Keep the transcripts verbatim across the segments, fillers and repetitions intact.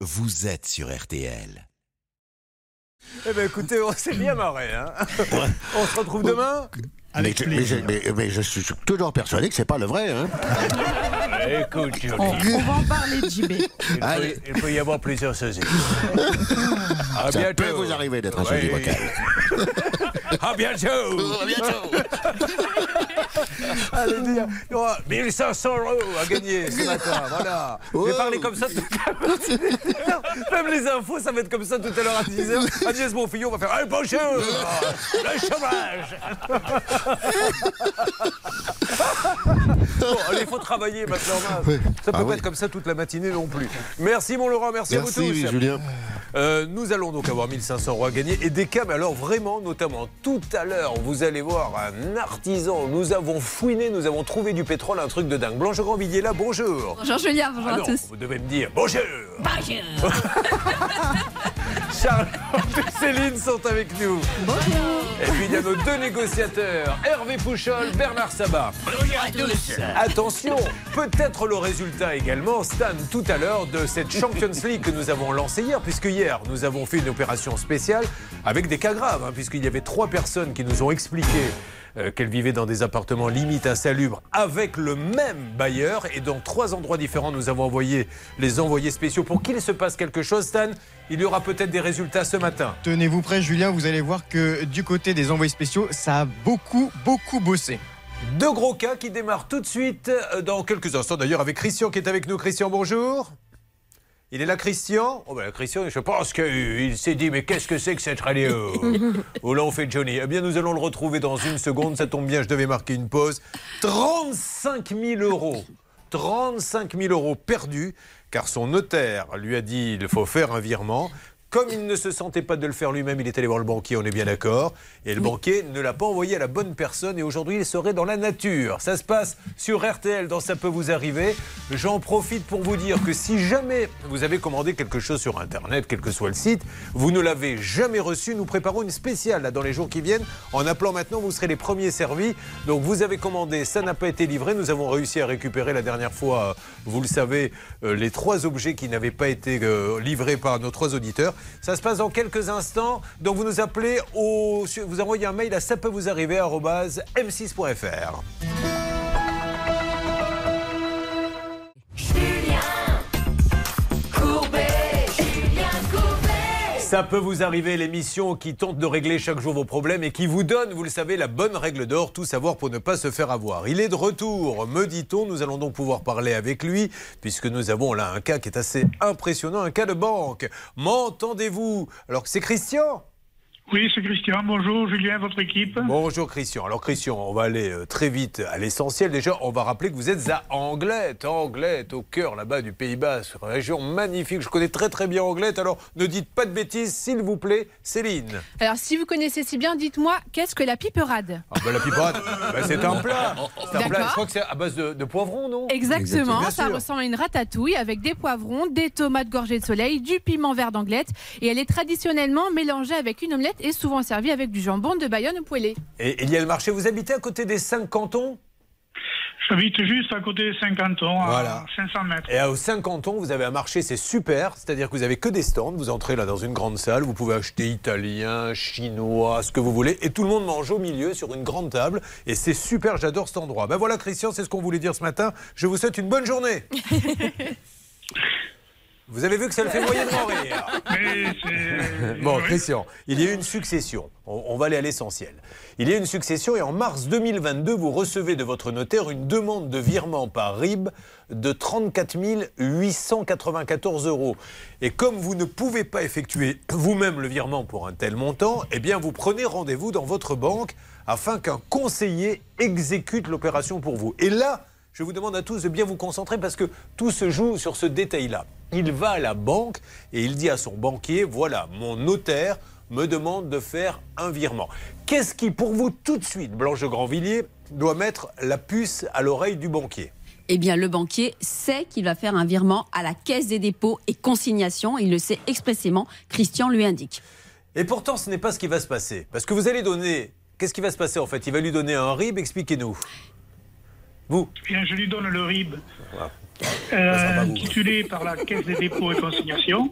vous êtes sur R T L. Eh bien écoutez, on s'est bien marré. Hein. On se retrouve demain. Avec mais, mais, mais, mais je suis toujours persuadé que c'est pas le vrai. Hein. Écoute, Johnny, On, on va en parler de J B. il, peut, il peut y avoir plusieurs sosies. À Ça bientôt. peut vous arriver d'être un Oui. sosie vocal. À bientôt. À bientôt. Allez, dire, il y aura mille cinq cents euros à gagner ce matin. Voilà. Je vais Oh. parler comme ça tout à l'heure. Même les infos, ça va être comme ça tout à l'heure à dix heures. Agnès Bonfillon va faire hey, bonjour, le chômage. Bon, allez, il faut travailler maintenant. Oui. Ça peut Ah pas oui. être comme ça toute la matinée non plus. Merci mon Laurent, merci, Merci, à vous tous. Julien. Euh, nous allons donc avoir mille cinq cents euros à gagner et des cas, mais alors vraiment, notamment tout à l'heure, vous allez voir un artisan. Nous avons fouiné, nous avons trouvé du pétrole, un truc de dingue. Blanche Grandvilliers là, bonjour. Bonjour Julien, bonjour Ah à non, tous. vous devez me dire bonjour. Bonjour. Charles et Céline sont avec nous. Bonjour. Et puis il y a nos deux négociateurs, Hervé Pouchol, Bernard Sabat. Bonjour à tous. Attention, peut-être le résultat également, Stan, tout à l'heure, de cette Champions League que nous avons lancée hier, puisque hier, nous avons fait une opération spéciale avec des cas graves, hein, puisqu'il y avait trois personnes qui nous ont expliqué euh, qu'elles vivaient dans des appartements limite insalubres avec le même bailleur. Et dans trois endroits différents, nous avons envoyé les envoyés spéciaux pour qu'il se passe quelque chose. Stan, il y aura peut-être des résultats ce matin. Tenez-vous prêts, Julien, vous allez voir que du côté des envoyés spéciaux, ça a beaucoup, beaucoup bossé. Deux gros cas qui démarrent tout de suite euh, dans quelques instants. D'ailleurs, avec Christian qui est avec nous. Christian, bonjour. Il est là, Christian. Oh ben, Christian, je pense qu'il s'est dit, mais qu'est-ce que c'est que cette radio? Oh là, on fait Johnny. Eh bien, nous allons le retrouver dans une seconde. Ça tombe bien, je devais marquer une pause. trente-cinq mille euros. trente-cinq mille euros perdus, car son notaire lui a dit qu'il faut faire un virement. Comme il ne se sentait pas de le faire lui-même, il est allé voir le banquier, on est bien d'accord. Et le banquier ne l'a pas envoyé à la bonne personne et aujourd'hui, il serait dans la nature. Ça se passe sur R T L dans Ça peut vous arriver. J'en profite pour vous dire que si jamais vous avez commandé quelque chose sur Internet, quel que soit le site, vous ne l'avez jamais reçu, nous préparons une spéciale là, dans les jours qui viennent. En appelant maintenant, vous serez les premiers servis. Donc vous avez commandé, ça n'a pas été livré. Nous avons réussi à récupérer la dernière fois, vous le savez, euh, les trois objets qui n'avaient pas été euh, livrés par nos trois auditeurs. Ça se passe dans quelques instants. Donc vous nous appelez, au, vous envoyez un mail à ça peut vous arriver arobase m six point f r. Ça peut vous arriver, l'émission qui tente de régler chaque jour vos problèmes et qui vous donne, vous le savez, la bonne règle d'or, tout savoir pour ne pas se faire avoir. Il est de retour, me dit-on, nous allons donc pouvoir parler avec lui, puisque nous avons là un cas qui est assez impressionnant, un cas de banque. M'entendez-vous? Alors c'est Christian? Oui, c'est Christian. Bonjour, Julien, votre équipe. Bonjour Christian. Alors Christian, on va aller euh, très vite à l'essentiel. Déjà, on va rappeler que vous êtes à Anglette, Anglette, au cœur là-bas du Pays Basque, une région magnifique. Je connais très très bien Anglette, alors ne dites pas de bêtises, s'il vous plaît, Céline. Alors si vous connaissez si bien, dites-moi, qu'est-ce que la piperade? Ah ben la piperade, ben, c'est un plat. C'est un plat. D'accord. Je crois que c'est à base de, de poivrons, non? Exactement, Bien ça sûr. ressemble à une ratatouille avec des poivrons, des tomates gorgées de soleil, du piment vert d'Anglette et elle est traditionnellement mélangée avec une omelette et souvent servie avec du jambon de Bayonne poêlé. Et il y a le marché. Vous habitez à côté des cinq cantons? J'habite juste à côté des cinq cantons, Voilà. à cinq cents mètres. Et aux cinq cantons, vous avez un marché, c'est super. C'est-à-dire que vous avez que des stands. Vous entrez là dans une grande salle. Vous pouvez acheter italien, chinois, ce que vous voulez. Et tout le monde mange au milieu sur une grande table. Et c'est super, j'adore cet endroit. Ben voilà, Christian, c'est ce qu'on voulait dire ce matin. Je vous souhaite une bonne journée. Vous avez vu que ça le fait moyennement rire. Mais c'est... Bon, Oui. Christian, il y a eu une succession. On, on va aller à l'essentiel. Il y a eu une succession et en mars deux mille vingt-deux, vous recevez de votre notaire une demande de virement par R I B de trente-quatre mille huit cent quatre-vingt-quatorze euros. Et comme vous ne pouvez pas effectuer vous-même le virement pour un tel montant, eh bien vous prenez rendez-vous dans votre banque afin qu'un conseiller exécute l'opération pour vous. Et là, je vous demande à tous de bien vous concentrer parce que tout se joue sur ce détail-là. Il va à la banque et il dit à son banquier, voilà, mon notaire me demande de faire un virement. Qu'est-ce qui, pour vous, tout de suite, Blanche de Grandvilliers, doit mettre la puce à l'oreille du banquier? Eh bien, le banquier sait qu'il va faire un virement à la Caisse des dépôts et consignations. Il le sait expressément. Christian lui indique. Et pourtant, ce n'est pas ce qui va se passer. Parce que vous allez donner... Qu'est-ce qui va se passer, en fait? Il va lui donner un R I B, expliquez-nous. Vous Bien, je lui donne le R I B. Voilà. euh, intitulé par la Caisse des dépôts et consignations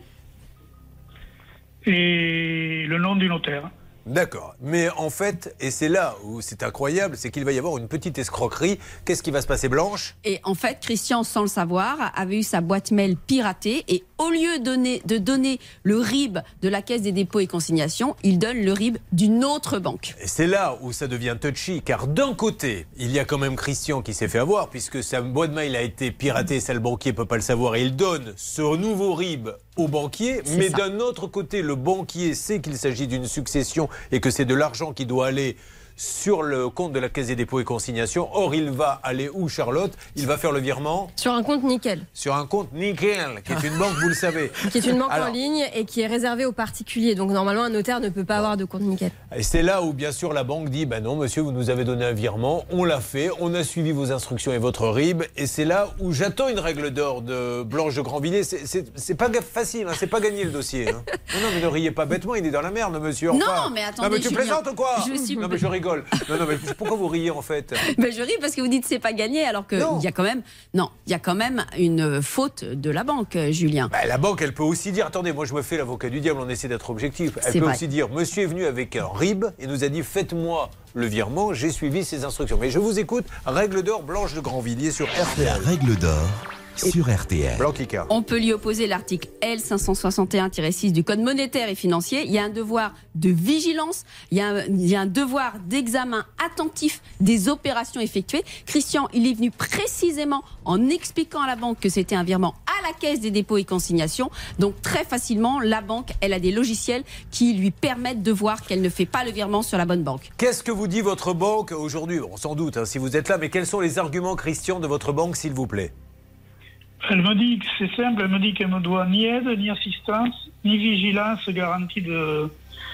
et le nom du notaire. D'accord. Mais en fait, et c'est là où c'est incroyable, c'est qu'il va y avoir une petite escroquerie. Qu'est-ce qui va se passer, Blanche ? Et en fait, Christian, sans le savoir, avait eu sa boîte mail piratée et au lieu de donner, de donner le R I B de la Caisse des dépôts et consignations, il donne le R I B d'une autre banque. Et c'est là où ça devient touchy, car d'un côté, il y a quand même Christian qui s'est fait avoir, puisque sa boîte mail a été piratée, ça le banquier ne peut pas le savoir, et il donne ce nouveau R I B au banquier, C'est mais ça. d'un autre côté, le banquier sait qu'il s'agit d'une succession et que c'est de l'argent qui doit aller sur le compte de la Caisse des dépôts et consignations. Or, il va aller où, Charlotte ? Il va faire le virement Sur un compte nickel, sur un compte Nickel, qui est une banque, vous le savez. qui est une banque Alors, en ligne et qui est réservée aux particuliers. Donc normalement, un notaire ne peut pas avoir de compte nickel. Et c'est là où, bien sûr, la banque dit ben non, monsieur, vous nous avez donné un virement, on l'a fait, on a suivi vos instructions et votre R I B. Et c'est là où j'attends une règle d'or de Blanche de Grandvilliers. C'est, c'est, c'est pas facile, hein, c'est pas gagné le dossier. Hein. Non, non, mais ne riez pas bêtement, il est dans la merde, monsieur. Non, Enfin. mais attendez, Non, mais tu Julien, plaisantes ou quoi je suis- Non, mais je rigole. Non, non, mais pourquoi vous riez en fait ? Ben, je ris parce que vous dites c'est pas gagné alors qu'il Non. y a quand même non, il y a quand même une faute de la banque, Julien. Ben, la banque, elle peut aussi dire, attendez, moi je me fais l'avocat du diable, on essaie d'être objectif. Elle C'est peut vrai. aussi dire, monsieur est venu avec un R I B et nous a dit, faites-moi le virement, j'ai suivi ses instructions. Mais je vous écoute, règle d'or Blanche de Grandvilliers sur R T La L. règle d'or sur R T L. Blanc Kika. On peut lui opposer l'article L cinq cent soixante et un tiret six du Code monétaire et financier. Il y a un devoir de vigilance, il y a un, il y a un devoir d'examen attentif des opérations effectuées. Christian, il est venu précisément en expliquant à la banque que c'était un virement à la Caisse des dépôts et consignations. Donc très facilement, la banque, elle a des logiciels qui lui permettent de voir qu'elle ne fait pas le virement sur la bonne banque. Qu'est-ce que vous dit votre banque aujourd'hui ? Bon, sans doute, hein, si vous êtes là, mais quels sont les arguments, Christian, de votre banque, s'il vous plaît ? Elle me dit que c'est simple, elle me dit qu'elle me doit ni aide, ni assistance, ni vigilance garantie de,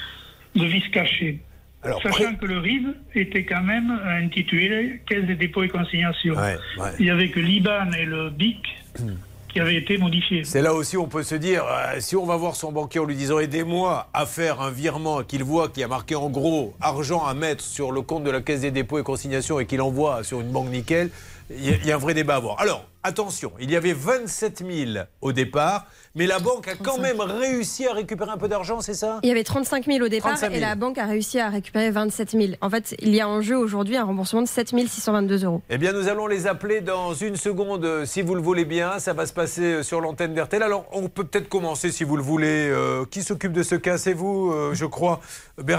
de vice caché. Alors, Sachant pré- que le R I B était quand même intitulé Caisse des dépôts et consignations. Ouais, ouais. Il y avait que l'I B A N et le B I C qui avaient été modifiés. C'est là aussi où on peut se dire, euh, si on va voir son banquier en lui disant aidez-moi à faire un virement, qu'il voit qu'il y a marqué en gros argent à mettre sur le compte de la Caisse des dépôts et consignations et qu'il envoie sur une banque nickel, il y, a- il y a un vrai débat à avoir. Alors, attention, il y avait vingt-sept mille au départ, mais la banque a quand même réussi à récupérer un peu d'argent, c'est ça ? Il y avait trente-cinq mille au départ trente-cinq mille. et la banque a réussi à récupérer vingt-sept mille. En fait, il y a en jeu aujourd'hui un remboursement de sept mille six cent vingt-deux euros. Eh bien, nous allons les appeler dans une seconde, euh, si vous le voulez bien. Ça va se passer euh, sur l'antenne d'R T L. Alors, on peut peut-être commencer, si vous le voulez. Euh, qui s'occupe de ce cas ? C'est vous, euh, je crois. Bernard ?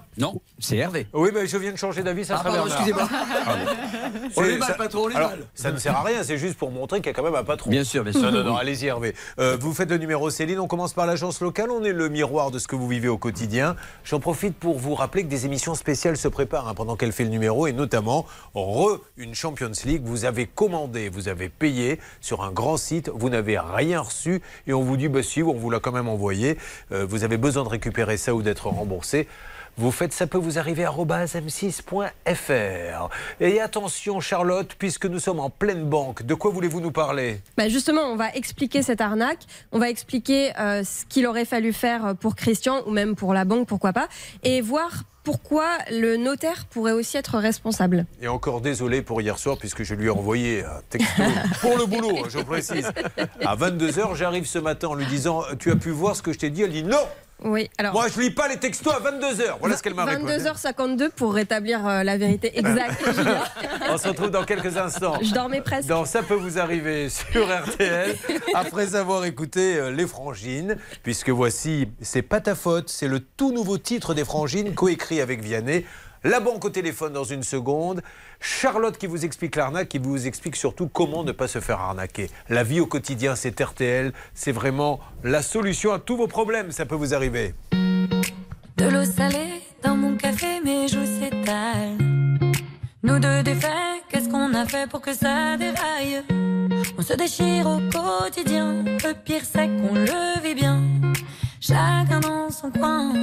Non, c'est Hervé. Oui, mais je viens de changer d'avis, ça Ah, sera pardon, Bernard. excusez-moi. On C'est- est mal, ça- patron, on est alors, mal. ça ne sert à rien, c'est juste pour montrer qu'il y a quand même un patron. Bien sûr, bien sûr. Non, non, non, allez-y Hervé. Euh, vous faites le numéro Céline, on commence par l'agence locale, on est le miroir de ce que vous vivez au quotidien. J'en profite pour vous rappeler que des émissions spéciales se préparent hein, pendant qu'elle fait le numéro, et notamment re une Champions League. Vous avez commandé, vous avez payé sur un grand site, vous n'avez rien reçu, et on vous dit, bah si, on vous l'a quand même envoyé. Euh, vous avez besoin de récupérer ça ou d'être remboursé. Vous faites ça peut vous arriver arobase m six point f r. Et attention Charlotte, puisque nous sommes en pleine banque, de quoi voulez-vous nous parler ? Bah justement, on va expliquer cette arnaque, on va expliquer euh, ce qu'il aurait fallu faire pour Christian ou même pour la banque, pourquoi pas, et voir pourquoi le notaire pourrait aussi être responsable. Et encore désolé pour hier soir, puisque je lui ai envoyé un texto pour le boulot, je précise. À vingt-deux heures, j'arrive ce matin en lui disant « Tu as pu voir ce que je t'ai dit ?» Elle dit « Non !» Oui, alors... Moi, je lis pas les textos à vingt-deux heures. Voilà ce qu'elle m'a répondu. vingt-deux heures cinquante-deux pour rétablir euh, la vérité exacte. Julien. On se retrouve dans quelques instants. Je dormais presque. Dans Ça peut vous arriver sur R T L, après avoir écouté euh, Les Frangines, puisque voici C'est pas ta faute, c'est le tout nouveau titre des Frangines, coécrit avec Vianney. La banque au téléphone dans une seconde. Charlotte qui vous explique l'arnaque, qui vous explique surtout comment ne pas se faire arnaquer. La vie au quotidien, c'est R T L. C'est vraiment la solution à tous vos problèmes. Ça peut vous arriver. De l'eau salée dans mon café, mes joues s'étalent. Nous deux défaits, qu'est-ce qu'on a fait pour que ça déraille? On se déchire au quotidien. Le pire, c'est qu'on le vit bien. Chacun dans son coin.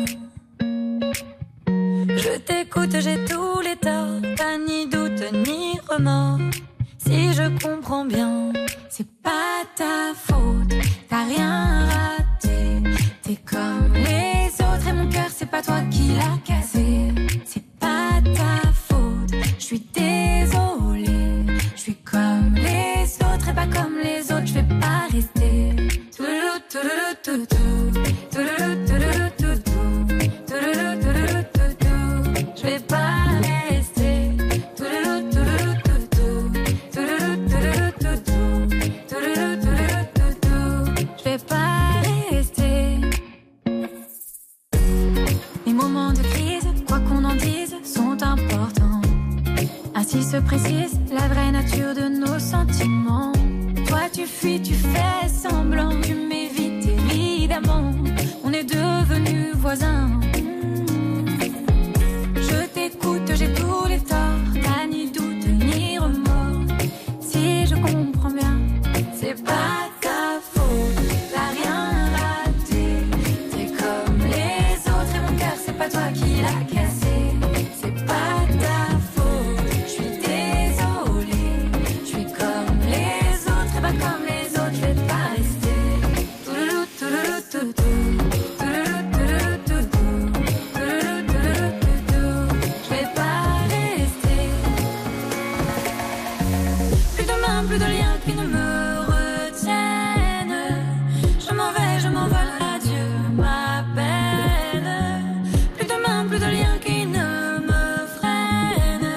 Je t'écoute, j'ai tous les torts. T'as ni doute ni remords. Si je comprends bien, c'est pas ta faute. T'as rien raté. T'es comme les autres et mon cœur, c'est pas toi qui l'as cassé. C'est pas ta faute. Je suis désolée. Je suis comme les autres et pas comme les Je vais pas rester. Je vais pas rester. Les moments de crise, quoi qu'on en dise, sont importants. Ainsi se précise la vraie nature de nos sentiments. Toi tu fuis, tu fais semblant, tu m'évites évidemment. On est devenus voisins. Je t'écoute, j'ai tous les torts, t'as ni doute ni remords. Si je comprends bien, c'est pas ta faute, t'as rien raté. T'es comme les autres et mon cœur, c'est pas toi qui l'as cassé. C'est pas ta faute, je suis désolée. Je suis comme les autres et pas comme les autres, je vais pas rester. Touloulou, touloulou, toutou. Touloulou, touloulou, toutou. Touloulou, touloulou, toutou. Je vais pas rester. Plus de mains, plus de liens qui ne me retiennent. Je m'en vais, je m'envole, adieu ma peine. Plus de mains, plus de liens qui ne me freinent.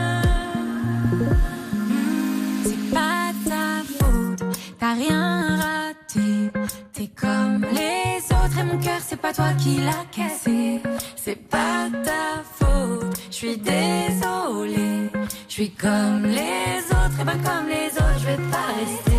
Hmm, c'est pas ta faute, t'as rien raté. T'es comme les autres et mon cœur, c'est pas toi qui l'as cassé. C'est pas ta faute, je suis désolée. Je suis comme les autres et pas comme les autres, je vais pas rester.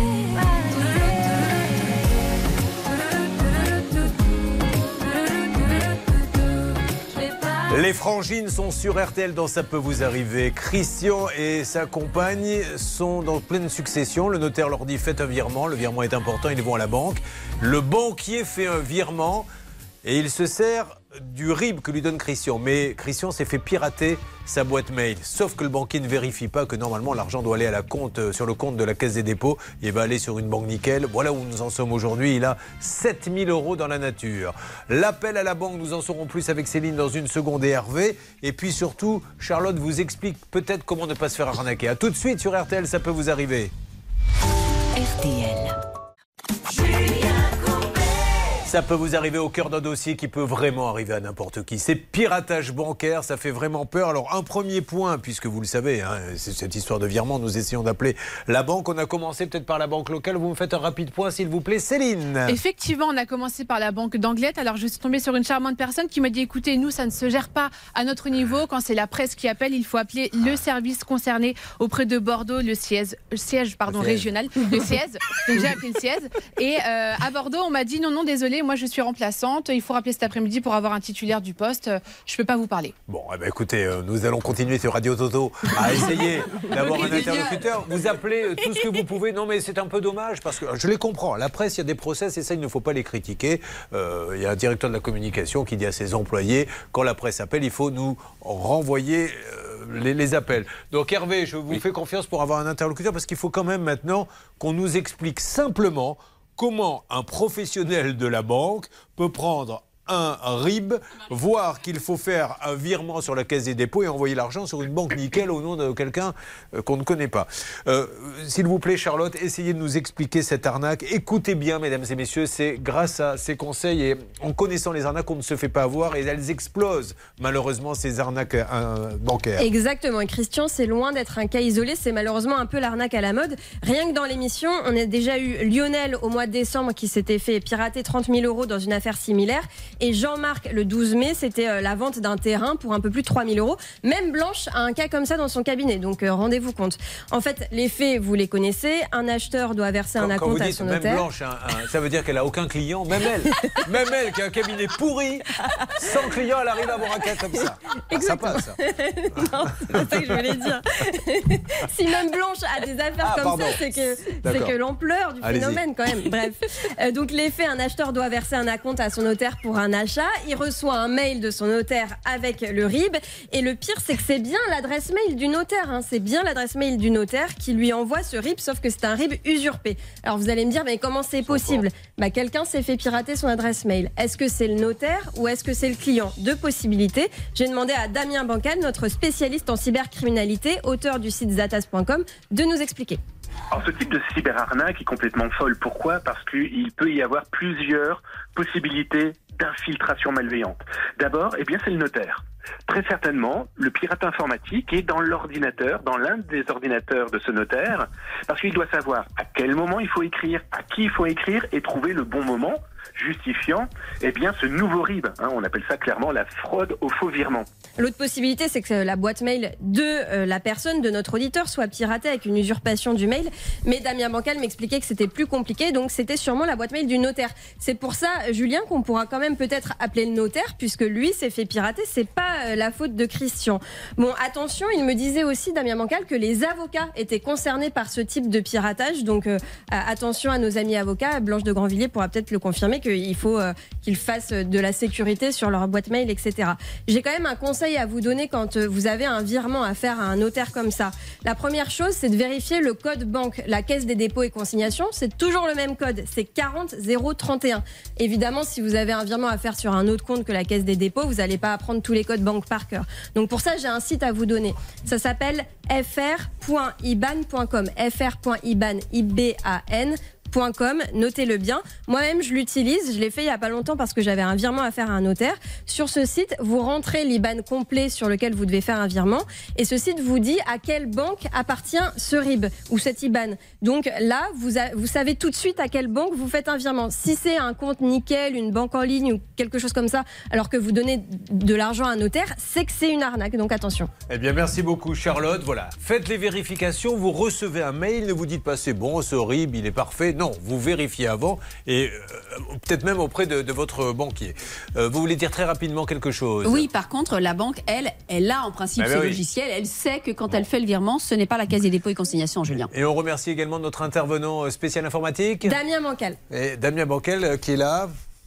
Les frangines sont sur R T L dans Ça peut vous arriver. Christian et sa compagne sont dans pleine succession. Le notaire leur dit faites un virement. Le virement est important, ils vont à la banque. Le banquier fait un virement et il se sert du R I B que lui donne Christian. Mais Christian s'est fait pirater sa boîte mail. Sauf que le banquier ne vérifie pas que normalement l'argent doit aller à la compte, sur le compte de la Caisse des dépôts. Il va aller sur une banque nickel. Voilà où nous en sommes aujourd'hui. Il a sept mille euros dans la nature. L'appel à la banque, nous en saurons plus avec Céline dans une seconde et Hervé. Et puis surtout, Charlotte vous explique peut-être comment ne pas se faire arnaquer. A tout de suite sur R T L, ça peut vous arriver. R T L. Ça peut vous arriver au cœur d'un dossier qui peut vraiment arriver à n'importe qui. C'est piratage bancaire, ça fait vraiment peur. Alors un premier point, puisque vous le savez, hein, c'est cette histoire de virement, nous essayons d'appeler la banque. On a commencé peut-être par la banque locale. Vous me faites un rapide point s'il vous plaît, Céline. Effectivement, on a commencé par la banque d'Anglette. Alors je suis tombée sur une charmante personne qui m'a dit écoutez, nous ça ne se gère pas à notre niveau. Quand c'est la presse qui appelle, il faut appeler le service concerné auprès de Bordeaux, le siège, le siège pardon, le siège. régional, le siège. Donc j'ai appelé le siège. Et euh, à Bordeaux, on m'a dit non, non, désolé, moi je suis remplaçante. Il faut rappeler cet après-midi pour avoir un titulaire du poste. Je ne peux pas vous parler. Bon, eh ben, écoutez, euh, nous allons continuer sur Radio Toto à essayer d'avoir un interlocuteur. Vous appelez tout ce que vous pouvez. Non, mais c'est un peu dommage parce que je les comprends. La presse, il y a des process et ça, il ne faut pas les critiquer. Euh, il y a un directeur de la communication qui dit à ses employés quand la presse appelle, il faut nous renvoyer euh, les, les appels. Donc, Hervé, je vous oui. fais confiance pour avoir un interlocuteur parce qu'il faut quand même maintenant qu'on nous explique simplement comment un professionnel de la banque peut prendre un R I B, voir qu'il faut faire un virement sur la Caisse des dépôts et envoyer l'argent sur une banque nickel au nom de quelqu'un qu'on ne connaît pas. Euh, S'il vous plaît, Charlotte, essayez de nous expliquer cette arnaque. Écoutez bien, mesdames et messieurs, c'est grâce à ces conseils et en connaissant les arnaques qu'on ne se fait pas avoir et elles explosent, malheureusement, ces arnaques euh, bancaires. Exactement. Et Christian, c'est loin d'être un cas isolé. C'est malheureusement un peu l'arnaque à la mode. Rien que dans l'émission, on a déjà eu Lionel au mois de décembre qui s'était fait pirater trente mille euros dans une affaire similaire. Et Jean-Marc, le douze mai, c'était la vente d'un terrain pour un peu plus de trois mille euros. Même Blanche a un cas comme ça dans son cabinet, donc euh, rendez-vous compte. En fait, les faits, vous les connaissez. Un acheteur doit verser quand, un acompte à son notaire. Même Blanche, un, un, ça veut dire qu'elle n'a aucun client, même elle. Même elle qui a un cabinet pourri, sans client, elle arrive à avoir un cas comme ça. Ah, ça passe. Ça. Non, c'est pas ça que je voulais dire. Si même Blanche a des affaires ah, comme pardon. ça, c'est que, c'est que l'ampleur du Allez-y. phénomène quand même. Bref. Euh, donc les faits, un acheteur doit verser un acompte à son notaire pour un achat, il reçoit un mail de son notaire avec le R I B et le pire c'est que c'est bien l'adresse mail du notaire, hein. C'est bien l'adresse mail du notaire qui lui envoie ce R I B, sauf que c'est un R I B usurpé. Alors vous allez me dire mais comment c'est possible ? Bah, quelqu'un s'est fait pirater son adresse mail. Est-ce que c'est le notaire ou est-ce que c'est le client ? Deux possibilités. J'ai demandé à Damien Bancal, notre spécialiste en cybercriminalité, auteur du site zatas point com, de nous expliquer. Alors, ce type de cyberarnaque est complètement folle. Pourquoi ? Parce qu'il peut y avoir plusieurs possibilités d'infiltration malveillante. D'abord, eh bien, c'est le notaire. Très certainement, le pirate informatique est dans l'ordinateur, dans l'un des ordinateurs de ce notaire, parce qu'il doit savoir à quel moment il faut écrire, à qui il faut écrire et trouver le bon moment, justifiant eh bien, ce nouveau R I B. Hein, on appelle ça clairement la fraude au faux virement. L'autre possibilité, c'est que la boîte mail de euh, la personne, de notre auditeur, soit piratée avec une usurpation du mail. Mais Damien Bancal m'expliquait que c'était plus compliqué, donc c'était sûrement la boîte mail du notaire. C'est pour ça, Julien, qu'on pourra quand même peut-être appeler le notaire, puisque lui s'est fait pirater. C'est pas euh, la faute de Christian. Bon, attention, il me disait aussi, Damien Bancal, que les avocats étaient concernés par ce type de piratage. Donc euh, attention à nos amis avocats. Blanche de Grandvilliers pourra peut-être le confirmer qu'il faut euh, qu'ils fassent de la sécurité sur leur boîte mail, et cetera. J'ai quand même un conseil à vous donner quand vous avez un virement à faire à un notaire comme ça. La première chose, c'est de vérifier le code banque. La Caisse des dépôts et consignations, c'est toujours le même code, c'est quarante zéro trente et un. Évidemment, si vous avez un virement à faire sur un autre compte que la Caisse des dépôts, vous n'allez pas apprendre tous les codes banque par cœur. Donc pour ça, j'ai un site à vous donner. Ça s'appelle f r point i b a n point com. f r point i b a n, I B A N .com, notez-le bien. Moi-même, je l'utilise. Je l'ai fait il n'y a pas longtemps parce que j'avais un virement à faire à un notaire. Sur ce site, vous rentrez l'I B A N complet sur lequel vous devez faire un virement. Et ce site vous dit à quelle banque appartient ce R I B ou cette I B A N. Donc là, vous, a, vous savez tout de suite à quelle banque vous faites un virement. Si c'est un compte nickel, une banque en ligne ou quelque chose comme ça, alors que vous donnez de l'argent à un notaire, c'est que c'est une arnaque. Donc attention. Eh bien, merci beaucoup, Charlotte. Voilà. Faites les vérifications. Vous recevez un mail. Ne vous dites pas c'est bon, ce R I B, il est parfait. Non, vous vérifiez avant et euh, peut-être même auprès de, de votre banquier. Euh, vous voulez dire très rapidement quelque chose ? Oui, par contre, la banque, elle, elle a en principe ah ce ben oui. logiciel. Elle sait que quand bon. elle fait le virement, ce n'est pas la Caisse des dépôts et consignations, Julien. Et on remercie également notre intervenant spécial informatique. Damien Bancal. Et Damien Bancal qui est là.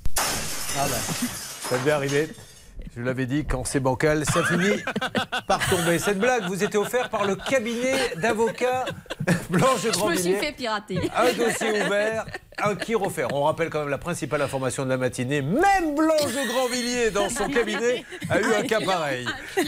Ah ben, ça devait arriver. Je l'avais dit, quand c'est bancal, ça finit par tomber. Cette blague vous était offerte par le cabinet d'avocats Blanche de Grandvilliers. Je me suis fait pirater. Un dossier ouvert, un qui offert. On rappelle quand même la principale information de la matinée. Même Blanche de Grandvilliers, dans son cabinet, a eu un cas pareil.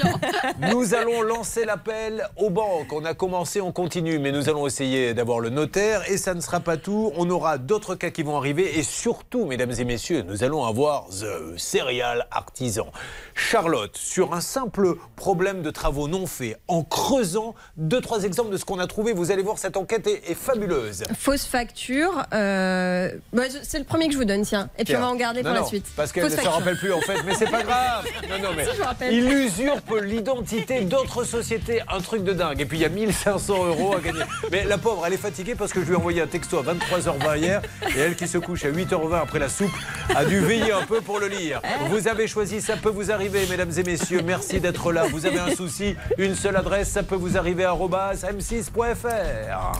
Nous allons lancer l'appel aux banques. On a commencé, on continue, mais nous allons essayer d'avoir le notaire. Et ça ne sera pas tout. On aura d'autres cas qui vont arriver. Et surtout, mesdames et messieurs, nous allons avoir The Serial Artisan. Charlotte, sur un simple problème de travaux non faits, en creusant deux, trois exemples de ce qu'on a trouvé, vous allez voir, cette enquête est, est fabuleuse. Fausse facture, euh, bah, c'est le premier que je vous donne, tiens. Et puis tiens. on va en garder non, pour non, la suite. Parce qu'elle ne se rappelle plus en fait, mais c'est pas grave. Non, non, mais si, il usurpe l'identité d'autres sociétés, un truc de dingue. Et puis il y a mille cinq cents euros à gagner. Mais la pauvre, elle est fatiguée parce que je lui ai envoyé un texto à vingt-trois heures vingt hier, et elle qui se couche à huit heures vingt après la soupe a dû veiller un peu pour le lire. Vous avez choisi, ça peut vous arriver, mesdames et messieurs, merci d'être là. Vous avez un souci, une seule adresse, ça peut vous arriver, arobase m six point f r.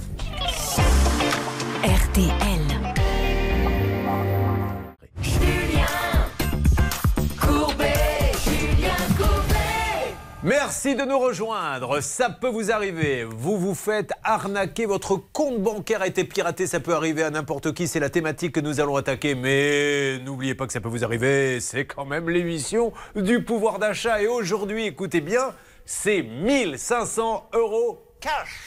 R T L. Julien Courbet, Julien Courbet. Merci de nous rejoindre. Ça peut vous arriver. Vous vous faites arnaquer, votre compte bancaire a été piraté. Ça peut arriver à n'importe qui. C'est la thématique que nous allons attaquer. Mais n'oubliez pas que ça peut vous arriver. C'est quand même l'émission du pouvoir d'achat. Et aujourd'hui, écoutez bien, c'est mille cinq cents euros cash.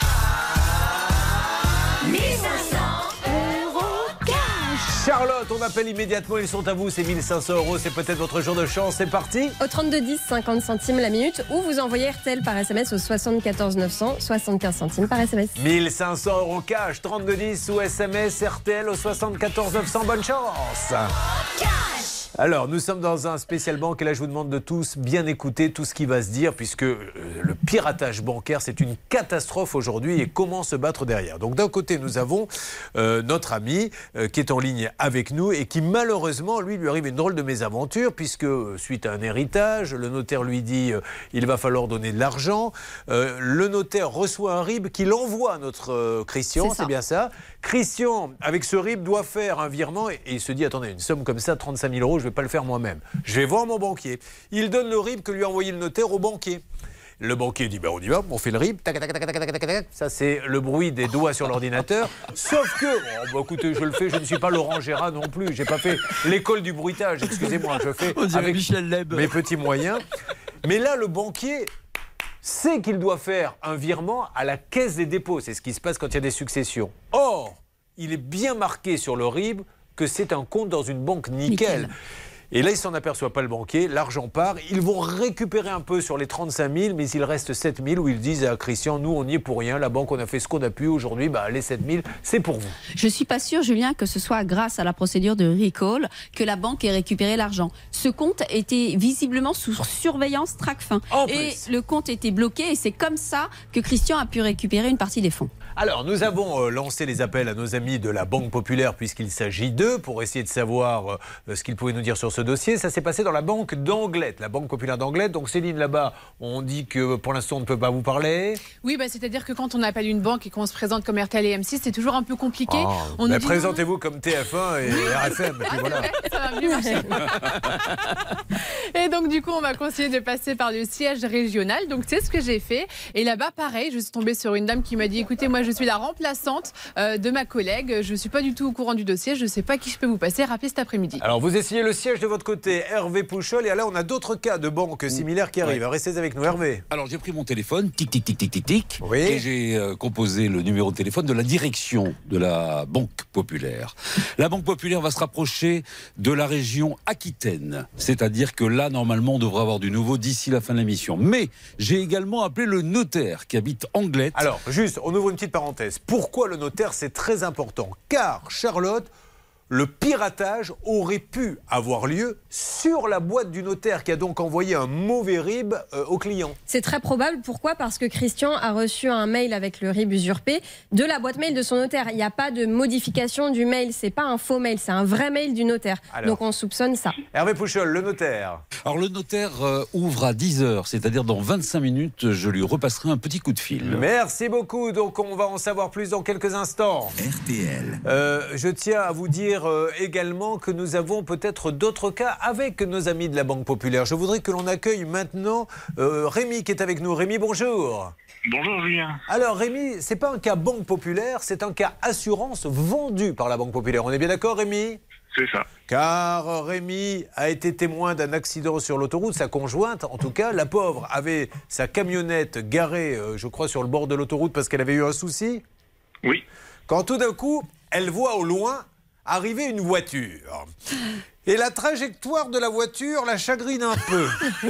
mille cinq cents euros cash. Charlotte, on appelle immédiatement, ils sont à vous, c'est mille cinq cents euros, c'est peut-être votre jour de chance, c'est parti. Au trente-deux dix, cinquante centimes la minute, ou vous envoyez R T L par S M S au soixante-quatorze neuf cents, soixante-quinze centimes par S M S. mille cinq cents euros cash, trente-deux dix ou S M S R T L au soixante-quatorze neuf cents, bonne chance. Cash. Alors, nous sommes dans un spécial banque et là, je vous demande de tous bien écouter tout ce qui va se dire puisque euh, le piratage bancaire, c'est une catastrophe aujourd'hui et comment se battre derrière. Donc, d'un côté, nous avons euh, notre ami euh, qui est en ligne avec nous et qui, malheureusement, lui, lui arrive une drôle de mésaventure puisque, euh, suite à un héritage, le notaire lui dit euh, il va falloir donner de l'argent. Euh, le notaire reçoit un R I B qu'il envoie à notre euh, Christian, c'est bien ça. Christian, avec ce R I B, doit faire un virement et, et il se dit attendez, une somme comme ça, trente-cinq mille euros, je ne vais pas le faire moi-même. Je vais voir mon banquier. Il donne le R I B que lui a envoyé le notaire au banquier. Le banquier dit ben on y va, on fait le R I B. Tac, tac, tac, tac, tac, tac, tac. Ça, c'est le bruit des doigts sur l'ordinateur. Sauf que, oh, bah, écoutez, je le fais, je ne suis pas Laurent Gérard non plus. Je n'ai pas fait l'école du bruitage, excusez-moi. Je fais avec mes petits moyens. Mais là, le banquier c'est qu'il doit faire un virement à la caisse des dépôts. C'est ce qui se passe quand il y a des successions. Or, il est bien marqué sur le R I B que c'est un compte dans une banque nickel. nickel. Et là, il ne s'en aperçoit pas, le banquier, l'argent part. Ils vont récupérer un peu sur les trente-cinq mille, mais il reste sept mille où ils disent à Christian, nous, on n'y est pour rien. La banque, on a fait ce qu'on a pu. Aujourd'hui, bah, les sept mille, c'est pour vous. Je ne suis pas sûre, Julien, que ce soit grâce à la procédure de recall que la banque ait récupéré l'argent. Ce compte était visiblement sous surveillance Tracfin. Et le compte était bloqué et c'est comme ça que Christian a pu récupérer une partie des fonds. Alors, nous avons euh, lancé les appels à nos amis de la Banque Populaire puisqu'il s'agit d'eux pour essayer de savoir euh, ce qu'ils pouvaient nous dire sur ce dossier. Ça s'est passé dans la Banque d'Anglet, la Banque Populaire d'Anglet. Donc Céline, là-bas, on dit que pour l'instant, on ne peut pas vous parler. Oui, bah, c'est-à-dire que quand on appelle une banque et qu'on se présente comme R T L et M six, c'est toujours un peu compliqué. Oh, on bah, présentez-vous non, comme T F un et R F M. Et puis voilà. Ça va mieux marcher. Et donc, du coup, on m'a conseillé de passer par le siège régional. Donc, c'est ce que j'ai fait. Et là-bas, pareil, je suis tombée sur une dame qui m'a dit, écoutez, moi, je suis la remplaçante euh, de ma collègue. Je ne suis pas du tout au courant du dossier. Je ne sais pas qui je peux vous passer. Rappelez cet après-midi. Alors, vous essayez le siège de votre côté, Hervé Pouchol. Et là, on a d'autres cas de banques similaires qui arrivent. Ouais. Restez avec nous, Hervé. Alors, j'ai pris mon téléphone, tic, tic, tic, tic, tic, tic. Oui. Et j'ai euh, composé le numéro de téléphone de la direction de la Banque Populaire. La Banque Populaire va se rapprocher de la région Aquitaine. C'est-à-dire que là, normalement, on devrait avoir du nouveau d'ici la fin de l'émission. Mais j'ai également appelé le notaire qui habite Anglet. Alors, juste, on ouvre une petite parenthèse. Pourquoi le notaire, c'est très important? Car, Charlotte, le piratage aurait pu avoir lieu sur la boîte du notaire qui a donc envoyé un mauvais R I B euh, au client. C'est très probable. Pourquoi? Parce que Christian a reçu un mail avec le R I B usurpé de la boîte mail de son notaire. Il n'y a pas de modification du mail. C'est pas un faux mail, c'est un vrai mail du notaire. Alors, donc on soupçonne ça. Hervé Pouchol, le notaire. Alors le notaire euh, ouvre à dix heures, c'est-à-dire dans vingt-cinq minutes, je lui repasserai un petit coup de fil. Merci beaucoup. Donc on va en savoir plus dans quelques instants. R T L. Euh, je tiens à vous dire Euh, également que nous avons peut-être d'autres cas avec nos amis de la Banque Populaire. Je voudrais que l'on accueille maintenant euh, Rémi qui est avec nous. Rémi, bonjour. Bonjour Julien. Alors Rémi, c'est pas un cas Banque Populaire, c'est un cas assurance vendu par la Banque Populaire. On est bien d'accord, Rémi? C'est ça. Car Rémi a été témoin d'un accident sur l'autoroute, sa conjointe en tout cas. La pauvre avait sa camionnette garée, euh, je crois, sur le bord de l'autoroute parce qu'elle avait eu un souci. Oui. Quand tout d'un coup, elle voit au loin arriver une voiture. Et la trajectoire de la voiture la chagrine un peu.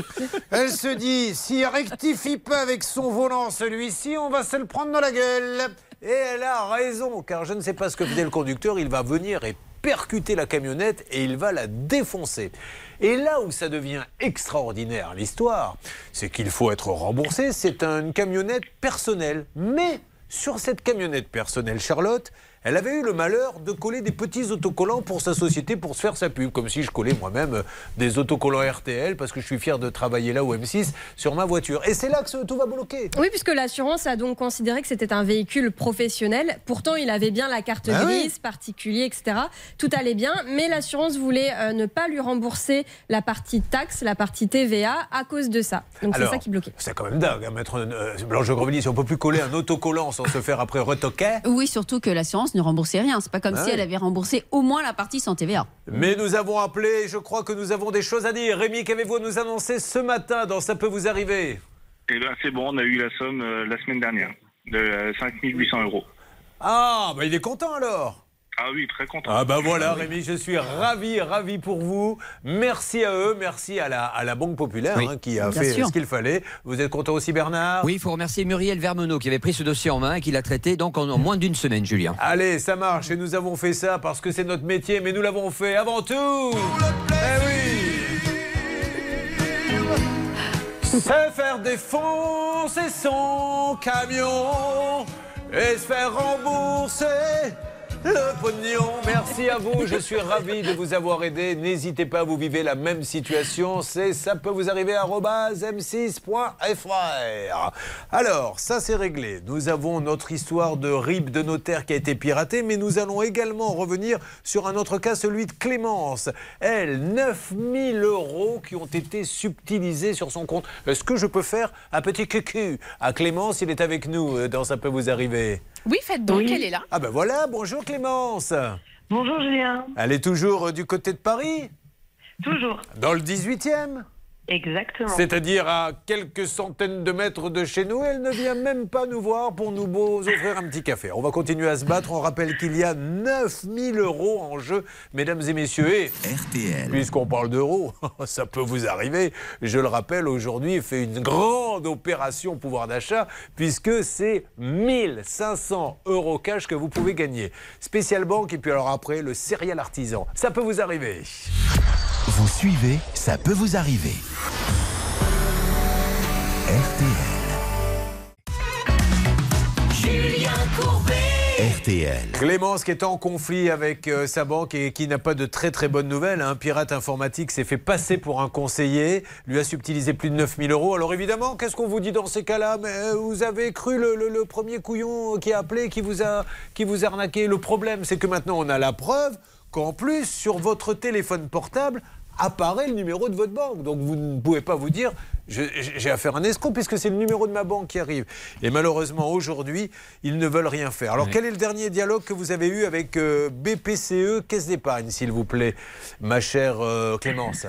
Elle se dit, s'il rectifie pas avec son volant celui-ci, on va se le prendre dans la gueule. Et elle a raison, car je ne sais pas ce que faisait le conducteur, il va venir et percuter la camionnette et il va la défoncer. Et là où ça devient extraordinaire, l'histoire, c'est qu'il faut être remboursé. C'est une camionnette personnelle. Mais sur cette camionnette personnelle, Charlotte, elle avait eu le malheur de coller des petits autocollants pour sa société, pour se faire sa pub, comme si je collais moi-même des autocollants R T L, parce que je suis fier de travailler là au M six, sur ma voiture. Et c'est là que tout va bloquer. Oui, puisque l'assurance a donc considéré que c'était un véhicule professionnel. Pourtant, il avait bien la carte ah grise, oui. particulier, et cetera. Tout allait bien, mais l'assurance voulait euh, ne pas lui rembourser la partie taxe, la partie T V A, à cause de ça. Donc c'est ça qui bloquait. C'est quand même dingue, hein, maître euh, Blanche Grevely, si on ne peut plus coller un autocollant sans se faire après retoquer. Oui, surtout que l'assurance ne remboursait rien. C'est pas comme ah si oui. elle avait remboursé au moins la partie sans T V A. Mais nous avons appelé et je crois que nous avons des choses à dire. Rémi, qu'avez-vous à nous annoncer ce matin dans Ça peut vous arriver? Eh bien, c'est bon, on a eu la somme euh, la semaine dernière de euh, cinq mille huit cents euros. Ah, bah il est content alors. Ah oui, très content. Ah bah voilà Rémi, je suis ravi, ravi pour vous. Merci à eux, merci à la, à la Banque Populaire oui, hein, qui a fait sûr. ce qu'il fallait. Vous êtes content aussi Bernard? Oui, il faut remercier Muriel Vermenot qui avait pris ce dossier en main et qui l'a traité donc en, en moins d'une semaine, Julien. Allez, ça marche et nous avons fait ça parce que c'est notre métier, mais nous l'avons fait avant tout. Eh oui. Se faire défoncer son camion et se faire rembourser le pognon. Merci à vous, je suis ravi de vous avoir aidé. N'hésitez pas, vous vivez la même situation. C'est ça peut vous arriver arobase m six point f r. Alors, ça c'est réglé. Nous avons notre histoire de R I B de notaire qui a été piratée, mais nous allons également revenir sur un autre cas, celui de Clémence. Elle, neuf mille euros qui ont été subtilisés sur son compte. Est-ce que je peux faire un petit cucu à Clémence? Il est avec nous dans Ça peut vous arriver. Oui, faites donc, oui. Elle est là. Ah ben voilà, bonjour Clémence. Bonjour Julien. Elle est toujours du côté de Paris? Toujours. Dans le dix-huitième? Exactement. C'est-à-dire à quelques centaines de mètres de chez nous, elle ne vient même pas nous voir pour nous offrir un petit café. On va continuer à se battre. On rappelle qu'il y a neuf mille euros en jeu, mesdames et messieurs. Et R T L. Puisqu'on parle d'euros, ça peut vous arriver. Je le rappelle, aujourd'hui, fait une grande opération pouvoir d'achat, puisque c'est mille cinq cents euros cash que vous pouvez gagner. Spécial banque, et puis alors après, le céréal artisan. Ça peut vous arriver. Vous suivez, ça peut vous arriver. R T L. Julien Courbet. R T L. Clémence qui est en conflit avec euh, sa banque et qui n'a pas de très très bonnes nouvelles. Un pirate informatique s'est fait passer pour un conseiller, lui a subtilisé plus de neuf mille euros. Alors évidemment, qu'est-ce qu'on vous dit dans ces cas-là? Mais euh, vous avez cru le, le, le premier couillon qui a appelé, qui vous a, qui vous a arnaqué. Le problème, c'est que maintenant on a la preuve qu'en plus, sur votre téléphone portable, apparaît le numéro de votre banque. Donc vous ne pouvez pas vous dire je, j'ai affaire à un escroc puisque c'est le numéro de ma banque qui arrive. Et malheureusement aujourd'hui ils ne veulent rien faire. Alors oui. Quel est le dernier dialogue que vous avez eu avec euh, B P C E Caisse d'épargne, s'il vous plaît, ma chère euh, Clémence?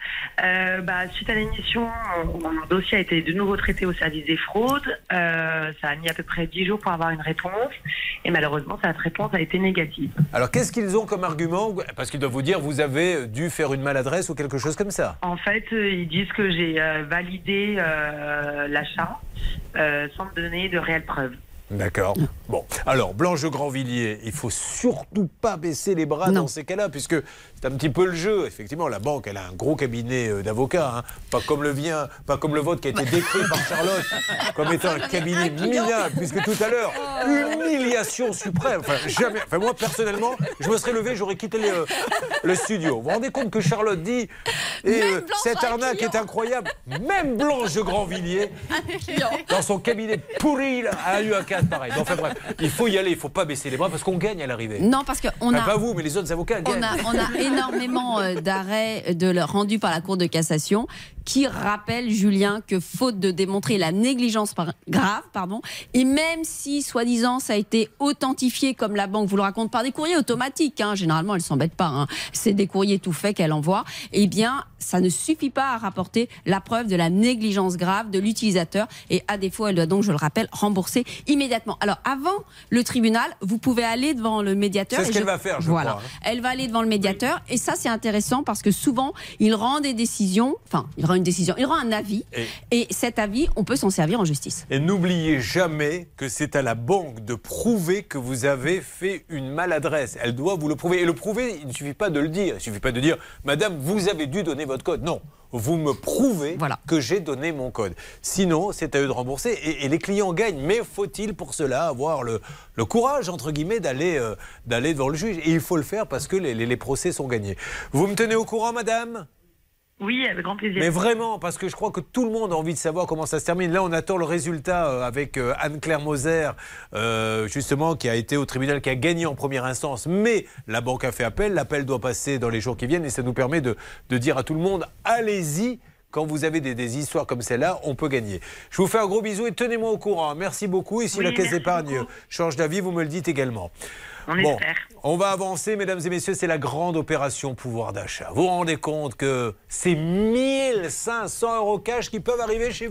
Euh, bah, suite à l'émission, mon, mon dossier a été de nouveau traité au service des fraudes. Euh, ça a mis à peu près dix jours pour avoir une réponse. Et malheureusement, cette réponse a été négative. Alors, qu'est-ce qu'ils ont comme argument? Parce qu'ils doivent vous dire, vous avez dû faire une maladresse ou quelque chose comme ça. En fait, ils disent que j'ai euh, validé euh, l'achat euh, sans me donner de réelles preuves. D'accord. Bon, alors Blanche de Grandvilliers, il faut surtout pas baisser les bras non. dans ces cas-là, puisque c'est un petit peu le jeu. Effectivement, la banque, elle a un gros cabinet d'avocats, hein. Pas comme le vien, pas comme le vôtre qui a été décrit par Charlotte comme étant un cabinet minable, puisque tout à l'heure, humiliation suprême. Enfin, jamais. Enfin, moi personnellement, je me serais levé, j'aurais quitté le, le studio. Vous vous rendez compte que Charlotte dit, et euh, cette arnaque est incroyable. Même Blanche de Grandvilliers, dans son cabinet pourri, là, a eu un cas pareil. Bon, enfin bref, il faut y aller, il ne faut pas baisser les bras parce qu'on gagne à l'arrivée. Non, parce qu'on enfin, a... Pas vous, mais les autres avocats gagnent. On a, on a énormément euh, d'arrêts de, rendus par la Cour de cassation qui rappellent, Julien, que faute de démontrer la négligence par, grave, pardon, et même si, soi-disant, ça a été authentifié, comme la banque vous le raconte, par des courriers automatiques, hein, généralement, elle ne s'embête pas, hein, c'est des courriers tout faits qu'elle envoie, eh bien, ça ne suffit pas à rapporter la preuve de la négligence grave de l'utilisateur, et à défaut, elle doit donc, je le rappelle, rembourser immédiatement. Alors, avant le tribunal, vous pouvez aller devant le médiateur. C'est ce qu'elle je... va faire, je voilà. crois. Hein. Elle va aller devant le médiateur, oui. Et ça, c'est intéressant parce que souvent, il rend des décisions, enfin, il rend une décision, il rend un avis, et, et cet avis, on peut s'en servir en justice. Et n'oubliez jamais que c'est à la banque de prouver que vous avez fait une maladresse. Elle doit vous le prouver. Et le prouver, il ne suffit pas de le dire. Il ne suffit pas de dire, madame, vous avez dû donner votre code. Non. Vous me prouvez voilà. que j'ai donné mon code. Sinon, c'est à eux de rembourser. Et, et les clients gagnent. Mais faut-il pour cela avoir le, le courage, entre guillemets, d'aller euh, d'aller devant le juge? Et il faut le faire parce que les, les, les procès sont gagnés. Vous me tenez au courant, madame ? Oui, avec grand plaisir. Mais vraiment, parce que je crois que tout le monde a envie de savoir comment ça se termine. Là, on attend le résultat euh, avec euh, Anne-Claire Moser, euh, justement, qui a été au tribunal, qui a gagné en première instance. Mais la banque a fait appel. L'appel doit passer dans les jours qui viennent et ça nous permet de, de dire à tout le monde, allez-y. Quand vous avez des, des histoires comme celle-là, on peut gagner. Je vous fais un gros bisou et tenez-moi au courant. Merci beaucoup. Et si oui, la Caisse d'épargne change d'avis, vous me le dites également. On bon, espère. On va avancer, mesdames et messieurs, c'est la grande opération pouvoir d'achat. Vous vous rendez compte que c'est mille cinq cents euros cash qui peuvent arriver chez vous.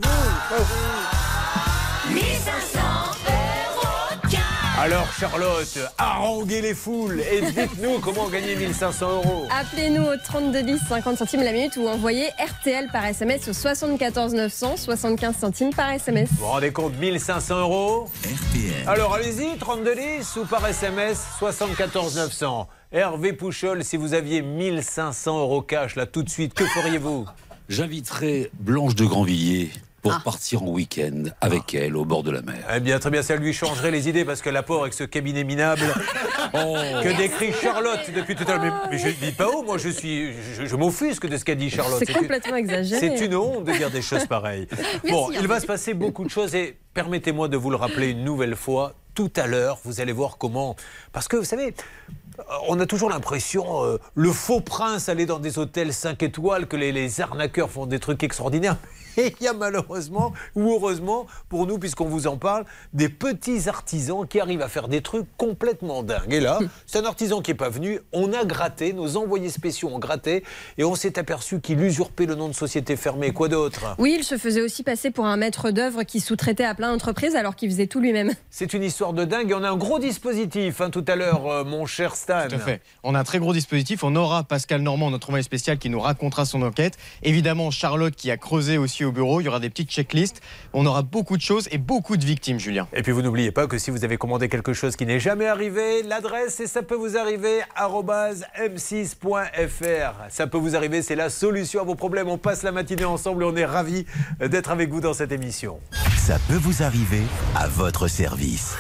mille cinq cents euros cash. Alors Charlotte, haranguez les foules et dites-nous comment gagner mille cinq cents euros. Appelez-nous au trente-deux dix, cinquante centimes la minute ou envoyez R T L par S M S au soixante-quatorze neuf cents, soixante-quinze centimes par S M S. Vous vous rendez compte, mille cinq cents euros R T L. Alors allez-y, trente-deux dix ou par S M S soixante-quatorze neuf cents. Hervé Pouchol, si vous aviez mille cinq cents euros cash là tout de suite, que feriez-vous? J'inviterais Blanche de Grandvilliers pour ah. partir en week-end avec ah. elle au bord de la mer. Eh bien, très bien, ça lui changerait les idées parce que la pauvre avec ce cabinet minable oh. que décrit Charlotte depuis tout à l'heure. Mais, mais je ne dis pas haut, moi je suis, je, je m'offusque de ce qu'a dit Charlotte. C'est complètement une, exagéré. C'est une honte de dire des choses pareilles. Bon, il va se passer beaucoup de choses et permettez-moi de vous le rappeler une nouvelle fois. Tout à l'heure, vous allez voir comment... Parce que, vous savez, On a toujours l'impression, euh, le faux prince aller dans des hôtels cinq étoiles, que les, les arnaqueurs font des trucs extraordinaires. Et il y a malheureusement, ou heureusement, pour nous, puisqu'on vous en parle, des petits artisans qui arrivent à faire des trucs complètement dingues. Et là, c'est un artisan qui n'est pas venu. On a gratté, nos envoyés spéciaux ont gratté, et on s'est aperçu qu'il usurpait le nom de société fermée. Quoi d'autre? Oui, il se faisait aussi passer pour un maître d'œuvre qui sous-traitait à plein d'entreprises alors qu'il faisait tout lui-même. C'est une histoire de dingue. Et on a un gros dispositif, hein, tout à l'heure, euh, mon cher Stan. Tout à fait. On a un très gros dispositif. On aura Pascal Normand, notre envoyé spécial, qui nous racontera son enquête. Évidemment, Charlotte qui a creusé aussi au bureau. Il y aura des petites checklists. On aura beaucoup de choses et beaucoup de victimes, Julien. Et puis vous n'oubliez pas que si vous avez commandé quelque chose qui n'est jamais arrivé, l'adresse, et ça peut vous arriver, arobase m six point f r. Ça peut vous arriver, c'est la solution à vos problèmes. On passe la matinée ensemble et on est ravis d'être avec vous dans cette émission. Ça peut vous arriver à votre service.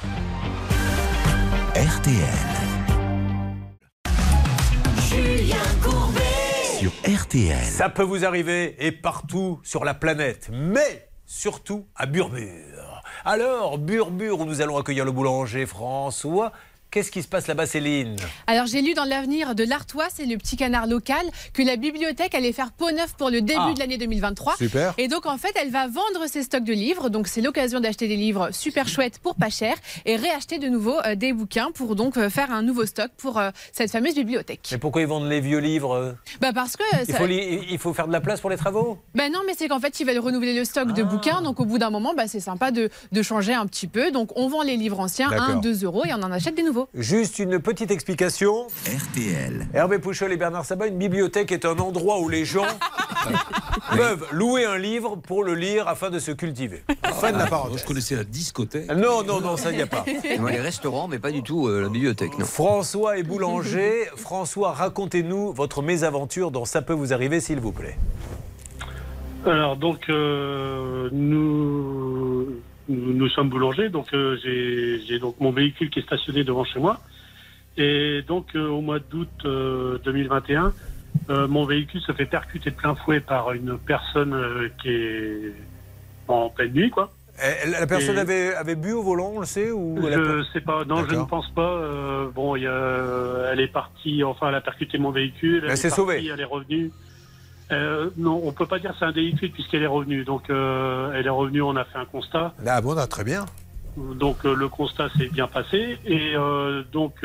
R T L. Julien Courbet. Sur R T L. Ça peut vous arriver et partout sur la planète, mais surtout à Burbure. Alors, Burbure, où nous allons accueillir le boulanger François. Qu'est-ce qui se passe là-bas, Céline? Alors, j'ai lu dans l'Avenir de l'Artois, c'est le petit canard local, que la bibliothèque allait faire peau neuve pour le début ah. de l'année deux mille vingt-trois. Super. Et donc, en fait, elle va vendre ses stocks de livres. Donc, c'est l'occasion d'acheter des livres super chouettes pour pas cher et réacheter de nouveau euh, des bouquins pour donc euh, faire un nouveau stock pour euh, cette fameuse bibliothèque. Mais pourquoi ils vendent les vieux livres? Bah parce que... Il, ça... faut li... il faut faire de la place pour les travaux? Bah non, mais c'est qu'en fait, ils veulent renouveler le stock ah. de bouquins. Donc, au bout d'un moment, bah, c'est sympa de, de changer un petit peu. Donc, on vend les livres anciens, un, deux euros, et on en achète des nouveaux. Juste une petite explication. R T L. Hervé Pouchol et Bernard Sabat, une bibliothèque est un endroit où les gens peuvent louer un livre pour le lire afin de se cultiver. Fin de la parenthèse. Je connaissais la discothèque. Non, non, non, ça, il n'y a pas. Moi, les restaurants, mais pas du tout euh, la bibliothèque. Non. François est boulanger. François, racontez-nous votre mésaventure dont ça peut vous arriver, s'il vous plaît. Alors, donc, euh, nous... Nous, nous sommes boulangers, donc euh, j'ai, j'ai donc mon véhicule qui est stationné devant chez moi. Et donc euh, au mois d'août euh, deux mille vingt et un, euh, mon véhicule se fait percuter de plein fouet par une personne euh, qui est en pleine nuit, quoi. Et la personne et avait, avait bu au volant, on le sait ou Je ne sais pas, non, je ne pense pas. Euh, bon, y a, elle est partie, enfin, elle a percuté mon véhicule. Elle, elle s'est sauvée. Elle est revenue. Euh, non, on ne peut pas dire que c'est un délit puisqu'elle est revenue. Donc, euh, elle est revenue, on a fait un constat. Ah bon, ah, très bien. Donc, euh, le constat s'est bien passé. Et euh, donc,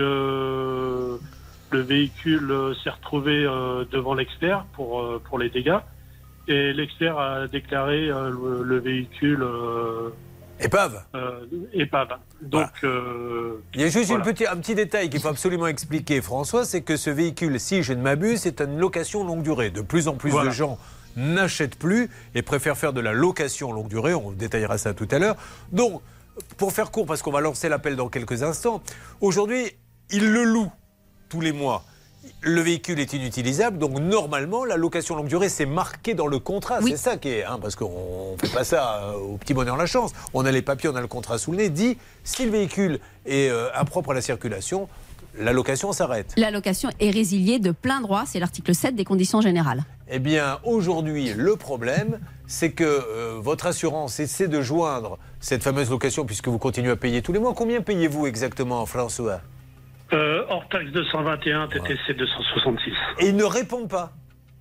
euh, le véhicule s'est retrouvé euh, devant l'expert pour, euh, pour les dégâts. Et l'expert a déclaré euh, le, le véhicule... Euh, épave euh, Épave. Donc, voilà. euh, il y a juste voilà. une petit, un petit détail qu'il faut absolument expliquer, François, c'est que ce véhicule, si je ne m'abuse, c'est une location longue durée. De plus en plus voilà. de gens n'achètent plus et préfèrent faire de la location longue durée. On détaillera ça tout à l'heure. Donc, pour faire court, parce qu'on va lancer l'appel dans quelques instants, aujourd'hui, ils le louent tous les mois. Le véhicule est inutilisable, donc normalement, la location longue durée, c'est marqué dans le contrat. Oui. C'est ça qui est, hein, parce qu'on ne fait pas ça au petit bonheur la chance. On a les papiers, on a le contrat sous le nez, dit si le véhicule est euh, impropre à la circulation, la location s'arrête. La location est résiliée de plein droit, c'est l'article sept des conditions générales. Eh bien, aujourd'hui, le problème, c'est que euh, votre assurance essaie de joindre cette fameuse location, puisque vous continuez à payer tous les mois. Combien payez-vous exactement, François ? Euh, hors taxe deux cent vingt et un, T T C deux cent soixante-six. Et ils ne répondent pas?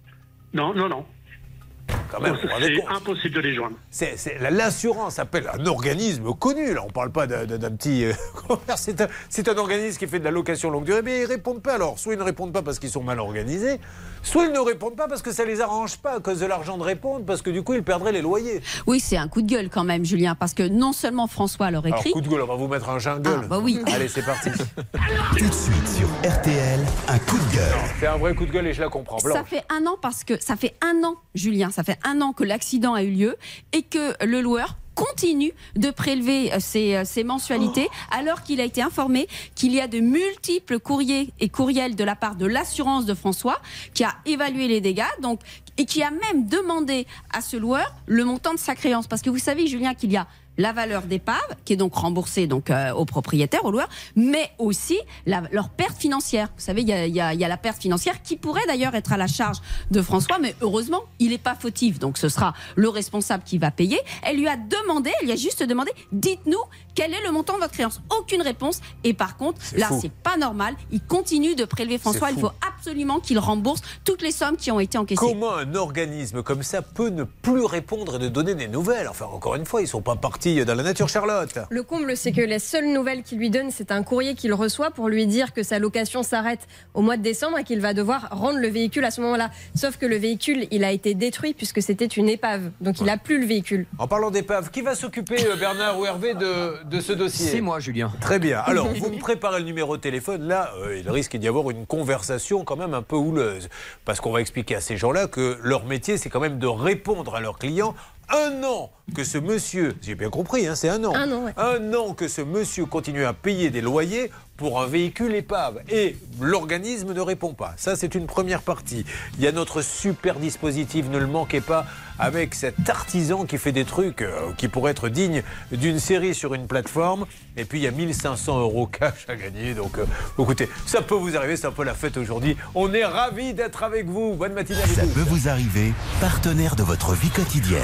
Non, non, non. Quand même, c'est impossible de les joindre. C'est, c'est, l'assurance appelle un organisme connu, là, on ne parle pas d'un, d'un petit... Euh, c'est, un, c'est un organisme qui fait de la location longue durée, mais ils ne répondent pas. Alors, soit ils ne répondent pas parce qu'ils sont mal organisés, soit ils ne répondent pas parce que ça ne les arrange pas à cause de l'argent de répondre, parce que du coup, ils perdraient les loyers. Oui, c'est un coup de gueule quand même, Julien, parce que non seulement François leur écrit... Alors, coup de gueule, on va vous mettre un jungle. Ah, bah oui. Allez, c'est parti. Tout de suite sur R T L, un coup de gueule. C'est un vrai coup de gueule et je la comprends. Blanche. Ça fait un an, parce que ça fait un an, Julien, ça fait un an que l'accident a eu lieu et que le loueur continue de prélever ses, ses mensualités oh. alors qu'il a été informé qu'il y a de multiples courriers et courriels de la part de l'assurance de François qui a évalué les dégâts donc, et qui a même demandé à ce loueur le montant de sa créance. Parce que vous savez, Julien, qu'il y a la valeur d'épave, qui est donc remboursée donc, euh, aux propriétaires, aux loueurs, mais aussi la, leur perte financière. Vous savez, il y a, y, a, y a la perte financière qui pourrait d'ailleurs être à la charge de François, mais heureusement, il n'est pas fautif, donc ce sera le responsable qui va payer. Elle lui a demandé, elle lui a juste demandé, dites-nous quel est le montant de votre créance. Aucune réponse. Et par contre, c'est là, fou. C'est pas normal. Il continue de prélever François. Il faut absolument qu'il rembourse toutes les sommes qui ont été encaissées. Comment un organisme comme ça peut ne plus répondre et ne donner des nouvelles? Enfin, encore une fois, ils sont pas partis dans la nature, Charlotte. Le comble, c'est que les seules nouvelles qu'il lui donne, c'est un courrier qu'il reçoit pour lui dire que sa location s'arrête au mois de décembre et qu'il va devoir rendre le véhicule à ce moment-là. Sauf que le véhicule, il a été détruit puisque c'était une épave. Donc, il n'a plus le véhicule. En parlant d'épave, qui va s'occuper, Bernard ou Hervé, de, de ce dossier? C'est moi, Julien. Très bien. Alors, vous me préparez le numéro de téléphone. Là, euh, il risque d'y avoir une conversation quand même un peu houleuse. Parce qu'on va expliquer à ces gens-là que leur métier, c'est quand même de répondre à leurs clients. Un an que ce monsieur, j'ai bien compris, hein, c'est un an. Un an, ouais. Un an que ce monsieur continue à payer des loyers pour un véhicule épave. Et l'organisme ne répond pas. Ça, c'est une première partie. Il y a notre super dispositif, ne le manquez pas, avec cet artisan qui fait des trucs euh, qui pourraient être dignes d'une série sur une plateforme. Et puis, il y a mille cinq cents euros cash à gagner. Donc, euh, écoutez, ça peut vous arriver, c'est un peu la fête aujourd'hui. On est ravis d'être avec vous. Bonne matinée à vous. Ça peut vous arriver, partenaire de votre vie quotidienne.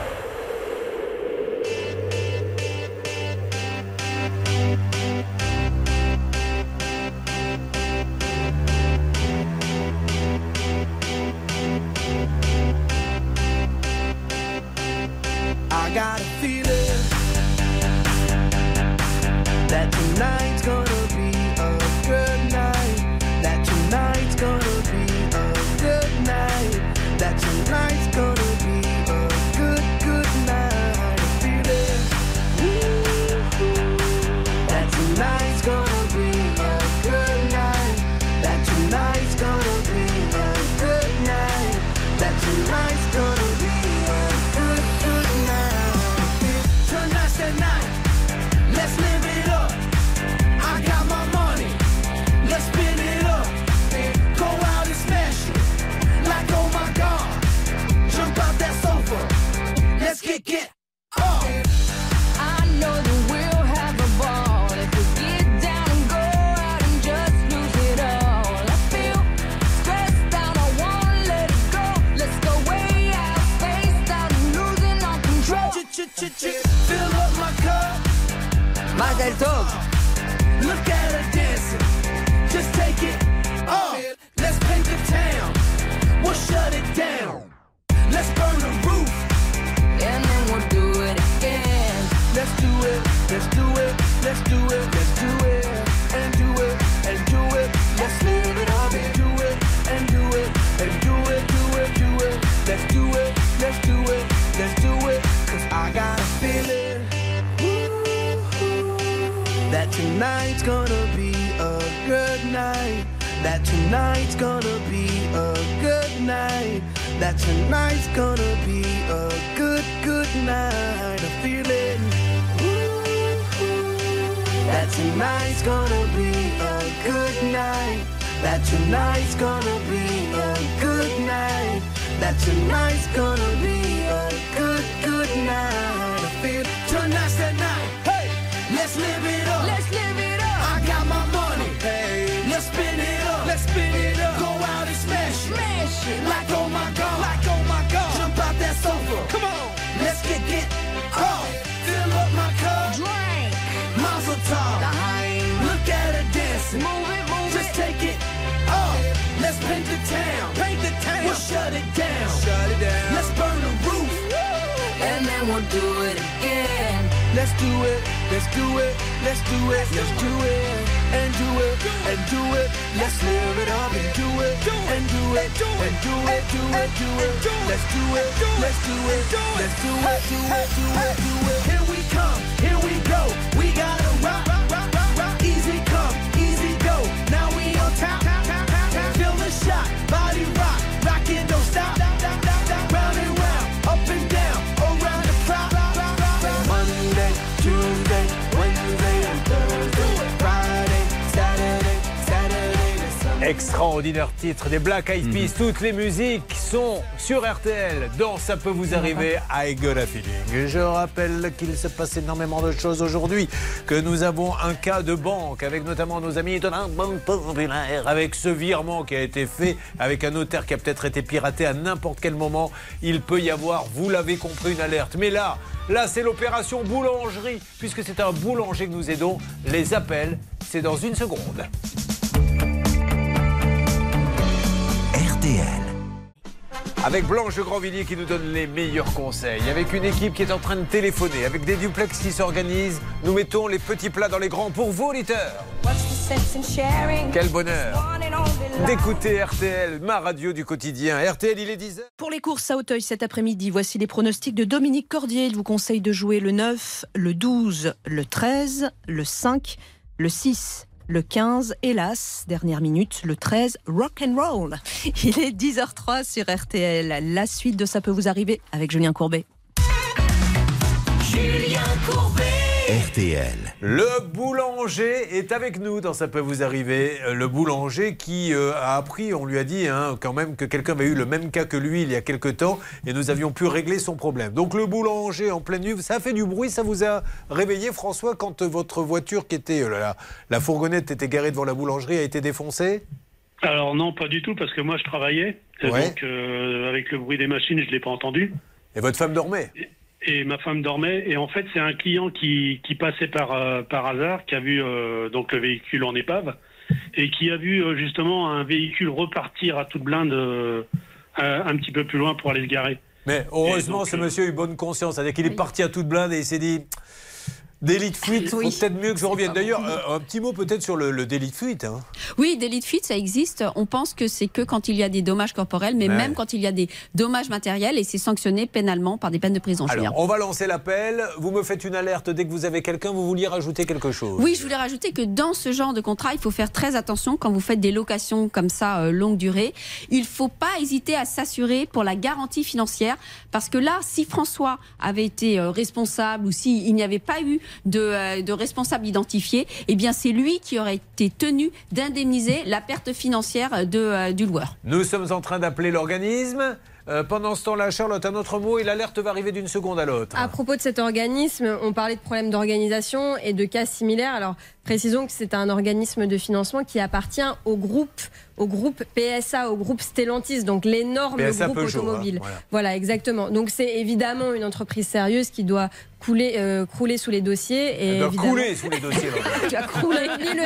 Got a feeling that tonight's gonna be a good night. That tonight's gonna be a good night. That tonight's gonna be a good, good night. A feeling that tonight's gonna be a good night. That tonight's gonna be a good night. That tonight's gonna be a good, good night. Tonight, let's live it up. I got my money, let's spin it up. Go out and smash it, like oh my God. Jump out that sofa, let's kick it up. I know that we'll have a ball if we get down and go out and just lose it all. I feel stressed out, I wanna let it go. Let's go way out, spaced out and losing all control. Fill up my cup. Mazel Tov. Look at her dancing. Just take it off. Let's paint the town. We'll shut it down. Let's burn the roof. And then we'll do it again. Let's do it. Let's do it. Let's do it. Let's do it. And do it. And do it. Let's live it up and do it. And do it. And do it. Do it. Do it. Let's do it. Let's do it. Let's do it. Cause I got a feeling that tonight's gonna be a good night. That tonight's gonna be a good night. That tonight's gonna be a good, good night. A feeling that tonight's gonna be a good night. That tonight's gonna be a good night. That tonight's gonna be a good, good night. I feel tonight's the night. Hey, let's live it up. Let's live it up. I got my money. Hey, let's spin it up. Let's spin it up. Go out and smash it. Smash it. Like oh my God. Like oh my God. Jump out that sofa. Come on. Let's get it off. Fill up my cup. Drink. Mazel tov. Look at her dancing. Move it, move Just it. Take it off. Let's paint the town. Paint the town. We'll shut it down. Shut it down. Let's burn the roof. And then we'll do it again. Let's do it. Let's do it. Let's do it. Let's do it. And do it. And do it. Let's live it up and do it. And do it. And do it. Do it. Do it. Let's do it. Let's do it. Let's do it. Do it. Do it. Do it. Here we come. Here we go. We gotta rock. Rock. Rock. Rock. Easy come. Easy go. Now we on top. Feel the shot. Body rock. Rockin', don't stop. Round and round. Up and down. Around the clock. Monday, Tuesday, Wednesday, and Thursday. Friday, Saturday, Saturday, and Sunday. Extraordinaire titre des Black Eyed Peas. Mmh. Toutes les musiques sont sur R T L. Dans Ça peut vous arriver, I got a feeling. Je rappelle qu'il se passe énormément de choses aujourd'hui, que nous avons un cas de banque avec notamment nos amis de la Banque Populaire, avec ce virement qui a été fait, avec un notaire qui a peut-être été piraté à n'importe quel moment. Il peut y avoir, vous l'avez compris, une alerte. Mais là, là c'est l'opération boulangerie, puisque c'est un boulanger que nous aidons. Les appels, c'est dans une seconde. R T L. Avec Blanche de Grandvilliers qui nous donne les meilleurs conseils, avec une équipe qui est en train de téléphoner, avec des duplex qui s'organisent, nous mettons les petits plats dans les grands pour vos auditeurs. Quel bonheur d'écouter R T L, ma radio du quotidien. R T L, il est dix heures. Pour les courses à Auteuil cet après-midi, voici les pronostics de Dominique Cordier. Il vous conseille de jouer le neuf, le douze, le treize, le cinq, le six, le quinze, hélas, dernière minute, le treize, rock and roll. Il est dix heures zéro trois sur R T L. La suite de Ça peut vous arriver avec Julien Courbet. Julien Courbet. R T L. Le boulanger est avec nous dans Ça peut vous arriver. Le boulanger qui euh, a appris, on lui a dit hein, quand même que quelqu'un avait eu le même cas que lui il y a quelque temps et nous avions pu régler son problème. Donc le boulanger en pleine nuit, ça a fait du bruit, ça vous a réveillé François quand votre voiture qui était, euh, la, la fourgonnette était garée devant la boulangerie a été défoncée? Alors non, pas du tout parce que moi je travaillais. Et ouais. Donc euh, avec le bruit des machines, je ne l'ai pas entendu. Et votre femme dormait? et, Et ma femme dormait, et en fait c'est un client qui, qui passait par, euh, par hasard, qui a vu euh, donc le véhicule en épave, et qui a vu euh, justement un véhicule repartir à toute blinde euh, un, un petit peu plus loin pour aller se garer. Mais heureusement donc, ce euh... monsieur a eu bonne conscience, c'est-à-dire qu'il est oui. parti à toute blinde et il s'est dit... Délit de fuite, il oui. faut peut-être mieux que je revienne. D'ailleurs, euh, un petit mot peut-être sur le, le délit de fuite. Hein. Oui, délit de fuite, ça existe. On pense que c'est que quand il y a des dommages corporels, mais ouais. même quand il y a des dommages matériels, et c'est sanctionné pénalement par des peines de prison. Alors, Julien. On va lancer l'appel. Vous me faites une alerte dès que vous avez quelqu'un. Vous vouliez rajouter quelque chose? Oui, je voulais rajouter que dans ce genre de contrat, il faut faire très attention quand vous faites des locations comme ça, euh, longue durée. Il ne faut pas hésiter à s'assurer pour la garantie financière, parce que là, si François avait été euh, responsable ou s'il n'y avait pas eu de... Euh, de responsable identifié, eh bien c'est lui qui aurait été tenu d'indemniser la perte financière de, euh, du loueur. Nous sommes en train d'appeler l'organisme. Euh, pendant ce temps-là, Charlotte, un autre mot et l'alerte va arriver d'une seconde à l'autre. À propos de cet organisme, on parlait de problèmes d'organisation et de cas similaires. Alors, précisons que c'est un organisme de financement qui appartient au groupe, au groupe P S A, au groupe Stellantis, donc l'énorme P S A groupe Peugeot, automobile. Hein, voilà. voilà, exactement. Donc c'est évidemment une entreprise sérieuse qui doit couler, euh, crouler sous les dossiers. Et Elle doit évidemment... couler sous les dossiers. Tu as croulé, ni le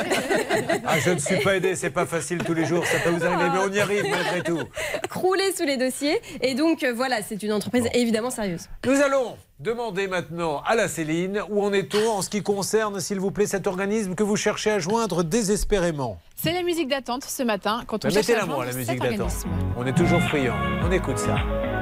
R. Ah, je ne suis pas aidé, c'est pas facile tous les jours, ça peut vous arriver, mais on y arrive malgré tout. Crouler sous les dossiers. Et donc euh, voilà, c'est une entreprise bon. évidemment sérieuse. Nous allons demander maintenant à la Céline où en est-on en ce qui concerne, s'il vous plaît, cet organisme que vous cherchez à joindre désespérément. C'est la musique d'attente ce matin quand on Mais cherche à mettez-la joindre moi, la musique cet d'attente. organisme. On est toujours friand. On écoute ça.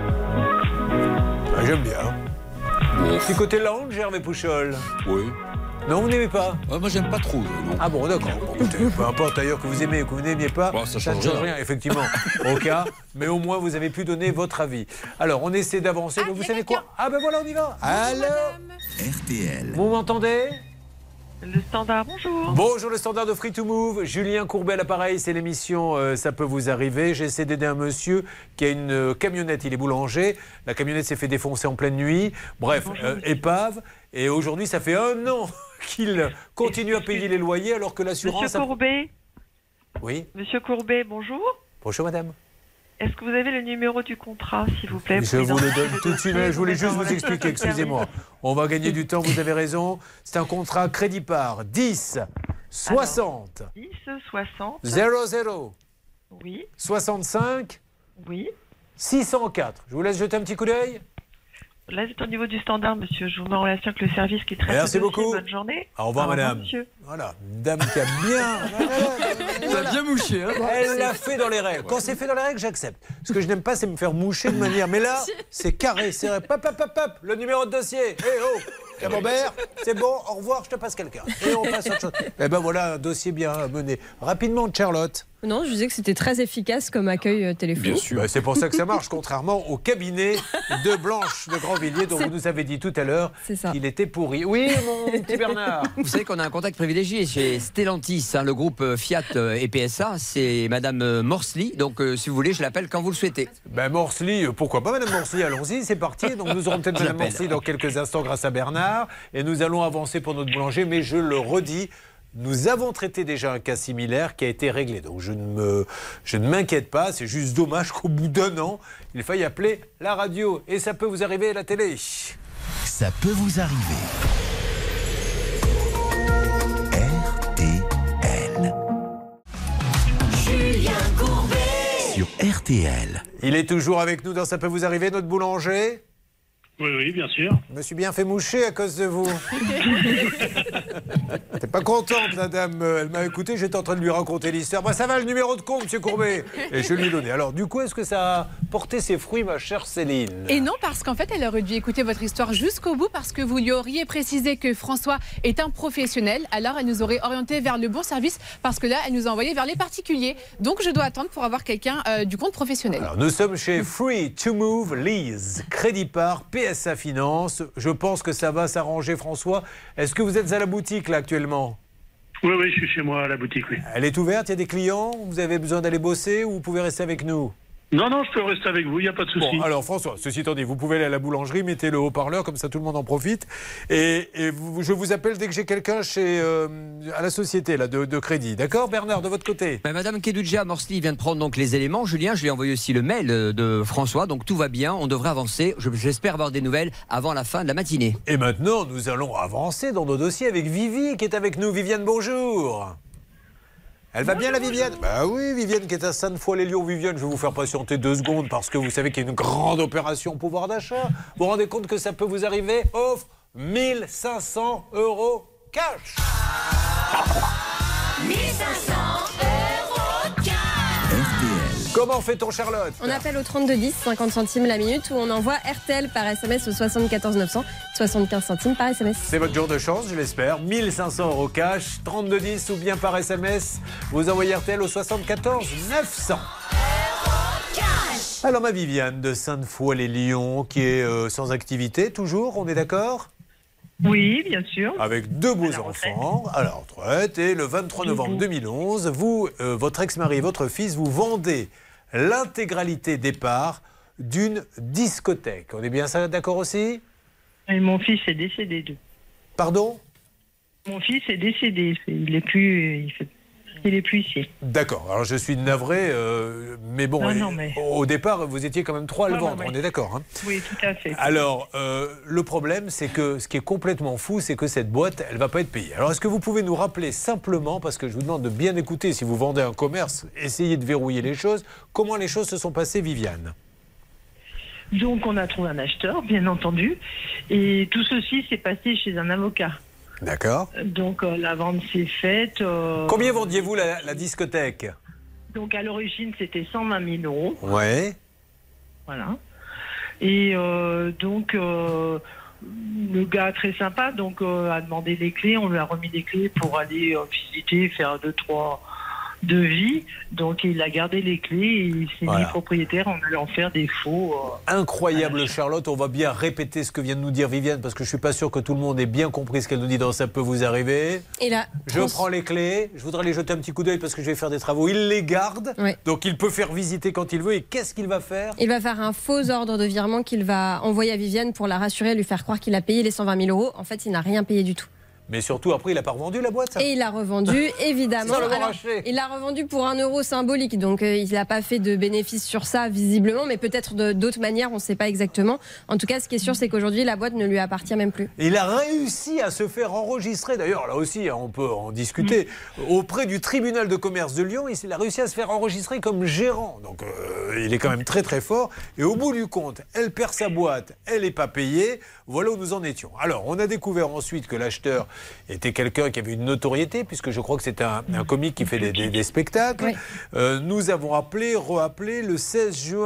Ah, j'aime bien. Petit côté lounge, Hervé Pouchol. Oui. Non, vous n'aimez pas? euh, Moi, j'aime pas trop. Non. Ah bon, d'accord. Bon, écoutez, peu importe d'ailleurs que vous aimez ou que vous n'aimiez pas, bon, ça, ça ne change rien, effectivement, au cas. Mais au moins, vous avez pu donner votre avis. Alors, on essaie d'avancer. Ah, vous savez quoi? Ah ben voilà, on y va. Alors, R T L. Vous m'entendez? Le standard, bonjour. Bonjour, le standard de Free to Move. Julien Courbet à l'appareil, c'est l'émission euh, Ça peut vous arriver. J'essaie d'aider un monsieur qui a une euh, camionnette, il est boulanger. La camionnette s'est fait défoncer en pleine nuit. Bref, euh, épave. Et aujourd'hui, ça fait un an qu'il continue à payer les loyers alors que l'assurance... Monsieur Courbet. A... Oui. Monsieur Courbet, bonjour. Bonjour, madame. Est-ce que vous avez le numéro du contrat, s'il vous plaît? Je vous le donne tout de suite. Je voulais juste vous expliquer, excusez-moi. On va gagner du temps, vous avez raison. C'est un contrat crédit par dix soixante. Alors, dix soixante. zéro zéro. Oui. soixante-cinq. Oui. six cent quatre. Je vous laisse jeter un petit coup d'œil. Là, c'est au niveau du standard, monsieur. Je vous mets en relation avec le service qui traite. Merci le dossier. beaucoup. Bonne journée. Au revoir, Au revoir madame. Monsieur. Voilà, une dame qui a bien... Elle a bien mouché. Hein. Elle l'a fait dans les règles. Quand c'est fait dans les règles, j'accepte. Ce que je n'aime pas, c'est me faire moucher de manière... Mais là, c'est carré, c'est vrai. Pop, pop, pop, pop. Le numéro de dossier. Eh oh, Camembert, c'est bon, au revoir, je te passe quelqu'un. Et on passe à autre chose. Eh ben voilà, un dossier bien mené. Rapidement, Charlotte. Non, je disais que c'était très efficace comme accueil euh, téléphonique. Bien sûr. Bah, c'est pour ça que ça marche, contrairement au cabinet de Blanche de Grandvilliers dont vous nous avez dit tout à l'heure qu'il était pourri. Oui, mon petit Bernard. Vous savez qu'on a un contact privilégié chez Stellantis, hein, le groupe Fiat et P S A. C'est Madame Morsley. Donc, euh, si vous voulez, je l'appelle quand vous le souhaitez. Ben Morsley, pourquoi pas Madame Morsley? Allons-y, c'est parti. Donc nous aurons peut-être Madame Morsley dans quelques instants grâce à Bernard. Et nous allons avancer pour notre boulanger. Mais je le redis, nous avons traité déjà un cas similaire qui a été réglé. Donc je ne, me, je ne m'inquiète pas. C'est juste dommage qu'au bout d'un an, il faille appeler la radio. Et ça peut vous arriver à la télé. Ça peut vous arriver. R T L. Julien Courbet. Sur R T L. Il est toujours avec nous dans Ça peut vous arriver, notre boulanger. Oui, oui, bien sûr. Je me suis bien fait moucher à cause de vous. T'es pas contente, la dame. Elle m'a écouté, j'étais en train de lui raconter l'histoire. Bah, ça va, le numéro de compte, monsieur Courbet. Et je lui ai donné. Alors, du coup, est-ce que ça a porté ses fruits, ma chère Céline? Et non, parce qu'en fait, elle aurait dû écouter votre histoire jusqu'au bout, parce que vous lui auriez précisé que François est un professionnel. Alors, elle nous aurait orienté vers le bon service, parce que là, elle nous a envoyé vers les particuliers. Donc, je dois attendre pour avoir quelqu'un euh, du compte professionnel. Alors, nous sommes chez Free to Move Lease, Crédit Par, P S A Finance. Je pense que ça va s'arranger, François. Est-ce que vous êtes à la boutique, là, actuellement? Oui, oui, je suis chez moi à la boutique, oui. Elle est ouverte, il y a des clients? Vous avez besoin d'aller bosser ou vous pouvez rester avec nous? Non, non, je peux rester avec vous, il n'y a pas de souci. Bon, alors François, ceci étant dit, vous pouvez aller à la boulangerie, mettez le haut-parleur, comme ça tout le monde en profite. Et, et vous, je vous appelle dès que j'ai quelqu'un chez euh, à la société là, de, de crédit. D'accord, Bernard, de votre côté? Ben, Madame Kedouja Morsley vient de prendre donc les éléments. Julien, je lui ai envoyé aussi le mail de François, donc tout va bien, on devrait avancer. Je- J'espère avoir des nouvelles avant la fin de la matinée. Et maintenant, nous allons avancer dans nos dossiers avec Vivi, qui est avec nous. Viviane, bonjour. Elle va bien, la Viviane? Bah oui, Viviane qui est à Sainte-Foy-les-Lyons. Viviane, je vais vous faire patienter deux secondes parce que vous savez qu'il y a une grande opération pouvoir d'achat. Vous vous rendez compte que ça peut vous arriver? Offre mille cinq cents euros cash. mille cinq cents euros cash. Comment fait-on, Charlotte? On appelle au trente-deux dix, cinquante centimes la minute, ou on envoie R T L par S M S au soixante-quatorze neuf cents, soixante-quinze centimes par S M S. C'est votre jour de chance, je l'espère. mille cinq cents euros cash, trente-deux dix ou bien par S M S. Vous envoyez R T L au soixante-quatorze neuf cents. Alors ma Viviane de Sainte-Foy-les-Lyons qui est euh, sans activité toujours, on est d'accord? Oui, bien sûr. Avec deux beaux enfants à la retraite. Et le vingt-trois novembre deux mille onze, vous, euh, votre ex-mari et votre fils, vous vendez l'intégralité des parts d'une discothèque. On est bien ça d'accord aussi? Et mon fils est décédé. De... Pardon? Mon fils est décédé. Il est plus, il fait... il est plus ici. D'accord. Alors je suis navré, euh, mais bon, Non, et- non, mais- au départ, vous étiez quand même trois à le Ouais, ouais, vendre. ouais. On est d'accord, hein? Oui, tout à fait. Alors, euh, le problème, c'est que ce qui est complètement fou, c'est que cette boîte, elle ne va pas être payée. Alors, est-ce que vous pouvez nous rappeler simplement, parce que je vous demande de bien écouter, si vous vendez un commerce, essayez de verrouiller les choses, comment les choses se sont passées, Viviane? Donc, on a trouvé un acheteur, bien entendu. Et tout ceci s'est passé chez un avocat. D'accord. Donc, euh, la vente s'est faite. euh, Combien vendiez-vous la, la discothèque? Donc, à l'origine, c'était cent vingt mille euros. Ouais. Voilà. Et euh, donc, euh, le gars très sympa donc, euh, a demandé des clés. On lui a remis des clés pour aller euh, visiter, faire deux, trois devis. Donc, il a gardé les clés et il s'est Voilà. mis propriétaire en allant faire des faux. euh, Incroyable, Charlotte. On va bien répéter ce que vient de nous dire Viviane, parce que je ne suis pas sûr que tout le monde ait bien compris ce qu'elle nous dit dans Ça peut vous arriver. Et là, Je trans- prends les clés, je voudrais les jeter un petit coup d'œil parce que je vais faire des travaux. Il les garde, Ouais. donc il peut faire visiter quand il veut. Et qu'est-ce qu'il va faire? Il va faire un faux ordre de virement qu'il va envoyer à Viviane pour la rassurer, lui faire croire qu'il a payé les cent vingt mille euros. En fait, il n'a rien payé du tout. Mais surtout, après, il n'a pas revendu la boîte, ça? Et il l'a revendu, évidemment. Sans l'avoir Alors, acheté. il l'a revendu pour un euro symbolique, donc euh, il n'a pas fait de bénéfice sur ça, visiblement, mais peut-être de- d'autres manières, on ne sait pas exactement. En tout cas, ce qui est sûr, c'est qu'aujourd'hui, la boîte ne lui appartient même plus. Il a réussi à se faire enregistrer, d'ailleurs là aussi hein, on peut en discuter, auprès du tribunal de commerce de Lyon, il a réussi à se faire enregistrer comme gérant. Donc euh, il est quand même très très fort. Et au bout du compte, elle perd sa boîte, elle n'est pas payée. Voilà où nous en étions. Alors on a découvert ensuite que l'acheteur était quelqu'un qui avait une notoriété, puisque je crois que c'est un, un comique qui fait des, des- des spectacles. Oui. Euh, nous avons appelé, reappelé le seize juin.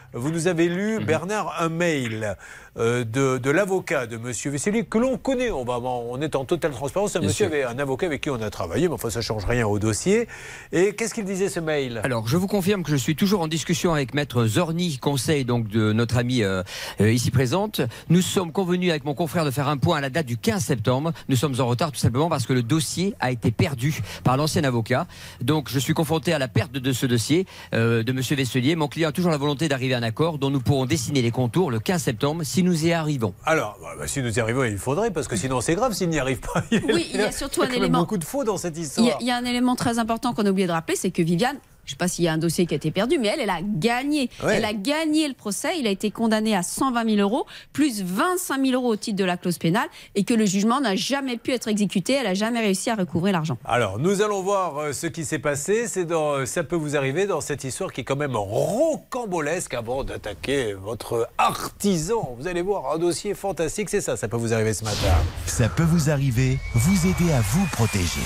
vous nous avez lu, Bernard, un mail euh, de, de l'avocat de M. Vesely que l'on connaît. On, va, on est en totale transparence. Ce monsieur avait un avocat avec qui on a travaillé, mais enfin, ça ne change rien au dossier. Et qu'est-ce qu'il disait, ce mail? Alors, je vous confirme que je suis toujours en discussion avec Maître Zorni, conseil donc de notre amie euh, euh, ici présente. Nous sommes convenus avec mon confrère de faire un point à la date du quinze septembre. Nous sommes en retard tout simplement parce que le dossier a été perdu par l'ancien avocat. Donc, je suis confronté à la perte de, de ce dossier euh, de M. Vesely. Mon client a toujours la volonté d'arriver à un accord dont nous pourrons dessiner les contours le quinze septembre si nous y arrivons. Alors, bah, si nous y arrivons, il faudrait, parce que sinon c'est grave s'il n'y arrive pas. Il oui, il y a surtout un il y a élément. beaucoup de faux dans cette histoire. Il y, a, il y a un élément très important qu'on a oublié de rappeler, c'est que Viviane, je ne sais pas s'il y a un dossier qui a été perdu, mais elle, elle a gagné. Ouais. Elle a gagné le procès. Il a été condamné à cent vingt mille euros, plus vingt-cinq mille euros au titre de la clause pénale, et que le jugement n'a jamais pu être exécuté. Elle n'a jamais réussi à recouvrer l'argent. Alors, nous allons voir euh, ce qui s'est passé. C'est dans, euh, ça peut vous arriver dans cette histoire qui est quand même rocambolesque avant d'attaquer votre artisan. Vous allez voir, un dossier fantastique, c'est ça. Ça peut vous arriver ce matin. Ça peut vous arriver, vous aider à vous protéger.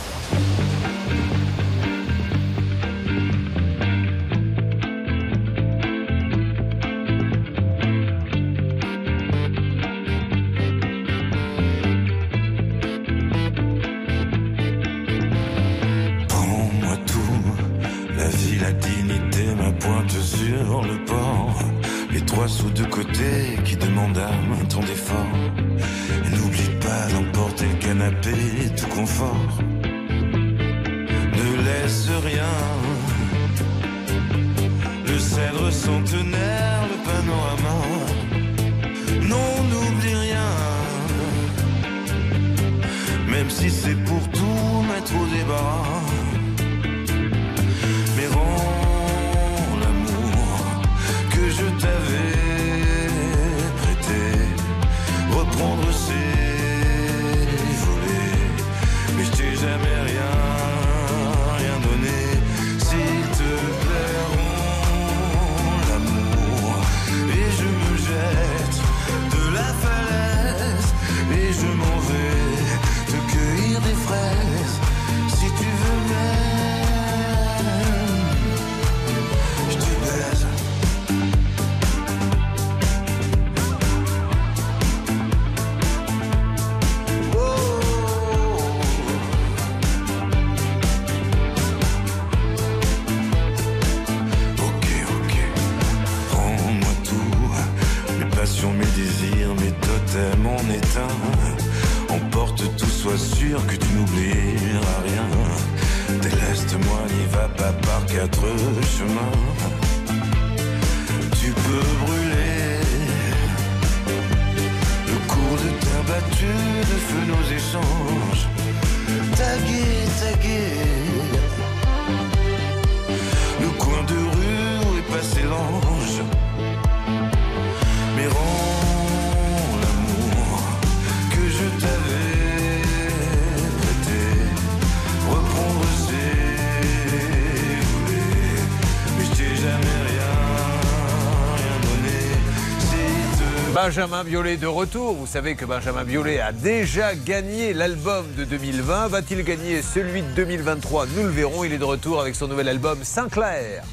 Sur le port, les trois sous de côté qui demandent un temps d'effort. Et n'oublie pas d'emporter le canapé, tout confort. Ne laisse rien. Le cèdre centenaire, le panorama. Non, n'oublie rien. Même si c'est pour tout mettre au débarras. Mais rends je t'avais prêté, reprendre ses volets, mais je t'ai jamais rien, rien donné. S'il te plaît, rends l'amour, et je me jette de la falaise, et je m'en vais te cueillir des fraises, si tu veux même, je te baise. Mes désirs, mes totems en éteint. Emporte tout, sois sûr que tu n'oublieras rien. Déleste-moi, n'y va pas par quatre chemins. Tu peux brûler le cours de terre battue, de feu nos échanges. Taguer, taguer le coin de rue où est passé l'ange. Mais rends l'amour que je t'avais prêté, reprendre ses volets, mais je t'ai jamais rien, rien donné. Si te... Benjamin Biolay de retour. Vous savez que Benjamin Biolay a déjà gagné l'album de deux mille vingt. Va-t-il gagner celui de deux mille vingt-trois? Nous le verrons. Il est de retour avec son nouvel album Saint-Clair.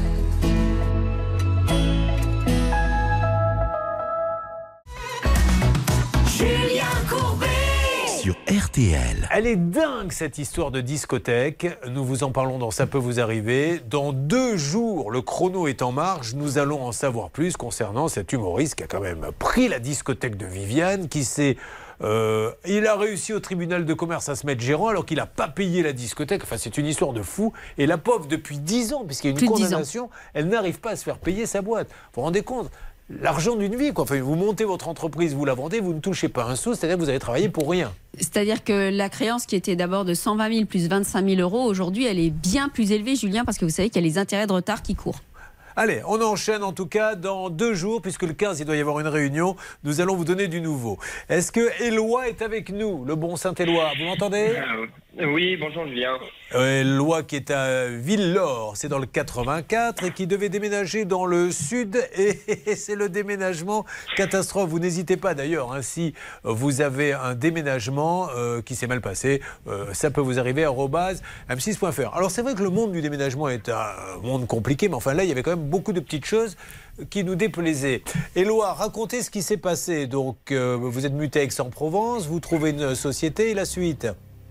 Sur R T L. Elle est dingue cette histoire de discothèque. Nous vous en parlons dans Ça peut vous arriver. Dans deux jours, le chrono est en marche. Nous allons en savoir plus concernant cet humoriste qui a quand même pris la discothèque de Viviane, qui s'est... Euh, il a réussi au tribunal de commerce à se mettre gérant alors qu'il n'a pas payé la discothèque. Enfin, c'est une histoire de fou. Et la pauvre, depuis dix ans, puisqu'il y a une Plus condamnation, elle n'arrive pas à se faire payer sa boîte. Vous vous rendez compte ? L'argent d'une vie, quoi. Enfin, vous montez votre entreprise, vous la vendez, vous ne touchez pas un sou, c'est-à-dire que vous avez travaillé pour rien. C'est-à-dire que la créance qui était d'abord de cent vingt mille plus vingt-cinq mille euros, aujourd'hui, elle est bien plus élevée, Julien, parce que vous savez qu'il y a les intérêts de retard qui courent. Allez, on enchaîne en tout cas dans deux jours, puisque le quinze, il doit y avoir une réunion. Nous allons vous donner du nouveau. Est-ce que Éloi est avec nous, le bon Saint-Éloi? Vous m'entendez? euh, Oui, bonjour Julien. Euh, Éloi qui est à Villelaure, c'est dans le quatre-vingt-quatre, et qui devait déménager dans le sud. Et c'est le déménagement catastrophe. Vous n'hésitez pas d'ailleurs, hein, si vous avez un déménagement euh, qui s'est mal passé, euh, ça peut vous arriver, arobase m six point f r. Alors c'est vrai que le monde du déménagement est un monde compliqué, mais enfin là, il y avait quand même beaucoup de petites choses. qui nous déplaisait. Éloi, racontez ce qui s'est passé. Donc, euh, vous êtes muté à Aix-en-Provence, vous trouvez une société et la suite.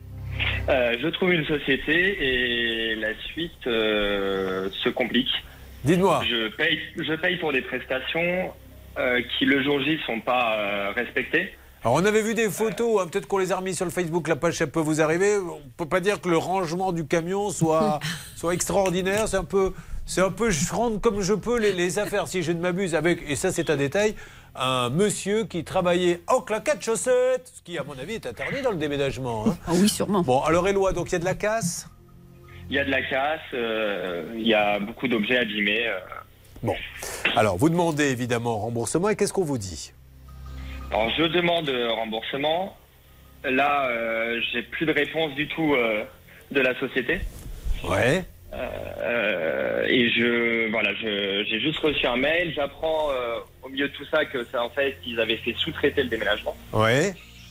Euh, je trouve une société et la suite euh, se complique. Dites-moi. Je paye, je paye pour des prestations euh, qui le jour J sont pas euh, respectées. Alors on avait vu des photos, hein, peut-être qu'on les a remis sur le Facebook, la page ça peut vous arriver. On peut pas dire que le rangement du camion soit, soit extraordinaire. C'est un peu, c'est un peu, je rentre comme je peux les, les affaires, si je ne m'abuse, avec, et ça c'est un détail, un monsieur qui travaillait en claquettes chaussettes, ce qui à mon avis est interdit dans le déménagement. Hein. Ah oui, sûrement. Bon, alors Éloi, donc il y a de la casse ? Il y a de la casse, euh, il y a beaucoup d'objets abîmés. Euh. Bon, alors vous demandez évidemment remboursement et qu'est-ce qu'on vous dit ? Alors je demande remboursement. Là, euh, j'ai plus de réponse du tout euh, de la société. Ouais. Euh, et je, voilà, je, j'ai juste reçu un mail. J'apprends euh, au milieu de tout ça que c'est en fait ils avaient fait sous-traiter le déménagement. Ouais.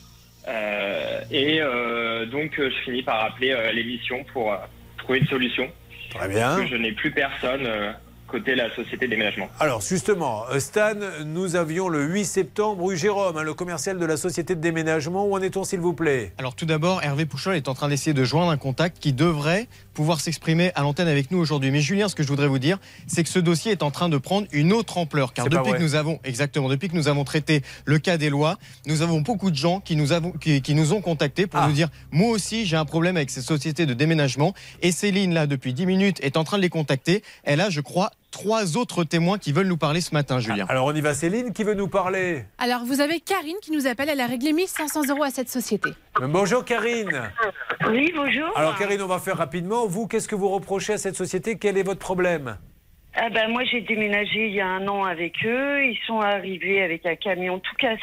Euh, et euh, donc je finis par appeler euh, l'émission pour euh, trouver une solution. Très bien. Parce que je n'ai plus personne. Euh, côté la société de déménagement. Alors justement, Stan, nous avions le huit septembre rue Jérôme, hein, le commercial de la société de déménagement. Où en est-on s'il vous plaît ? Alors tout d'abord, Hervé Pouchol est en train d'essayer de joindre un contact qui devrait pouvoir s'exprimer à l'antenne avec nous aujourd'hui. Mais Julien, ce que je voudrais vous dire, c'est que ce dossier est en train de prendre une autre ampleur. Car C'est depuis que nous avons, exactement, depuis que nous avons traité le cas d'Éloi, nous avons beaucoup de gens qui nous, avons, qui, qui nous ont contactés pour Ah. nous dire « Moi aussi, j'ai un problème avec ces sociétés de déménagement. » Et Céline, là, depuis dix minutes, est en train de les contacter. Elle a, je crois, trois autres témoins qui veulent nous parler ce matin, Julien. Alors on y va, Céline, qui veut nous parler ? Alors, vous avez Karine qui nous appelle. Elle a réglé mille cinq cents euros à cette société. Bonjour Karine. Oui, bonjour. Alors Karine, on va faire rapidement. Vous, qu'est-ce que vous reprochez à cette société ? Quel est votre problème ? Ah ben, moi, j'ai déménagé il y a un an avec eux. Ils sont arrivés avec un camion tout cassé.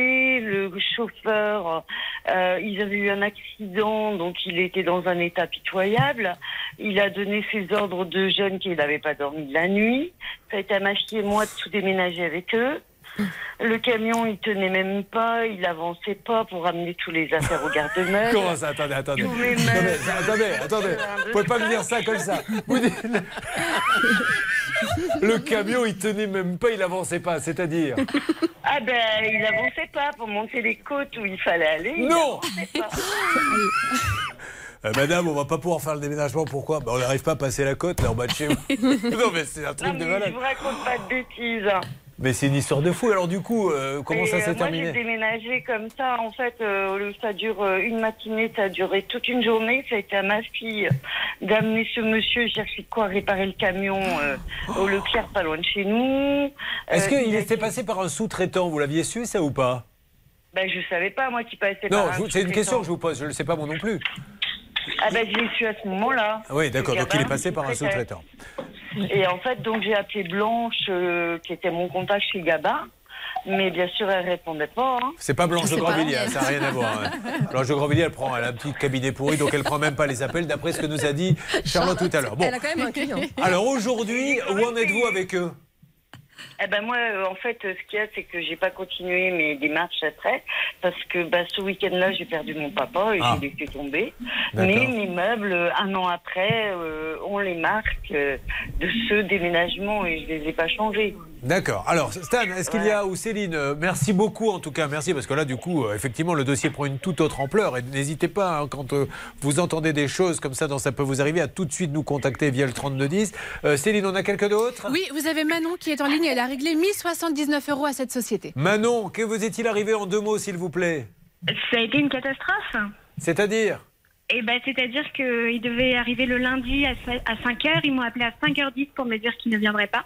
Le chauffeur, euh, ils avaient eu un accident, donc il était dans un état pitoyable. Il a donné ses ordres de jeûne qu'il n'avait pas dormi de la nuit. Ça a été à ma fille et moi de tout déménager avec eux. Le camion, il tenait même pas, il avançait pas pour ramener tous les affaires au garde-meuble. Comment ça ? Attendez, attendez. Tous mes Attendez, meubles. attendez, attendez. Vous pouvez pas me dire ça comme ça. Vous dites... Le camion, il tenait même pas, il avançait pas, c'est-à-dire ? Ah ben, il avançait pas pour monter les côtes où il fallait aller. il Non. avançait pas. Euh, madame, on va pas pouvoir faire le déménagement, pourquoi ? Bah, on n'arrive pas à passer la côte, là, en bas de chez vous. Non, mais c'est un truc Non, de mais malade. je vous raconte pas de bêtises. Mais c'est une histoire de fou. Alors, du coup, euh, comment Et, ça s'est euh, terminé ? Moi, j'ai déménagé comme ça. En fait, euh, au lieu que ça dure euh, une matinée, ça a duré toute une journée. Ça a été à ma fille d'amener ce monsieur chercher de quoi réparer le camion euh, au Leclerc, pas loin de chez nous. Est-ce Euh, qu'il il a était dit- passé par un sous-traitant ? Vous l'aviez su, ça, ou pas ? Ben, je savais pas, moi, qui passait Non, par un je vous- c'est une question sous-traitant. que je vous pose. Je ne le sais pas, moi non plus. Ah ben, je l'ai su à ce moment-là. Ah oui, d'accord. Le Donc, il est gamin passé qui par un traitait. sous-traitant. Et en fait, donc j'ai appelé Blanche, euh, qui était mon contact chez Gaba. Mais bien sûr, elle répondait pas. Hein. C'est pas Blanche de C'est pas Grandvilliers, elle. ça n'a rien à voir. hein. Blanche de Grandvilliers, elle, prend, elle a un petit cabinet pourri, donc elle prend même pas les appels, d'après ce que nous a dit Charlotte tout à l'heure. Bon. Elle a quand même un client. Alors aujourd'hui, où en êtes-vous avec eux ? Eh ben moi, euh, en fait, euh, ce qu'il y a, c'est que j'ai pas continué mes démarches après, parce que bah, ce week-end-là, j'ai perdu mon papa et Ah. j'ai laissé tomber. D'accord. Mais mes meubles, euh, un an après, euh, ont les marques euh, de ce déménagement et je les ai pas changés. D'accord. Alors, Stan, est-ce qu'il y a, ou Céline, euh, merci beaucoup en tout cas, merci, parce que là, du coup, euh, effectivement, le dossier prend une toute autre ampleur. Et n'hésitez pas, hein, quand euh, vous entendez des choses comme ça, dont ça peut vous arriver, à tout de suite nous contacter via le trente-deux dix. Euh, Céline, on a quelqu'un d'autre ? Oui, vous avez Manon qui est en ligne. Elle a réglé mille soixante-dix-neuf euros à cette société. Manon, que vous est-il arrivé en deux mots, s'il vous plaît ? Ça a été une catastrophe. C'est-à-dire ? Et ben, c'est-à-dire qu'il devait arriver le lundi à cinq heures. Ils m'ont appelé à cinq heures dix pour me dire qu'ils ne viendraient pas.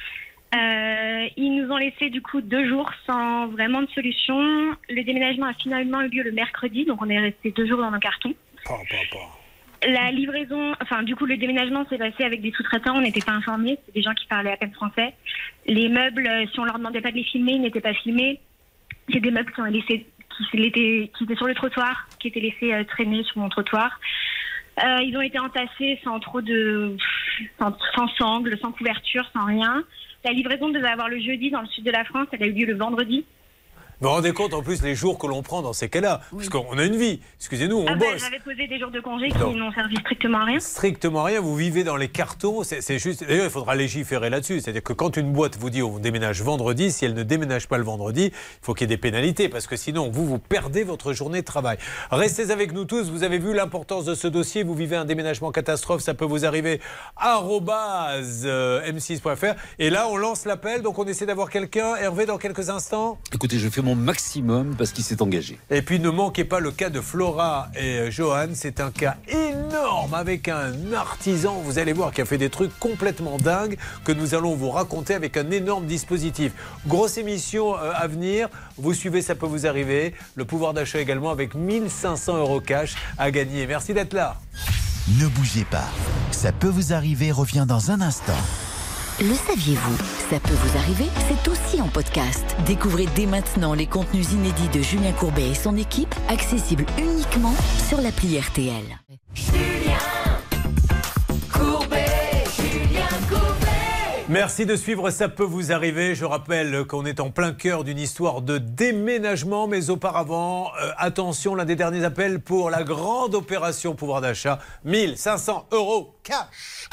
Euh, ils nous ont laissé du coup deux jours sans vraiment de solution. Le déménagement a finalement eu lieu le mercredi, donc on est resté deux jours dans nos cartons. Pa, pa, pa. La livraison, enfin du coup le déménagement s'est passé avec des sous-traitants, on n'était pas informés, c'était des gens qui parlaient à peine français. Les meubles, euh, si on leur demandait pas de les filmer, ils n'étaient pas filmés. C'est des meubles qui ont laissé, qui étaient, qui étaient sur le trottoir, qui étaient laissés euh, traîner sur mon trottoir. Euh, ils ont été entassés sans trop de, sans, sans sangle, sans couverture, sans rien. La livraison devait avoir le jeudi dans le sud de la France, elle a eu lieu le vendredi. Vous vous rendez compte en plus les jours que l'on prend dans ces cas-là, oui. Parce qu'on a une vie, excusez-nous, on ah bosse. Ben, j'avais posé des jours de congé qui non. n'ont servi strictement à rien. Strictement à rien, vous vivez dans les cartons, c'est, c'est juste... D'ailleurs, il faudra légiférer là-dessus, c'est-à-dire que quand une boîte vous dit on déménage vendredi, si elle ne déménage pas le vendredi, il faut qu'il y ait des pénalités, parce que sinon, vous, vous perdez votre journée de travail. Restez avec nous tous, vous avez vu l'importance de ce dossier, vous vivez un déménagement catastrophe, ça peut vous arriver, arobase m six point f r. Et là, on lance l'appel, donc on essaie d'avoir quelqu'un. Hervé, dans quelques instants. Écoutez, je fais mon maximum parce qu'il s'est engagé. Et puis ne manquez pas le cas de Flora et Johan, c'est un cas énorme avec un artisan, vous allez voir, qui a fait des trucs complètement dingues que nous allons vous raconter avec un énorme dispositif. Grosse émission euh, à venir, vous suivez, ça peut vous arriver. Le pouvoir d'achat également avec mille cinq cents euros cash à gagner. Merci d'être là. Ne bougez pas, ça peut vous arriver, revient dans un instant. Le saviez-vous? Ça peut vous arriver, c'est aussi en podcast. Découvrez dès maintenant les contenus inédits de Julien Courbet et son équipe, accessibles uniquement sur l'appli R T L. Julien Courbet, Julien Courbet. Merci de suivre Ça peut vous arriver. Je rappelle qu'on est en plein cœur d'une histoire de déménagement, mais auparavant, euh, attention, l'un des derniers appels pour la grande opération pouvoir d'achat, mille cinq cents euros cash.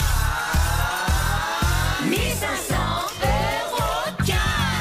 mille cinq cents euros cash.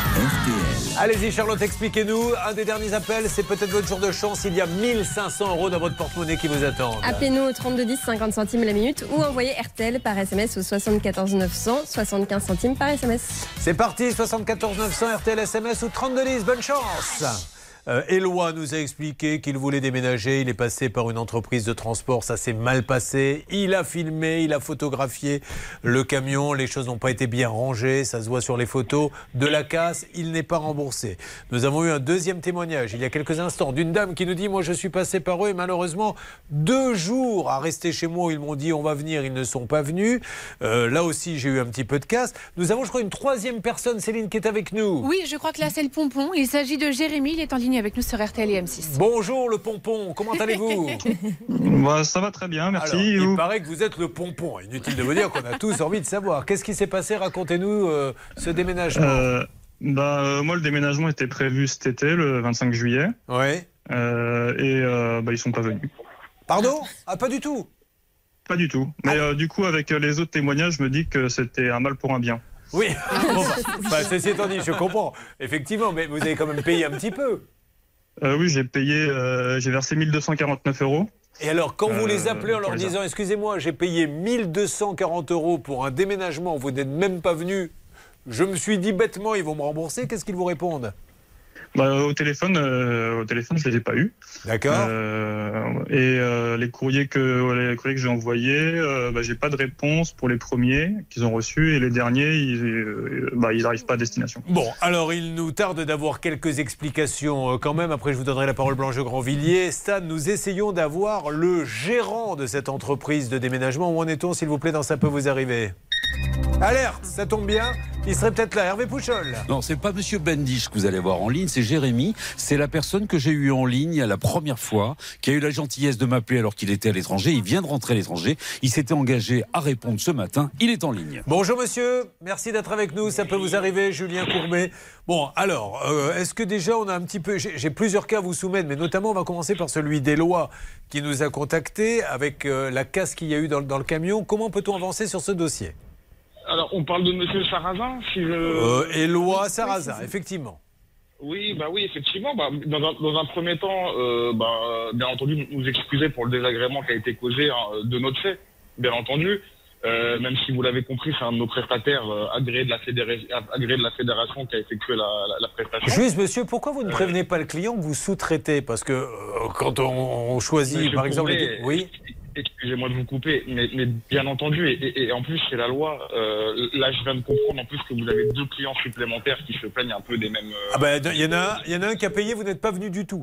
Allez-y Charlotte, expliquez-nous. Un des derniers appels, c'est peut-être votre jour de chance. Il y a mille cinq cents euros dans votre porte-monnaie qui vous attendent. Appelez-nous au trente-deux dix, cinquante centimes la minute ou envoyez R T L par S M S au soixante-quatorze neuf cents, soixante-quinze centimes par S M S. C'est parti, soixante-quatorze neuf cents R T L S M S ou trente-deux dix. Bonne chance. Euh, Éloi nous a expliqué qu'il voulait déménager. Il est passé par une entreprise de transport. Ça s'est mal passé. Il a filmé, il a photographié le camion. Les choses n'ont pas été bien rangées. Ça se voit sur les photos. De la casse, il n'est pas remboursé. Nous avons eu un deuxième témoignage il y a quelques instants d'une dame qui nous dit « Moi, je suis passé par eux et malheureusement, deux jours à rester chez moi. Ils m'ont dit « On va venir ». Ils ne sont pas venus. Euh, là aussi, j'ai eu un petit peu de casse. Nous avons, je crois, une troisième personne, Céline, qui est avec nous. Oui, je crois que là, c'est le pompon. Il s'agit de Jérémy. Il est en ligne avec nous sur R T L et M six. Bonjour le pompon, comment allez-vous? Bah, ça va très bien, merci. Alors, il paraît que vous êtes le pompon. Inutile de vous dire qu'on a tous envie de savoir. Qu'est-ce qui s'est passé? Racontez-nous euh, ce déménagement. Euh, bah, euh, moi, le déménagement était prévu cet été, le vingt-cinq juillet. Oui. Euh, et euh, bah, ils sont pas venus. Pardon? Ah, pas du tout? Pas du tout. Mais ah. euh, du coup, avec les autres témoignages, je me dis que c'était un mal pour un bien. Oui, bon, bah, ceci étant dit, je comprends. Effectivement, mais vous avez quand même payé un petit peu. Euh, oui, j'ai payé, euh, j'ai versé mille deux cent quarante-neuf euros. Et alors, quand vous euh, les appelez en leur disant « Excusez-moi, j'ai payé mille deux cent quarante euros pour un déménagement, vous n'êtes même pas venu, je me suis dit bêtement, ils vont me rembourser », qu'est-ce qu'ils vous répondent? Bah, au téléphone, euh, au téléphone, je les ai pas eus. D'accord. Euh, et euh, les courriers que les courriers que j'ai envoyés, euh, bah, j'ai pas de réponse pour les premiers qu'ils ont reçus et les derniers, ils, euh, bah, ils arrivent pas à destination. Bon, alors il nous tarde d'avoir quelques explications euh, quand même. Après, je vous donnerai la parole, Blanche Grandvilliers. Stan, nous essayons d'avoir le gérant de cette entreprise de déménagement. Où en est-on, s'il vous plaît, dans Ça peut vous arriver? Alerte, ça tombe bien, il serait peut-être là, Hervé Pouchol. Non, c'est pas Monsieur Bendish que vous allez voir en ligne, c'est Jérémy. C'est la personne que j'ai eue en ligne la première fois, qui a eu la gentillesse de m'appeler alors qu'il était à l'étranger. Il vient de rentrer à l'étranger. Il s'était engagé à répondre ce matin. Il est en ligne. Bonjour monsieur, merci d'être avec nous. Ça peut vous arriver, Julien Courbet. Bon, alors, euh, est-ce que déjà on a un petit peu... J'ai, j'ai plusieurs cas à vous soumettre, mais notamment on va commencer par celui d'Éloi qui nous a contactés avec euh, la casse qu'il y a eu dans, dans le camion. Comment peut-on avancer sur ce dossier? Alors, on parle de monsieur Sarrazin, si je... Euh, Éloi Sarrazin, effectivement. Oui, bah oui, effectivement. Bah, dans, un, dans un premier temps, euh, bah, bien entendu, nous excuser pour le désagrément qui a été causé hein, de notre fait, bien entendu. Euh, même si vous l'avez compris, c'est un de nos prestataires euh, agréés de la fédération, agréé de la fédération qui a effectué la, la, la prestation. Juste, monsieur, pourquoi vous ne prévenez pas le client que vous sous-traitez? Parce que euh, quand on, on choisit, monsieur par exemple... Courbet, les... Oui. Excusez-moi de vous couper, mais, mais bien entendu, et, et, et en plus c'est la loi, euh, là je viens de comprendre en plus que vous avez deux clients supplémentaires qui se plaignent un peu des mêmes... Euh, ah ben, il y en a, il y en a un qui a payé, vous n'êtes pas venu du tout.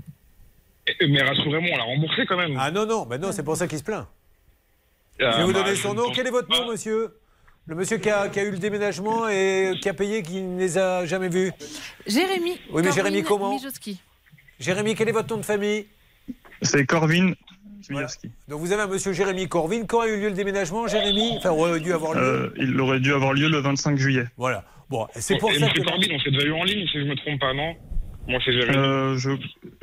Et, mais rassurez-moi, on l'a remboursé quand même. Ah non, non, ben non, c'est pour ça qu'il se plaint. Euh, je vais vous bah, donner son nom. Quel est votre nom, monsieur? Le monsieur qui a, qui a eu le déménagement et qui a payé, qui ne les a jamais vus? Jérémy. Oui, mais Jérémy comment? Mijoski. Jérémy, quel est votre nom de famille? C'est Corvin. Voilà. Donc vous avez un monsieur Jérémy Corvin. Quand a eu lieu le déménagement, Jérémy? Enfin, aurait dû avoir lieu. Euh, il aurait dû avoir lieu le vingt-cinq juillet. Voilà. Bon, c'est pour et ça monsieur que... Corvin, on s'est déjà eu en ligne, si je ne me trompe pas, non? Moi, c'est Jérémy. Euh, je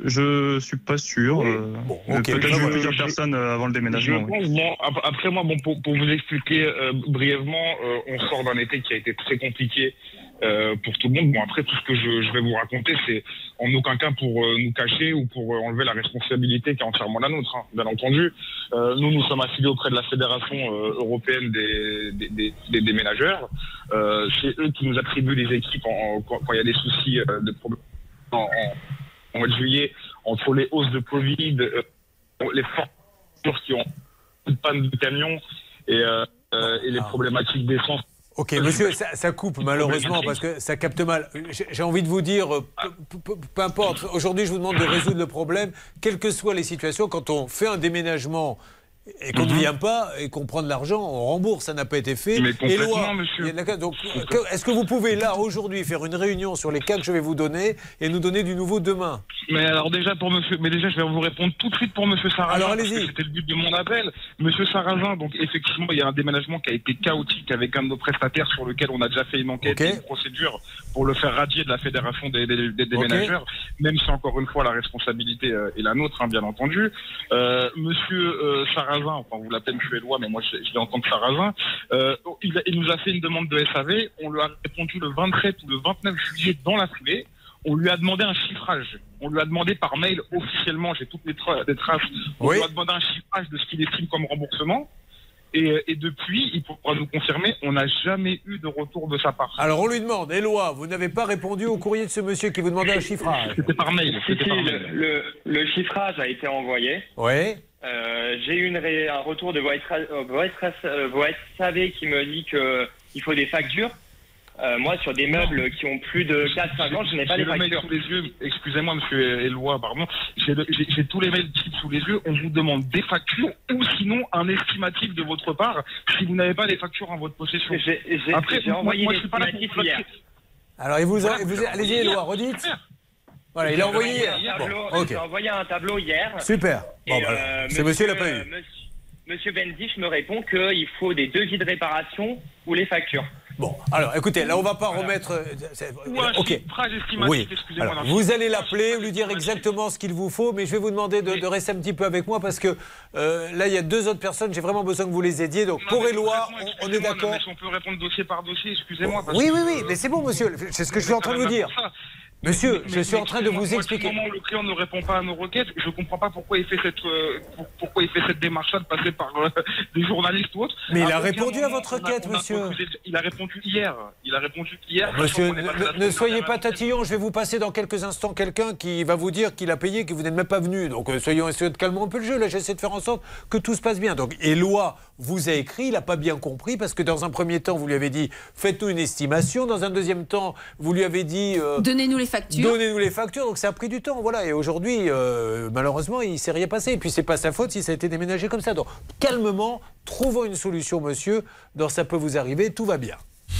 je suis pas sûr. Oui. Euh, Bon, Peut-être ok. que Je- plusieurs je- personnes euh, avant le déménagement. Je oui. pense, bon, ap- après moi, bon, pour, pour vous expliquer euh, brièvement, euh, on sort d'un été qui a été très compliqué euh, pour tout le monde. Bon, après, tout ce que je, je vais vous raconter, c'est en aucun cas pour euh, nous cacher ou pour euh, enlever la responsabilité qui est entièrement la nôtre, hein, bien entendu. Euh, nous, nous sommes affiliés auprès de la Fédération euh, européenne des, des, des, des déménageurs. Euh, c'est eux qui nous attribuent les équipes en, en- quand quand il y a des soucis euh, de problèmes en, en, en mois de juillet, entre les hausses de Covid, euh, les fortes qui ont une panne de camions et, euh, euh, et les problématiques d'essence. Ok, monsieur, ça, ça coupe malheureusement parce que ça capte mal. J'ai j'ai envie de vous dire, euh, peu, peu- peu importe, aujourd'hui je vous demande de résoudre le problème, quelles que soient les situations, quand on fait un déménagement et qu'on ne Mhm. vient pas et qu'on prend de l'argent, on rembourse, ça n'a pas été fait. Mais complètement, Éloi, monsieur. il y a de la- donc, que- est-ce que vous pouvez là, aujourd'hui, faire une réunion sur les cas que je vais vous donner et nous donner du nouveau demain? Mais alors déjà pour monsieur, mais déjà je vais vous répondre tout de suite pour monsieur Sarrazin. Alors, parce allez-y. que C'était le but de mon appel. Monsieur Sarrazin, donc effectivement il y a un déménagement qui a été chaotique avec un de nos prestataires sur lequel on a déjà fait une enquête Ok. et une procédure pour le faire radier de la fédération des, des- des déménageurs, même si encore une fois la responsabilité euh, est la nôtre, hein, bien entendu. Euh, monsieur euh, Sarrazin, enfin vous l'appelez monsieur Éloi, mais moi je, je vais entendre Sarrazin, euh, il, a- il nous a fait une demande de S A V, on lui a répondu le vingt-sept ou le vingt-neuf juillet dans la foulée. On lui a demandé un chiffrage. On lui a demandé par mail officiellement, j'ai toutes les, tra- les traces, on Oui. lui a demandé un chiffrage de ce qu'il estime comme remboursement. Et, et depuis, il pourra nous confirmer, on n'a jamais eu de retour de sa part. Alors on lui demande, Éloi, vous n'avez pas répondu au courrier de ce monsieur qui vous demandait un chiffrage. C'était par mail. Si, C'était si, par le, mail. le, le chiffrage a été envoyé. Oui. Euh, j'ai eu une ré- un retour de Voice euh, Voice euh, Voice S A V qui me dit qu'il faut des factures. Euh, moi, sur des meubles qui ont plus de quatre cinq ans, je n'ai pas J'ai les le mail factures. sous les yeux. Excusez-moi, monsieur Éloi, pardon. J'ai le- j'ai- j'ai tous les mails types sous les yeux. On vous demande des factures ou sinon un estimatif de votre part si vous n'avez pas les factures en votre possession. J'ai j'ai- Après, j'ai moi, envoyé moi, je suis pas là pour l'estimatif vous hier. flatter. Alors il vous a, Voilà, il vous a- vous allez-y l'avez Éloi, envoyé redites. Voilà, il a envoyé hier. un tableau, Bon, ok. J'ai envoyé un tableau hier. Super. Bon, Et, voilà. euh, Ce monsieur l'a pas euh, eu. Monsieur, monsieur Benzich me répond qu'il faut des devis de réparation ou les factures. Bon, alors écoutez, là on va pas remettre. euh, c'est- Ou un ok. chiffrage estimatif, Oui. excusez-moi. Alors, d'un vous chiffre. allez l'appeler, lui dire exactement ce qu'il vous faut, mais je vais vous demander de, de rester un petit peu avec moi parce que euh, là il y a deux autres personnes, j'ai vraiment besoin que vous les aidiez. Donc Non, pour mais Éloi, concrètement, on, on est excusez-moi, d'accord. mais si on peut répondre dossier par dossier, excusez-moi. parce Oui, que, oui, oui, euh, mais c'est bon, monsieur. C'est ce que je suis en train de vous dire. pour ça. Monsieur, Mais- je mais- suis en mais train de excusez-moi, vous moi, expliquer. À ce moment où le client ne répond pas à nos requêtes, je ne comprends pas pourquoi il fait cette, euh, pour- pourquoi il fait cette démarche-là de passer par euh, des journalistes ou autres. Mais il a À aucun répondu à moment, votre on a- requête, on a monsieur. refusé de- Il a répondu hier. Il a répondu hier. Monsieur, sachant qu'on est passé ne, la ne semaine soyez dernière pas à l'antenne. tatillon, je vais vous passer dans quelques instants quelqu'un qui va vous dire qu'il a payé, que vous n'êtes même pas venu. Donc euh, soyons essayons de calmer un peu le jeu. Là, j'essaie de faire en sorte que tout se passe bien. Donc Éloi vous a écrit, il n'a pas bien compris parce que dans un premier temps, vous lui avez dit faites-nous une estimation. Dans un deuxième temps, vous lui avez dit euh, Donnez-nous les factures. donnez-nous les factures. Donc ça a pris du temps. Voilà. Et aujourd'hui, euh, malheureusement, il ne s'est rien passé. Et puis c'est pas sa faute si ça a été déménagé comme ça. Donc calmement, trouvons une solution, monsieur. Dans ça peut vous arriver, tout va bien.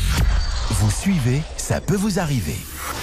Vous suivez, ça peut vous arriver.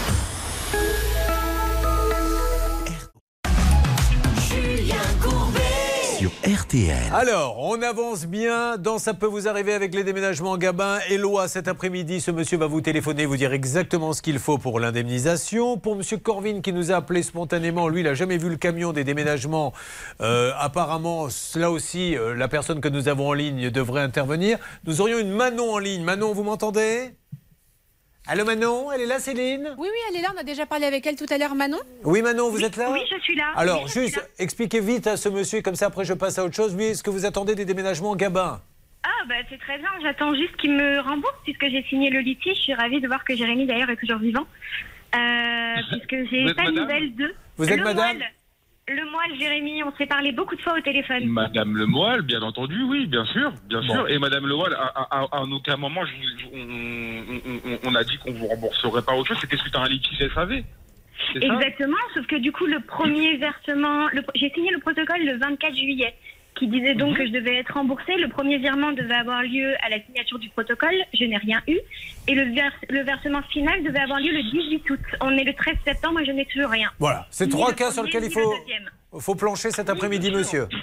Julien Courbet. Sur R T L. Alors, on avance bien dans Ça peut vous arriver avec les déménagements Gabin. Éloi, cet après-midi, ce monsieur va vous téléphoner, vous dire exactement ce qu'il faut pour l'indemnisation. Pour monsieur Corvin qui nous a appelé spontanément, lui, il n'a jamais vu le camion des déménagements. Euh, apparemment, là aussi, euh, la personne que nous avons en ligne devrait intervenir. Nous aurions une Manon en ligne. Manon, vous m'entendez ? Allô Manon, elle est là Céline ? Oui, oui, elle est là. On a déjà parlé avec elle tout à l'heure, Manon. Oui Manon, vous êtes là ? Oui, je suis là. Alors, Oui, je suis juste, là. expliquez vite à ce monsieur, comme ça après je passe à autre chose. Lui, est-ce que vous attendez des déménagements Gabin ? Ah, bah c'est très bien. J'attends juste qu'il me rembourse puisque j'ai signé le litige. Je suis ravie de voir que Jérémy, d'ailleurs, est toujours vivant. Euh, puisque Vous j'ai êtes pas de madame nouvelles d'eux. Vous êtes Le madame Moelle. Le moelle, Jérémy, on s'est parlé beaucoup de fois au téléphone. Madame Lemoyle, bien entendu, oui, bien sûr, bien Bon. sûr. Et Madame Lemoyle, à, à, à, à aucun moment, je vous- on, on- on a dit qu'on vous rembourserait pas autre chose. C'était suite à un litige S A V. C'est ça Exactement, sauf que du coup, le premier versement, le- j'ai signé le protocole le vingt-quatre juillet, qui disait donc Mhm. que je devais être remboursée. Le premier virement devait avoir lieu à la signature du protocole, je n'ai rien eu. Et le, vers- le versement final devait avoir lieu le dix-huit août. On est le treize septembre et je n'ai toujours rien. Voilà, c'est Ni trois le cas sur premier, lesquels il ni le faut, deuxième. faut plancher cet après-midi, monsieur.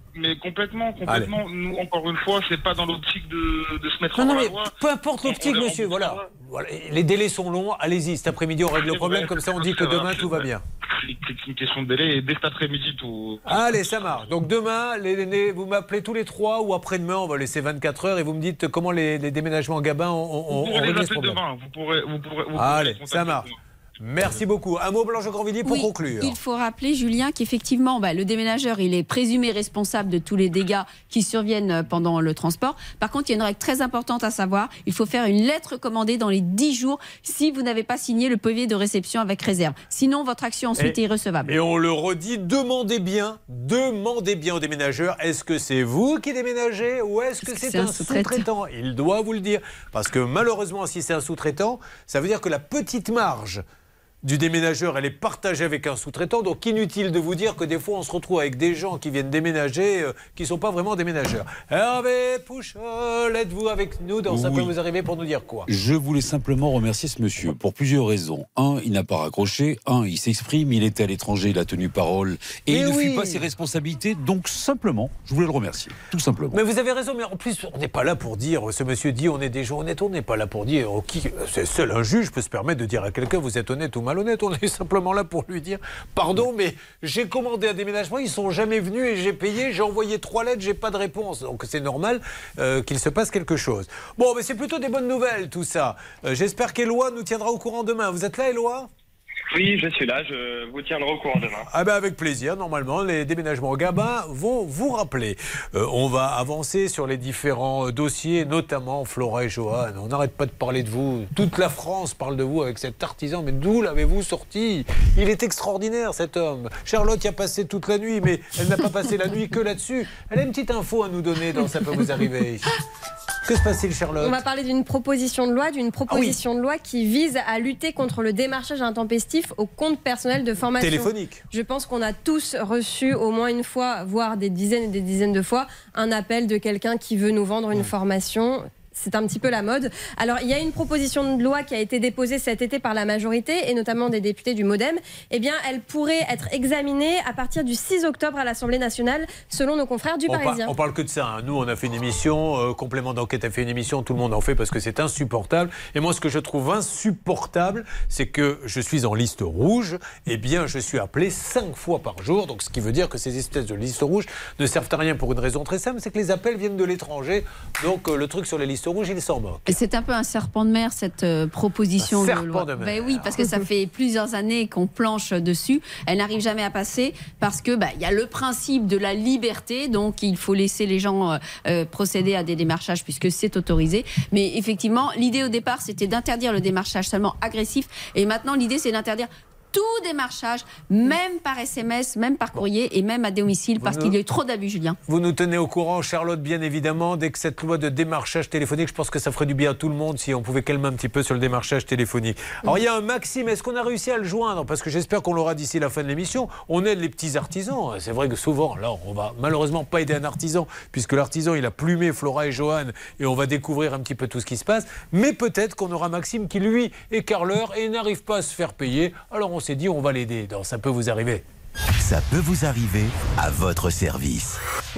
Mais complètement, complètement. Allez. Nous, encore une fois, c'est pas dans l'optique de, de se mettre non, en non, la mais voie. Peu importe l'optique, monsieur, voilà. voilà. Les délais sont longs, allez-y, cet après-midi, on règle le problème, comme ça on dit que demain, tout va bien. C'est une question de délai, et dès cet après-midi, tout... Allez, ça marche. Donc demain, les, les, vous m'appelez tous les trois, ou après-demain, on va laisser vingt-quatre heures, et vous me dites comment les, les déménagements Gabin ont réglé ce problème. Demain. Vous pourrez, vous pourrez, vous Allez, ça marche. Demain. Merci beaucoup. Un mot, Blanche Grandvilliers, pour oui, conclure. Il faut rappeler, Julien, qu'effectivement, bah, le déménageur, il est présumé responsable de tous les dégâts qui surviennent pendant le transport. Par contre, il y a une règle très importante à savoir. Il faut faire une lettre commandée dans les dix jours si vous n'avez pas signé le papier de réception avec réserve. Sinon, votre action ensuite et, est irrecevable. Et on le redit, demandez bien, demandez bien aux déménageurs, est-ce que c'est vous qui déménagez ou est-ce que c'est un, un sous-traitant ? Il doit vous le dire. Parce que malheureusement, si c'est un sous-traitant, ça veut dire que la petite marge du déménageur, elle est partagée avec un sous-traitant. Donc inutile de vous dire que des fois on se retrouve avec des gens qui viennent déménager euh, qui ne sont pas vraiment déménageurs. Hervé Pouchol, êtes-vous avec nous dans oui. Ça peut vous arriver pour nous dire quoi ? Je voulais simplement remercier ce monsieur pour plusieurs raisons. Un, il n'a pas raccroché. Un, il s'exprime, il était à l'étranger, il a tenu parole et mais il oui. ne fuit pas ses responsabilités. Donc simplement, je voulais le remercier, tout simplement. Mais vous avez raison, mais en plus on n'est pas là pour dire, ce monsieur dit on est des gens honnêtes, on n'est pas là pour dire, oh, qui, c'est seul un juge peut se permettre de dire à quelqu'un vous êtes honnête ou malhonnête, on est simplement là pour lui dire pardon, mais j'ai commandé un déménagement, ils sont jamais venus et j'ai payé, j'ai envoyé trois lettres, j'ai pas de réponse, donc c'est normal euh, qu'il se passe quelque chose. Bon, mais c'est plutôt des bonnes nouvelles tout ça. Euh, j'espère qu'Éloi nous tiendra au courant demain. Vous êtes là, Éloi ? Oui, je suis là, je vous tiendrai au courant demain. Ah ben avec plaisir, normalement, les déménagements Gabin vont vous rappeler. Euh, on va avancer sur les différents dossiers, notamment Flora et Johan. On n'arrête pas de parler de vous. Toute la France parle de vous avec cet artisan, mais d'où l'avez-vous sorti ? Il est extraordinaire, cet homme. Charlotte y a passé toute la nuit, mais elle n'a pas passé la nuit que là-dessus. Elle a une petite info à nous donner dans Ça peut vous arriver. Que se passe-t-il, Charlotte ? On va parler d'une proposition de loi, d'une proposition ah oui. de loi qui vise à lutter contre le démarchage intempestif au compte personnel de formation. Téléphonique. Je pense qu'on a tous reçu au moins une fois, voire des dizaines et des dizaines de fois, un appel de quelqu'un qui veut nous vendre une mmh. formation. C'est un petit peu la mode. Alors, il y a une proposition de loi qui a été déposée cet été par la majorité, et notamment des députés du MoDem. Eh bien, elle pourrait être examinée à partir du six octobre à l'Assemblée nationale, selon nos confrères du on Parisien. Par, on parle que de ça. Hein. Nous, on a fait une émission, euh, Complément d'enquête a fait une émission, tout le monde en fait parce que c'est insupportable. Et moi, ce que je trouve insupportable, c'est que je suis en liste rouge. Eh bien, je suis appelé cinq fois par jour. Donc, ce qui veut dire que ces espèces de listes rouges ne servent à rien pour une raison très simple, c'est que les appels viennent de l'étranger. Donc, euh, le truc sur les listes rouge, il s'en moque. Et c'est un peu un serpent de mer, cette euh, proposition un de serpent loi. de mer. Ben oui, parce que ça fait plusieurs années qu'on planche dessus. Elle n'arrive jamais à passer parce que ben, y a le principe de la liberté, donc il faut laisser les gens euh, euh, procéder à des démarchages puisque c'est autorisé. Mais effectivement, l'idée au départ, c'était d'interdire le démarchage seulement agressif. Et maintenant, l'idée, c'est d'interdire tout démarchage, même par S M S, même par courrier et même à domicile, parce qu'il y a eu trop d'abus, Julien. Vous nous tenez au courant, Charlotte, bien évidemment, dès que cette loi de démarchage téléphonique, je pense que ça ferait du bien à tout le monde si on pouvait calmer un petit peu sur le démarchage téléphonique. Alors il y a un Maxime, est-ce qu'on a réussi à le joindre ? Parce que j'espère qu'on l'aura d'ici la fin de l'émission. On aide les petits artisans. C'est vrai que souvent, là, on va malheureusement pas aider un artisan, puisque l'artisan, il a plumé Flora et Johan, et on va découvrir un petit peu tout ce qui se passe. Mais peut-être qu'on aura Maxime qui, lui, est carleur et n'arrive pas à se faire payer. Alors on On s'est dit, on va l'aider dans Ça peut vous arriver. Ça peut vous arriver à votre service.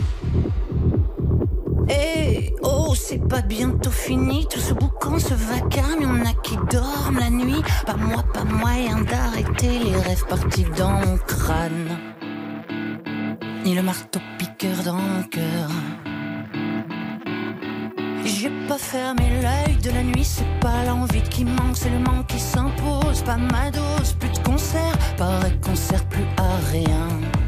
Eh, oh, c'est pas bientôt fini. Tout ce boucan, ce vacarme, y'en a qui dorment la nuit. Pas moi, pas moyen d'arrêter les rêves partis dans mon crâne. Ni le marteau piqueur dans mon cœur. J'ai pas fermé l'œil de la nuit, c'est pas l'envie qui manque, c'est le manque qui s'impose. Pas ma dose, plus de concert, pareil qu'on sert plus à rien.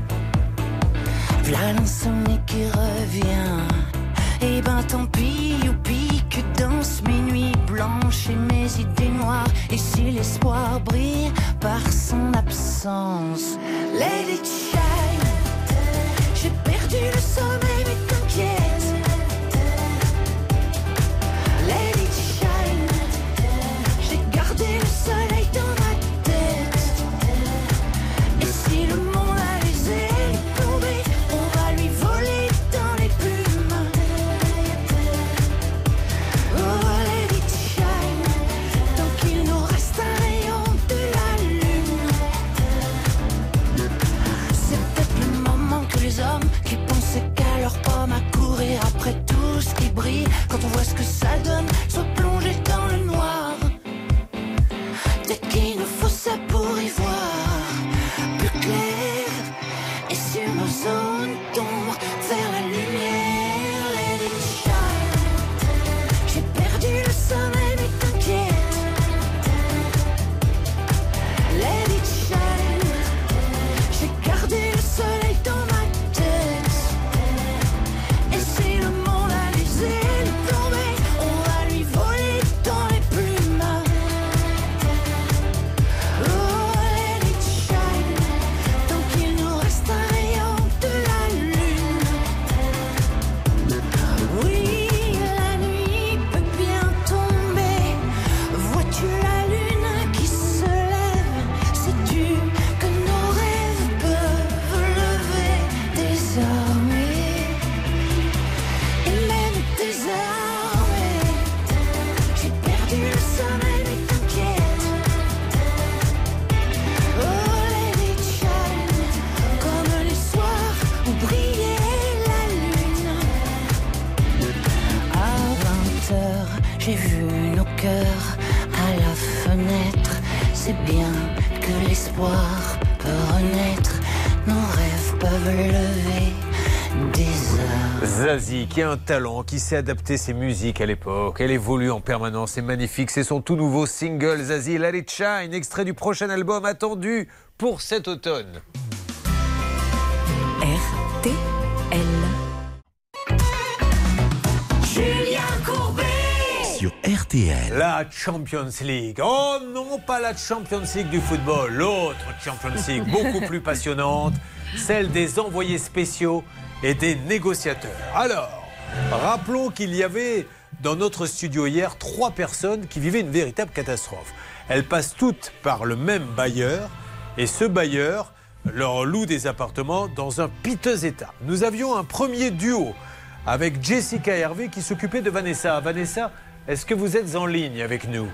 V'là l'insomnie qui revient. Et ben tant pis, youpi, que dansent mes nuits blanches et mes idées noires. Et si l'espoir brille par son absence, let it shine. J'ai perdu le sommeil, mais t'inquiète. Let it shine. J'ai gardé le soleil dans ma tête. Et si le monde a usé et tombé, on va lui voler dans les plumes. Oh, let it shine. Tant qu'il nous reste un rayon de la lune. C'est peut-être le moment que les hommes qui pensaient qu'à qu'il nous faut ça pour y voir plus clair. Et sur nos zones d'ombre, vers la lumière, let it shine. J'ai perdu le sommeil, mais t'inquiète, let it shine. J'ai gardé le soleil dans ma tête. Et si le monde a l'usé, le plomber, on va lui voler dans les plumes. Oh, let it shine. Tant qu'il nous reste un rayon de la lune. Oui, la nuit peut bien tomber. Vois-tu la lune qui se lève? Sais-tu que nos rêves peuvent lever des armées? Et même des armées. J'ai perdu le sommeil, mais t'inquiète. Oh, let it shine. Comme les soirs où brillait la lune. À vingt heures, j'ai vu nos cœurs à la fenêtre. C'est bien que l'espoir peut renaître. Nos rêves peuvent lever des heures. Zazie, qui a un talent, qui sait adapter ses musiques à l'époque. Elle évolue en permanence, c'est magnifique. C'est son tout nouveau single, Zazie, Let It Shine, extrait du prochain album attendu pour cet automne. R T L. Julien Courbet. Sur R T L. La Champions League. Oh non, pas la Champions League du football, l'autre Champions League, beaucoup plus passionnante, celle des envoyés spéciaux et des négociateurs. Alors, rappelons qu'il y avait dans notre studio hier trois personnes qui vivaient une véritable catastrophe. Elles passent toutes par le même bailleur et ce bailleur leur loue des appartements dans un piteux état. Nous avions un premier duo avec Jessica et Hervé qui s'occupaient de Vanessa. Vanessa, est-ce que vous êtes en ligne avec nous?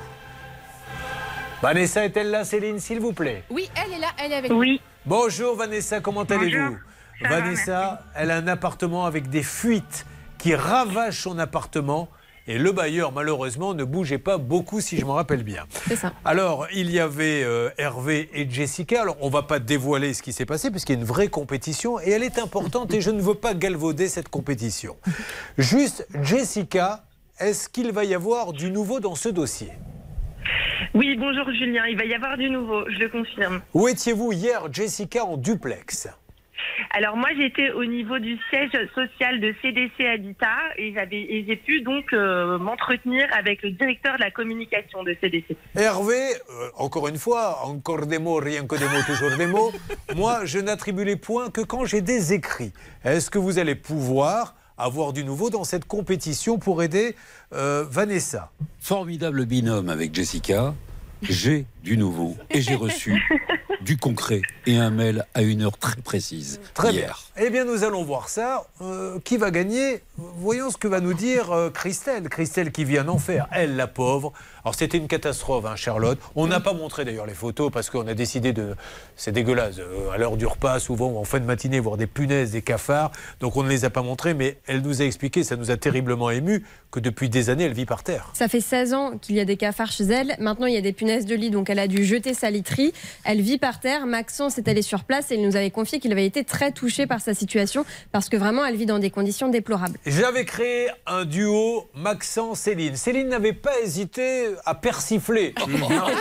Vanessa est-elle là, Céline, s'il vous plaît? Oui, elle est là, elle est avec nous. Oui. Bonjour Vanessa, comment allez-vous? Ça va, Vanessa, elle a un appartement avec des fuites qui ravagent son appartement et le bailleur, malheureusement, ne bougeait pas beaucoup, si je me rappelle bien. C'est ça. Alors, il y avait euh, Hervé et Jessica. Alors, on ne va pas dévoiler ce qui s'est passé puisqu'il y a une vraie compétition et elle est importante et je ne veux pas galvauder cette compétition. Juste, Jessica, est-ce qu'il va y avoir du nouveau dans ce dossier? Oui, bonjour Julien, il va y avoir du nouveau, je le confirme. Où étiez-vous hier, Jessica, en duplex? Alors moi j'étais au niveau du siège social de C D C Habitat et j'avais et j'ai pu donc euh, m'entretenir avec le directeur de la communication de C D C. Hervé, euh, encore une fois, encore des mots, rien que des mots, toujours des mots. Moi, je n'attribue les points que quand j'ai des écrits. Est-ce que vous allez pouvoir avoir du nouveau dans cette compétition pour aider euh, Vanessa? Formidable binôme avec Jessica. J'ai du nouveau et j'ai reçu du concret et un mail à une heure très précise. Très hier. bien. Eh bien, nous allons voir ça. Euh, qui va gagner? Voyons ce que va nous dire euh, Christelle. Christelle qui vit un enfer. Elle, la pauvre. Alors, c'était une catastrophe, hein, Charlotte. On n'a pas montré d'ailleurs les photos parce qu'on a décidé de... C'est dégueulasse. Euh, à l'heure du repas, souvent, en fin de matinée, voir des punaises, des cafards. Donc, on ne les a pas montrés. Mais elle nous a expliqué, ça nous a terriblement ému, que depuis des années, elle vit par terre. Ça fait seize ans qu'il y a des cafards chez elle. Maintenant, il y a des punaises de lit. Donc, elle a dû jeter sa literie. Elle vit par terre. Maxence est allé sur place et il nous avait confié qu'il avait été très touché par sa situation parce que vraiment, elle vit dans des conditions déplorables. J'avais créé un duo Maxence-Céline. Céline n'avait pas hésité à persifler. Ah oui,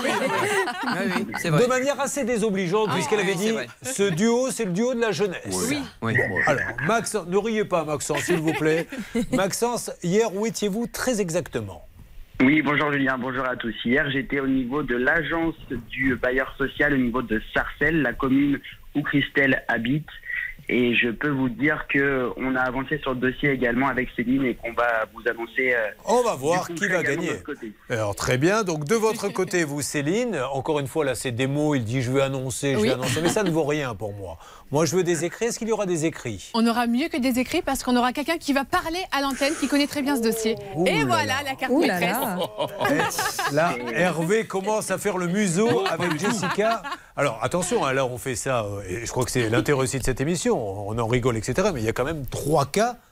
oui, c'est vrai. De manière assez désobligeante, Ah, puisqu'elle oui, avait c'est dit vrai. ce duo, c'est le duo de la jeunesse. Oui. Oui. Bon, alors, Maxence, ne riez pas, Maxence, s'il vous plaît. Maxence, hier, où étiez-vous très exactement? Oui, bonjour Julien, bonjour à tous. Hier, j'étais au niveau de l'agence du bailleur social, au niveau de Sarcelles, la commune où Christelle habite. Et je peux vous dire qu'on a avancé sur le dossier également avec Céline et qu'on va vous annoncer... Euh, On va voir qui va gagner. Alors très bien, donc de votre côté, vous Céline, encore une fois là c'est des mots, il dit je vais annoncer, je Oui. vais annoncer, mais ça ne vaut rien pour moi. Moi je veux des écrits, est-ce qu'il y aura des écrits? On aura mieux que des écrits parce qu'on aura quelqu'un qui va parler à l'antenne, qui connaît très bien ce dossier. Ouh Et là voilà là. la carte Ouh là maîtresse. là. Là, Hervé commence à faire le museau avec Jessica. Alors attention, hein, là on fait ça, euh, et je crois que c'est l'intérêt aussi de cette émission, on en rigole, et cetera. Mais il y a quand même trois cas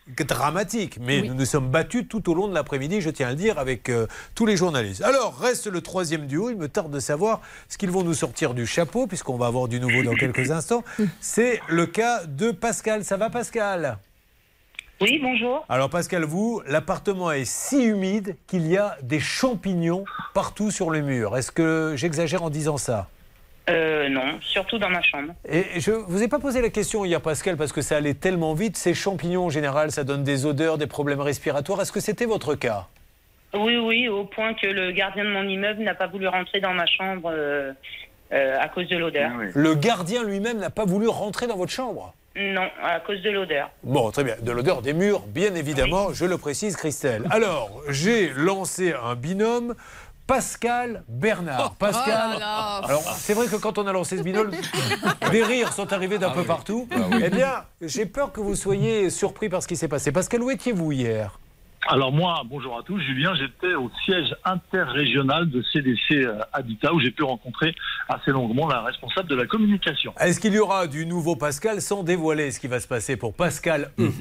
dramatique. Mais Oui. nous nous sommes battus tout au long de l'après-midi, je tiens à le dire, avec euh, tous les journalistes. Alors, reste le troisième duo. Il me tarde de savoir ce qu'ils vont nous sortir du chapeau, puisqu'on va avoir du nouveau dans quelques instants. C'est le cas de Pascal. Ça va, Pascal ? Oui, bonjour. Alors, Pascal, vous, l'appartement est si humide qu'il y a des champignons partout sur le mur. Est-ce que j'exagère en disant ça ? Euh, non, surtout dans ma chambre. Et je vous ai pas posé la question hier, Pascal, parce que ça allait tellement vite. Ces champignons, en général, ça donne des odeurs, des problèmes respiratoires. Est-ce que c'était votre cas ? Oui, oui, au point que le gardien de mon immeuble n'a pas voulu rentrer dans ma chambre euh, euh, à cause de l'odeur. Le gardien lui-même n'a pas voulu rentrer dans votre chambre ? Non, à cause de l'odeur. Bon, très bien. De l'odeur des murs, bien évidemment, oui. Je le précise, Christelle. Alors, j'ai lancé un binôme. Pascal Bernard. Pascal. Oh là. Alors, c'est vrai que quand on a lancé ce binôme, des rires sont arrivés d'un Ah peu oui. partout. Ah oui. Eh bien, j'ai peur que vous soyez surpris par ce qui s'est passé. Pascal, où étiez-vous hier ? Alors moi, bonjour à tous, Julien, j'étais au siège interrégional de C D C Habitat où j'ai pu rencontrer assez longuement la responsable de la communication. Est-ce qu'il y aura du nouveau Pascal sans dévoiler ce qui va se passer pour Pascal E.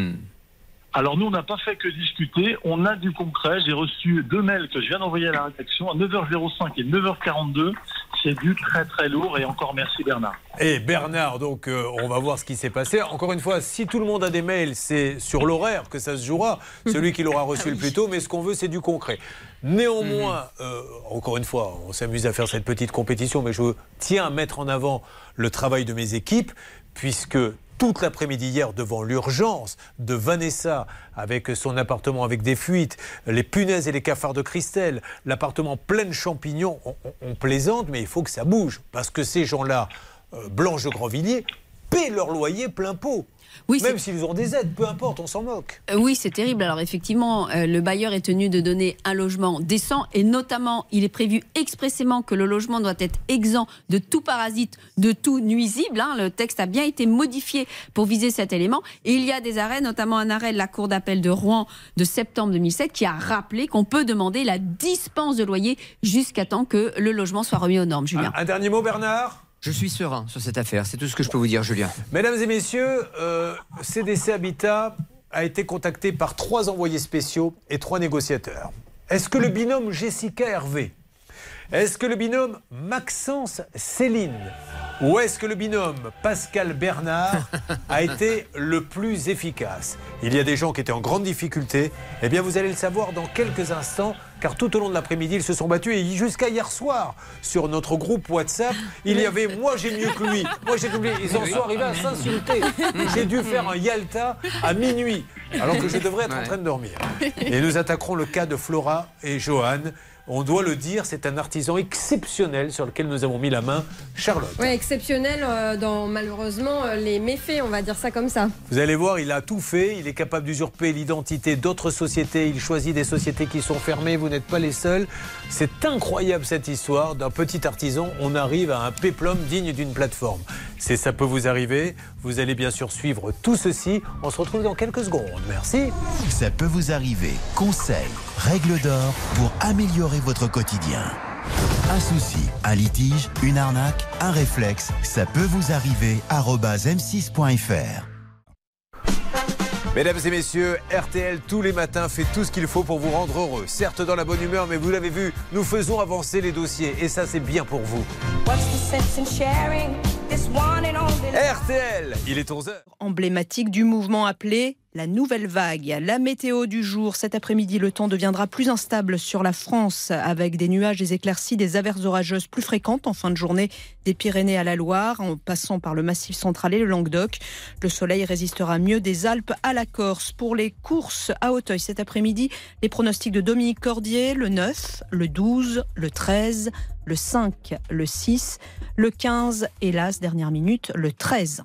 Alors nous, on n'a pas fait que discuter, on a du concret. J'ai reçu deux mails que je viens d'envoyer à la rédaction à neuf heures cinq et neuf heures quarante-deux. C'est du très très lourd et encore merci Bernard. Et Bernard, donc euh, on va voir ce qui s'est passé. Encore une fois, si tout le monde a des mails, c'est sur l'horaire que ça se jouera, celui qui l'aura reçu le plus tôt, mais ce qu'on veut, c'est du concret. Néanmoins, euh, encore une fois, on s'amuse à faire cette petite compétition, mais je tiens à mettre en avant le travail de mes équipes, puisque toute l'après-midi hier, devant l'urgence de Vanessa, avec son appartement avec des fuites, les punaises et les cafards de Christelle, l'appartement plein de champignons, on, on, on plaisante, mais il faut que ça bouge. Parce que ces gens-là, euh, Blanche de Grandvilliers, paient leur loyer plein pot. Oui, Même s'ils ont des aides, peu importe, on s'en moque. Euh, oui, c'est terrible. Alors effectivement, euh, le bailleur est tenu de donner un logement décent et notamment, il est prévu expressément que le logement doit être exempt de tout parasite, de tout nuisible. Hein. Le texte a bien été modifié pour viser cet élément. Et il y a des arrêts, notamment un arrêt de la Cour d'appel de Rouen de septembre deux mille sept qui a rappelé qu'on peut demander la dispense de loyer jusqu'à temps que le logement soit remis aux normes. Julien. Un, un dernier mot, Bernard ? Je suis serein sur cette affaire, c'est tout ce que je peux vous dire, Julien. Mesdames et messieurs, euh, C D C Habitat a été contacté par trois envoyés spéciaux et trois négociateurs. Est-ce que le binôme Jessica Hervé, est-ce que le binôme Maxence Céline ou est-ce que le binôme Pascal Bernard a été le plus efficace ? Il y a des gens qui étaient en grande difficulté. Eh bien, vous allez le savoir dans quelques instants, car tout au long de l'après-midi, ils se sont battus. Et jusqu'à hier soir, sur notre groupe WhatsApp, il y avait « moi j'ai mieux que lui ». Moi j'ai oublié. Ils en sont arrivés à s'insulter. J'ai dû faire un Yalta à minuit, alors que je devrais être en train de dormir. Et nous attaquerons le cas de Flora et Johan. On doit le dire, c'est un artisan exceptionnel sur lequel nous avons mis la main, Charlotte. Oui, exceptionnel euh, dans malheureusement euh, les méfaits, on va dire ça comme ça. Vous allez voir, il a tout fait. Il est capable d'usurper l'identité d'autres sociétés. Il choisit des sociétés qui sont fermées. Vous n'êtes pas les seuls. C'est incroyable cette histoire d'un petit artisan. On arrive à un péplum digne d'une plateforme. C'est Ça peut vous arriver. Vous allez bien sûr suivre tout ceci. On se retrouve dans quelques secondes. Merci. Ça peut vous arriver. Conseils, règles d'or pour améliorer votre quotidien. Un souci, un litige, une arnaque, un réflexe, ça peut vous arriver. arobase m six point f r. Mesdames et messieurs, R T L tous les matins fait tout ce qu'il faut pour vous rendre heureux. Certes dans la bonne humeur, mais vous l'avez vu, nous faisons avancer les dossiers et ça c'est bien pour vous. R T L, il est onze heures. Emblématique du mouvement appelé la nouvelle vague. La météo du jour, cet après-midi, le temps deviendra plus instable sur la France avec des nuages, des éclaircies, des averses orageuses plus fréquentes en fin de journée des Pyrénées à la Loire, en passant par le Massif central et le Languedoc. Le soleil résistera mieux des Alpes à la Corse. Pour les courses à Auteuil cet après-midi, les pronostics de Dominique Cordier, le neuf, le douze, le treize, le cinq, le six, le quinze, hélas, dernière minute, le treize.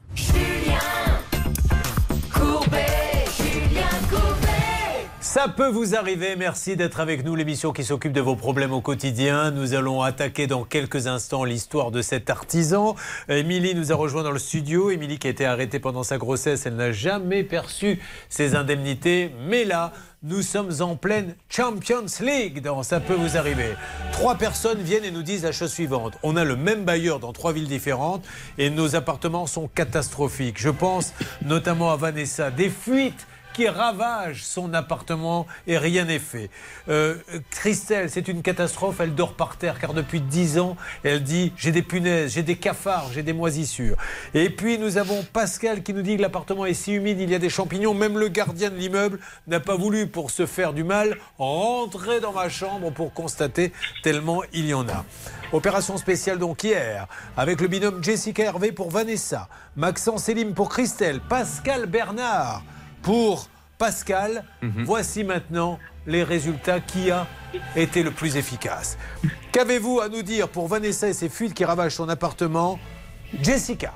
Ça peut vous arriver, merci d'être avec nous, l'émission qui s'occupe de vos problèmes au quotidien. Nous allons attaquer dans quelques instants l'histoire de cet artisan. Émilie nous a rejoint dans le studio. Émilie qui a été arrêtée pendant sa grossesse, elle n'a jamais perçu ses indemnités. Mais là, nous sommes en pleine Champions League dans Ça peut vous arriver. Trois personnes viennent et nous disent la chose suivante. On a le même bailleur dans trois villes différentes et nos appartements sont catastrophiques. Je pense notamment à Vanessa. Des fuites qui ravage son appartement et rien n'est fait. Euh, Christelle, c'est une catastrophe, elle dort par terre car depuis dix ans, elle dit j'ai des punaises, j'ai des cafards, j'ai des moisissures. Et puis nous avons Pascal qui nous dit que l'appartement est si humide, il y a des champignons, même le gardien de l'immeuble n'a pas voulu, pour se faire du mal, rentrer dans ma chambre pour constater tellement il y en a. Opération spéciale donc hier, avec le binôme Jessica Hervé pour Vanessa, Maxence Selim pour Christelle, Pascal Bernard pour Pascal. Mm-hmm. Voici maintenant les résultats. Qui a été le plus efficace? Qu'avez-vous à nous dire pour Vanessa et ses fuites qui ravagent son appartement? Jessica.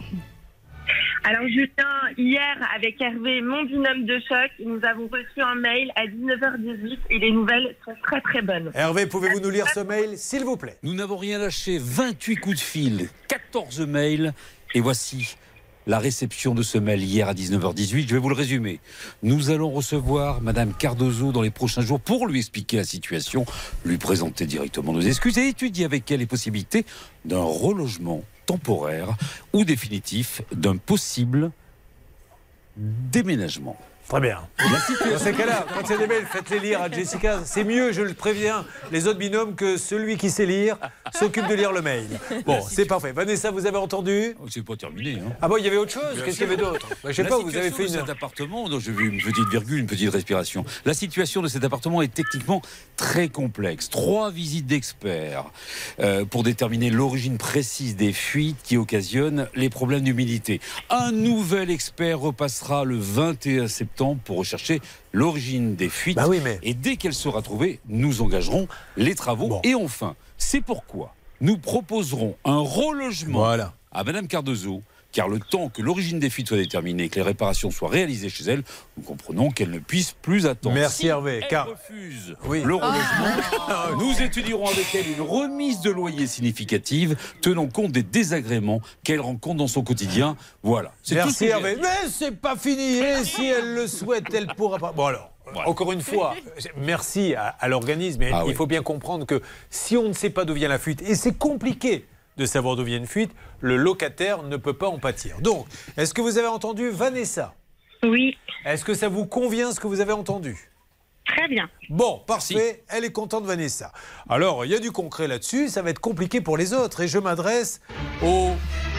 Alors Julien, hier avec Hervé, mon binôme de choc, nous avons reçu un mail à dix-neuf heures dix-huit et les nouvelles sont très très bonnes. Hervé, pouvez-vous nous lire ce mail s'il vous plaît? Nous n'avons rien lâché, vingt-huit coups de fil, quatorze mails et voici la réception de ce mail hier à dix-neuf heures dix-huit. Je vais vous le résumer. Nous allons recevoir Madame Cardozo dans les prochains jours pour lui expliquer la situation, lui présenter directement nos excuses et étudier avec elle les possibilités d'un relogement temporaire ou définitif d'un possible déménagement. Très bien. Dans ces cas-là, quand il y a des mails, faites-les lire à Jessica. C'est mieux, je le préviens, les autres binômes, que celui qui sait lire s'occupe de lire le mail. Bon, c'est parfait. Vanessa, vous avez entendu? Oh, c'est pas terminé. Hein. Ah bon, il y avait autre chose? Qu'est-ce qu'il y avait d'autre? bah, Je sais La pas, vous avez fait de une... cet appartement, donc j'ai vu une petite virgule, une petite respiration. La situation de cet appartement est techniquement très complexe. Trois visites d'experts euh, pour déterminer l'origine précise des fuites qui occasionnent les problèmes d'humidité. Un nouvel expert repassera le vingt et un septembre pour rechercher l'origine des fuites. Bah oui, mais... Et dès qu'elle sera trouvée, nous engagerons les travaux. Bon. Et enfin, c'est pourquoi nous proposerons un relogement voilà. à Madame Cardozo, car le temps que l'origine des fuites soit déterminée et que les réparations soient réalisées chez elle, nous comprenons qu'elle ne puisse plus attendre. Merci si Hervé. elle car... refuse oui. le relogement, ah. nous étudierons avec elle une remise de loyer significative, tenant compte des désagréments qu'elle rencontre dans son quotidien. Voilà. Merci Hervé. Mais c'est pas fini. Et si elle le souhaite, elle pourra pas. Bon alors. Voilà. Encore une fois, merci à, à l'organisme, mais ah, il oui. faut bien comprendre que si on ne sait pas d'où vient la fuite, et c'est compliqué de savoir d'où vient une fuite, le locataire ne peut pas en pâtir. Donc, est-ce que vous avez entendu Vanessa? Oui. Est-ce que ça vous convient ce que vous avez entendu? Très bien. Bon, parfait. Merci. Elle est contente, Vanessa. Alors, il y a du concret là-dessus. Ça va être compliqué pour les autres. Et je m'adresse au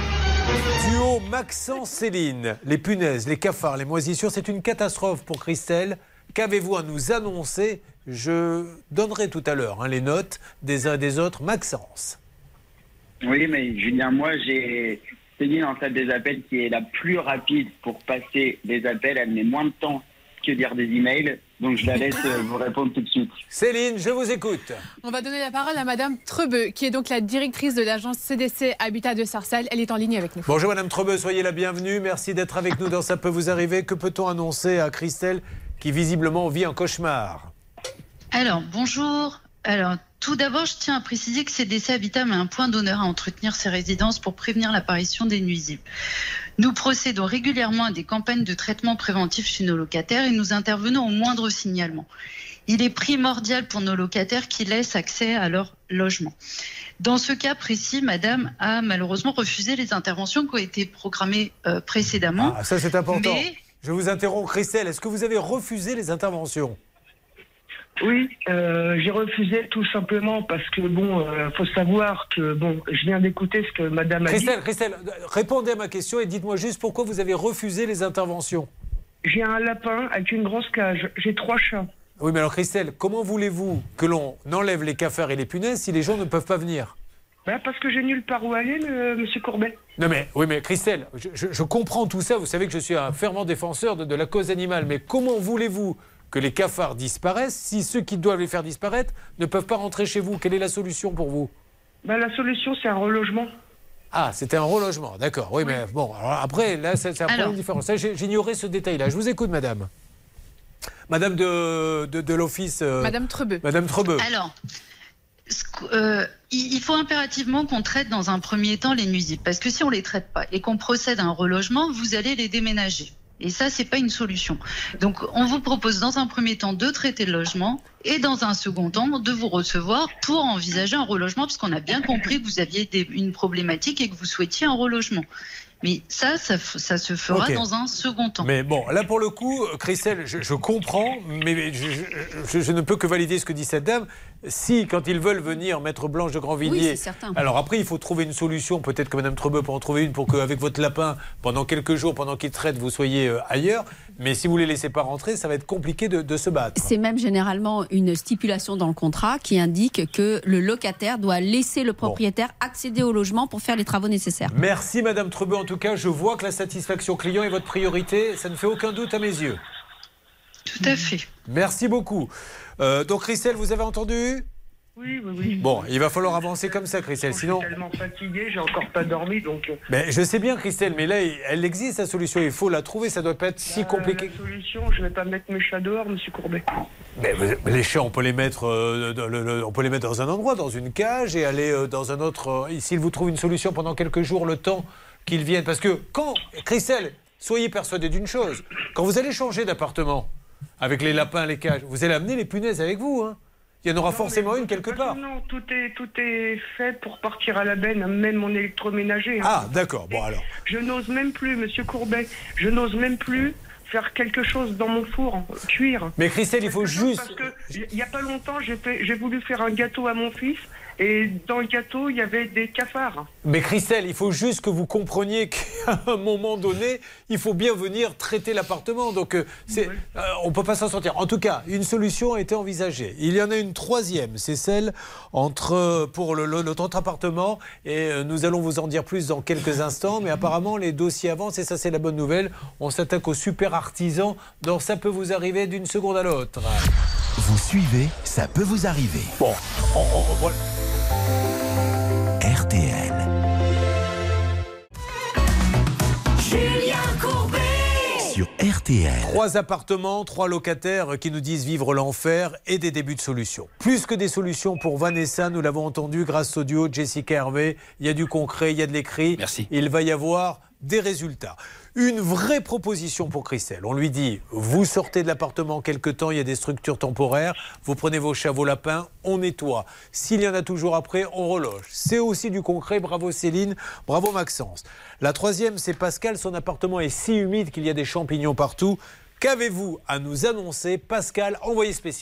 duo Maxence-Céline. Les punaises, les cafards, les moisissures, c'est une catastrophe pour Christelle. Qu'avez-vous à nous annoncer? Je donnerai tout à l'heure hein, les notes des uns et des autres. Maxence. Oui, mais Julien, moi, j'ai Céline en salle des appels qui est la plus rapide pour passer des appels. Elle met moins de temps que lire des emails. Donc, je la laisse vous répondre tout de suite. Céline, je vous écoute. On va donner la parole à Madame Trebeu, qui est donc la directrice de l'agence C D C Habitat de Sarcelles. Elle est en ligne avec nous. Bonjour Madame Trebeu, soyez la bienvenue. Merci d'être avec nous dans Ça peut vous arriver. Que peut-on annoncer à Christelle qui visiblement vit un cauchemar? Alors, bonjour. Alors, tout d'abord, je tiens à préciser que C D C Habitat met un point d'honneur à entretenir ces résidences pour prévenir l'apparition des nuisibles. Nous procédons régulièrement à des campagnes de traitement préventif chez nos locataires et nous intervenons au moindre signalement. Il est primordial pour nos locataires qu'ils laissent accès à leur logement. Dans ce cas précis, Madame a malheureusement refusé les interventions qui ont été programmées euh, précédemment. Ah, ça c'est important. Mais... Je vous interromps, Christelle. Est-ce que vous avez refusé les interventions? Oui, euh, j'ai refusé tout simplement parce que, bon, euh, faut savoir que, bon, je viens d'écouter ce que Madame a Christelle, dit. Christelle, répondez à ma question et dites-moi juste pourquoi vous avez refusé les interventions. J'ai un lapin avec une grosse cage, j'ai trois chats. Oui, mais alors Christelle, comment voulez-vous que l'on enlève les cafards et les punaises si les gens ne peuvent pas venir? Ben, parce que j'ai nulle part où aller, le, monsieur Courbet. Non mais, oui mais Christelle, je, je, je comprends tout ça, vous savez que je suis un fervent défenseur de, de la cause animale, mais comment voulez-vous que les cafards disparaissent si ceux qui doivent les faire disparaître ne peuvent pas rentrer chez vous? Quelle est la solution pour vous? Ben, la solution, c'est un relogement. Ah, c'était un relogement, d'accord. Oui, oui, mais bon, alors après, là, c'est, c'est un alors... problème différent. Ça, j'ignorais ce détail-là. Je vous écoute, madame. Madame de, de, de l'office... Euh... Madame Trebeu. Madame Trebeu. Alors... Euh, il faut impérativement qu'on traite dans un premier temps les nuisibles, parce que si on les traite pas et qu'on procède à un relogement, vous allez les déménager. Et ça, c'est pas une solution. Donc, on vous propose dans un premier temps de traiter le logement et dans un second temps de vous recevoir pour envisager un relogement, parce qu'on a bien compris que vous aviez des, une problématique et que vous souhaitiez un relogement. Mais ça, ça, ça se fera okay. dans un second temps. Mais bon, là pour le coup, Christelle, je, je comprends, mais je, je, je, je ne peux que valider ce que dit cette dame. Si, quand ils veulent venir, Maître Blanche de Grandvilliers... Oui, c'est certain. Alors après, il faut trouver une solution. Peut-être que Mme Trebeu peut en trouver une pour qu'avec votre lapin, pendant quelques jours, pendant qu'il traite, vous soyez euh, ailleurs. Mais si vous ne les laissez pas rentrer, ça va être compliqué de, de se battre. C'est même généralement une stipulation dans le contrat qui indique que le locataire doit laisser le propriétaire bon. accéder au logement pour faire les travaux nécessaires. Merci Mme Trebeu. En tout cas, je vois que la satisfaction client est votre priorité. Ça ne fait aucun doute à mes yeux. Tout à fait. Merci beaucoup. Euh, donc Christelle, vous avez entendu ? Oui, oui, oui. Bon, il va falloir avancer comme ça, Christelle. Sinon... Je suis tellement fatigué, j'ai encore pas dormi, donc... Mais je sais bien, Christelle, mais là, elle existe, sa solution. Il faut la trouver, ça doit pas être si compliqué. La solution, je vais pas mettre mes chats dehors, monsieur Courbet. Mais, mais les chats, on peut les mettre, euh, dans le, le, on peut les mettre dans un endroit, dans une cage, et aller euh, dans un autre... Euh, s'il vous trouve une solution pendant quelques jours, le temps qu'ils viennent. Parce que quand... Christelle, soyez persuadée d'une chose. Quand vous allez changer d'appartement, avec les lapins, les cages, vous allez amener les punaises avec vous, hein. Il y en aura non, forcément une quelque part. Non, tout est, tout est fait pour partir à la benne, même mon électroménager. Hein. Ah, d'accord, bon alors. Je n'ose même plus, monsieur Courbet, je n'ose même plus faire quelque chose dans mon four, cuire. Mais Christelle, il faut juste... Parce que, il n'y a pas longtemps, j'ai, fait, j'ai voulu faire un gâteau à mon fils, et dans le gâteau, il y avait des cafards. Mais Christelle, il faut juste que vous compreniez qu'à un moment donné, il faut bien venir traiter l'appartement. Donc, euh, c'est, oui. euh, on ne peut pas s'en sortir. En tout cas, une solution a été envisagée. Il y en a une troisième, c'est celle entre, pour le, le, notre appartement. Et euh, nous allons vous en dire plus dans quelques instants. Mais apparemment, les dossiers avancent et ça, c'est la bonne nouvelle. On s'attaque aux super artisans. Donc, ça peut vous arriver d'une seconde à l'autre. Vous suivez, ça peut vous arriver. Bon, on, on, on... R T L. Julien Courbet sur R T L. Trois appartements, trois locataires qui nous disent vivre l'enfer et des débuts de solutions. Plus que des solutions pour Vanessa, nous l'avons entendu grâce au duo de Jessica Hervé. Il y a du concret, il y a de l'écrit. Merci. Il va y avoir des résultats. Une vraie proposition pour Christelle. On lui dit, vous sortez de l'appartement quelque temps, il y a des structures temporaires, vous prenez vos chats, vos lapins, on nettoie. S'il y en a toujours après, on reloge. C'est aussi du concret, bravo Céline, bravo Maxence. La troisième, c'est Pascal, son appartement est si humide qu'il y a des champignons partout. Qu'avez-vous à nous annoncer, Pascal, envoyé spécial ?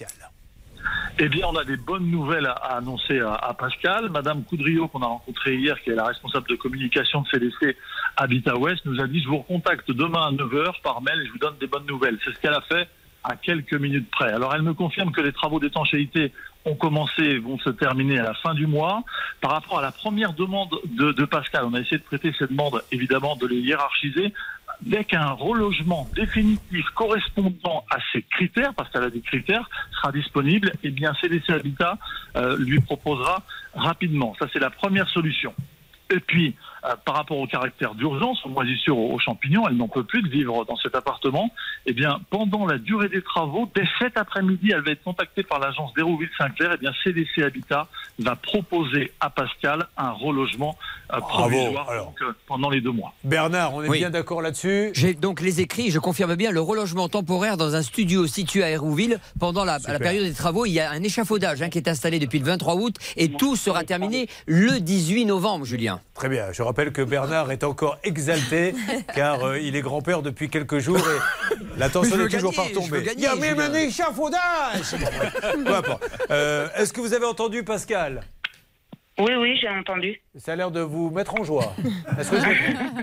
Eh bien, on a des bonnes nouvelles à, à annoncer à, à Pascal. Madame Coudriot, qu'on a rencontrée hier, qui est la responsable de communication de C D C Habitat Ouest, nous a dit « Je vous recontacte demain à neuf heures par mail et je vous donne des bonnes nouvelles ». C'est ce qu'elle a fait à quelques minutes près. Alors, elle me confirme que les travaux d'étanchéité ont commencé et vont se terminer à la fin du mois. Par rapport à la première demande de, de Pascal, on a essayé de traiter cette demande, évidemment, de les hiérarchiser. Dès qu'un relogement définitif correspondant à ces critères, parce qu'elle a des critères, sera disponible, eh bien C D C Habitat euh, lui proposera rapidement. Ça, c'est la première solution. Et puis, euh, par rapport au caractère d'urgence, aux moisissures, aux, aux champignons, elle n'en peut plus de vivre dans cet appartement. Eh bien, pendant la durée des travaux, dès cet après-midi, elle va être contactée par l'agence d'Hérouville-Saint-Clair. Eh bien, C D C Habitat va proposer à Pascal un relogement euh, provisoire donc, euh, pendant les deux mois. Bernard, on est oui. bien d'accord là-dessus ? J'ai donc les écrits, je confirme bien le relogement temporaire dans un studio situé à Hérouville. Pendant la, la période des travaux, il y a un échafaudage hein, qui est installé depuis le vingt-trois août et tout sera terminé le dix-huit novembre, Julien. Très bien, je rappelle que Bernard est encore exalté car euh, il est grand-père depuis quelques jours et la tension n'est toujours pas retombée. Gagner, il y a même un échafaudage. Peu importe. Euh, Est-ce que vous avez entendu Pascal ? Oui, oui, j'ai entendu. Ça a l'air de vous mettre en joie. Est-ce que je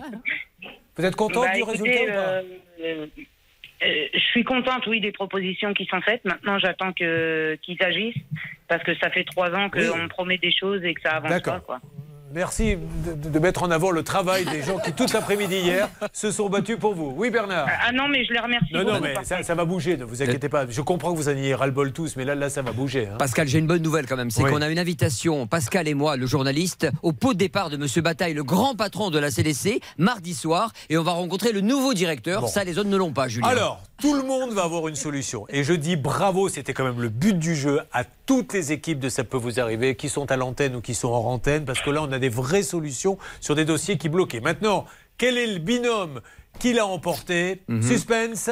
vous êtes contente bah, du écoutez, résultat euh, euh, euh, Je suis contente, oui, des propositions qui sont faites. Maintenant, j'attends que, qu'ils agissent parce que ça fait trois ans qu'on oui. promet des choses et que ça avance pas, quoi. Merci de, de mettre en avant le travail des gens qui, toute l'après-midi hier, se sont battus pour vous. Oui, Bernard ? Ah non, mais je les remercie. Non, non, mais ça, ça va bouger, ne vous inquiétez pas. Je comprends que vous en ayez ras-le-bol tous, mais là, là, ça va bouger. Hein. Pascal, j'ai une bonne nouvelle quand même. C'est oui. qu'on a une invitation, Pascal et moi, le journaliste, au pot de départ de Monsieur Bataille, le grand patron de la C D C, mardi soir. Et on va rencontrer le nouveau directeur. Bon. Ça, les autres ne l'ont pas, Julien. Alors, tout le monde va avoir une solution. Et je dis bravo, c'était quand même le but du jeu, à toutes les équipes de Ça peut vous arriver, qui sont à l'antenne ou qui sont hors antenne, parce que là, on a des vraies solutions sur des dossiers qui bloquaient. Maintenant, quel est le binôme qui l'a emporté ? mm-hmm. Suspense.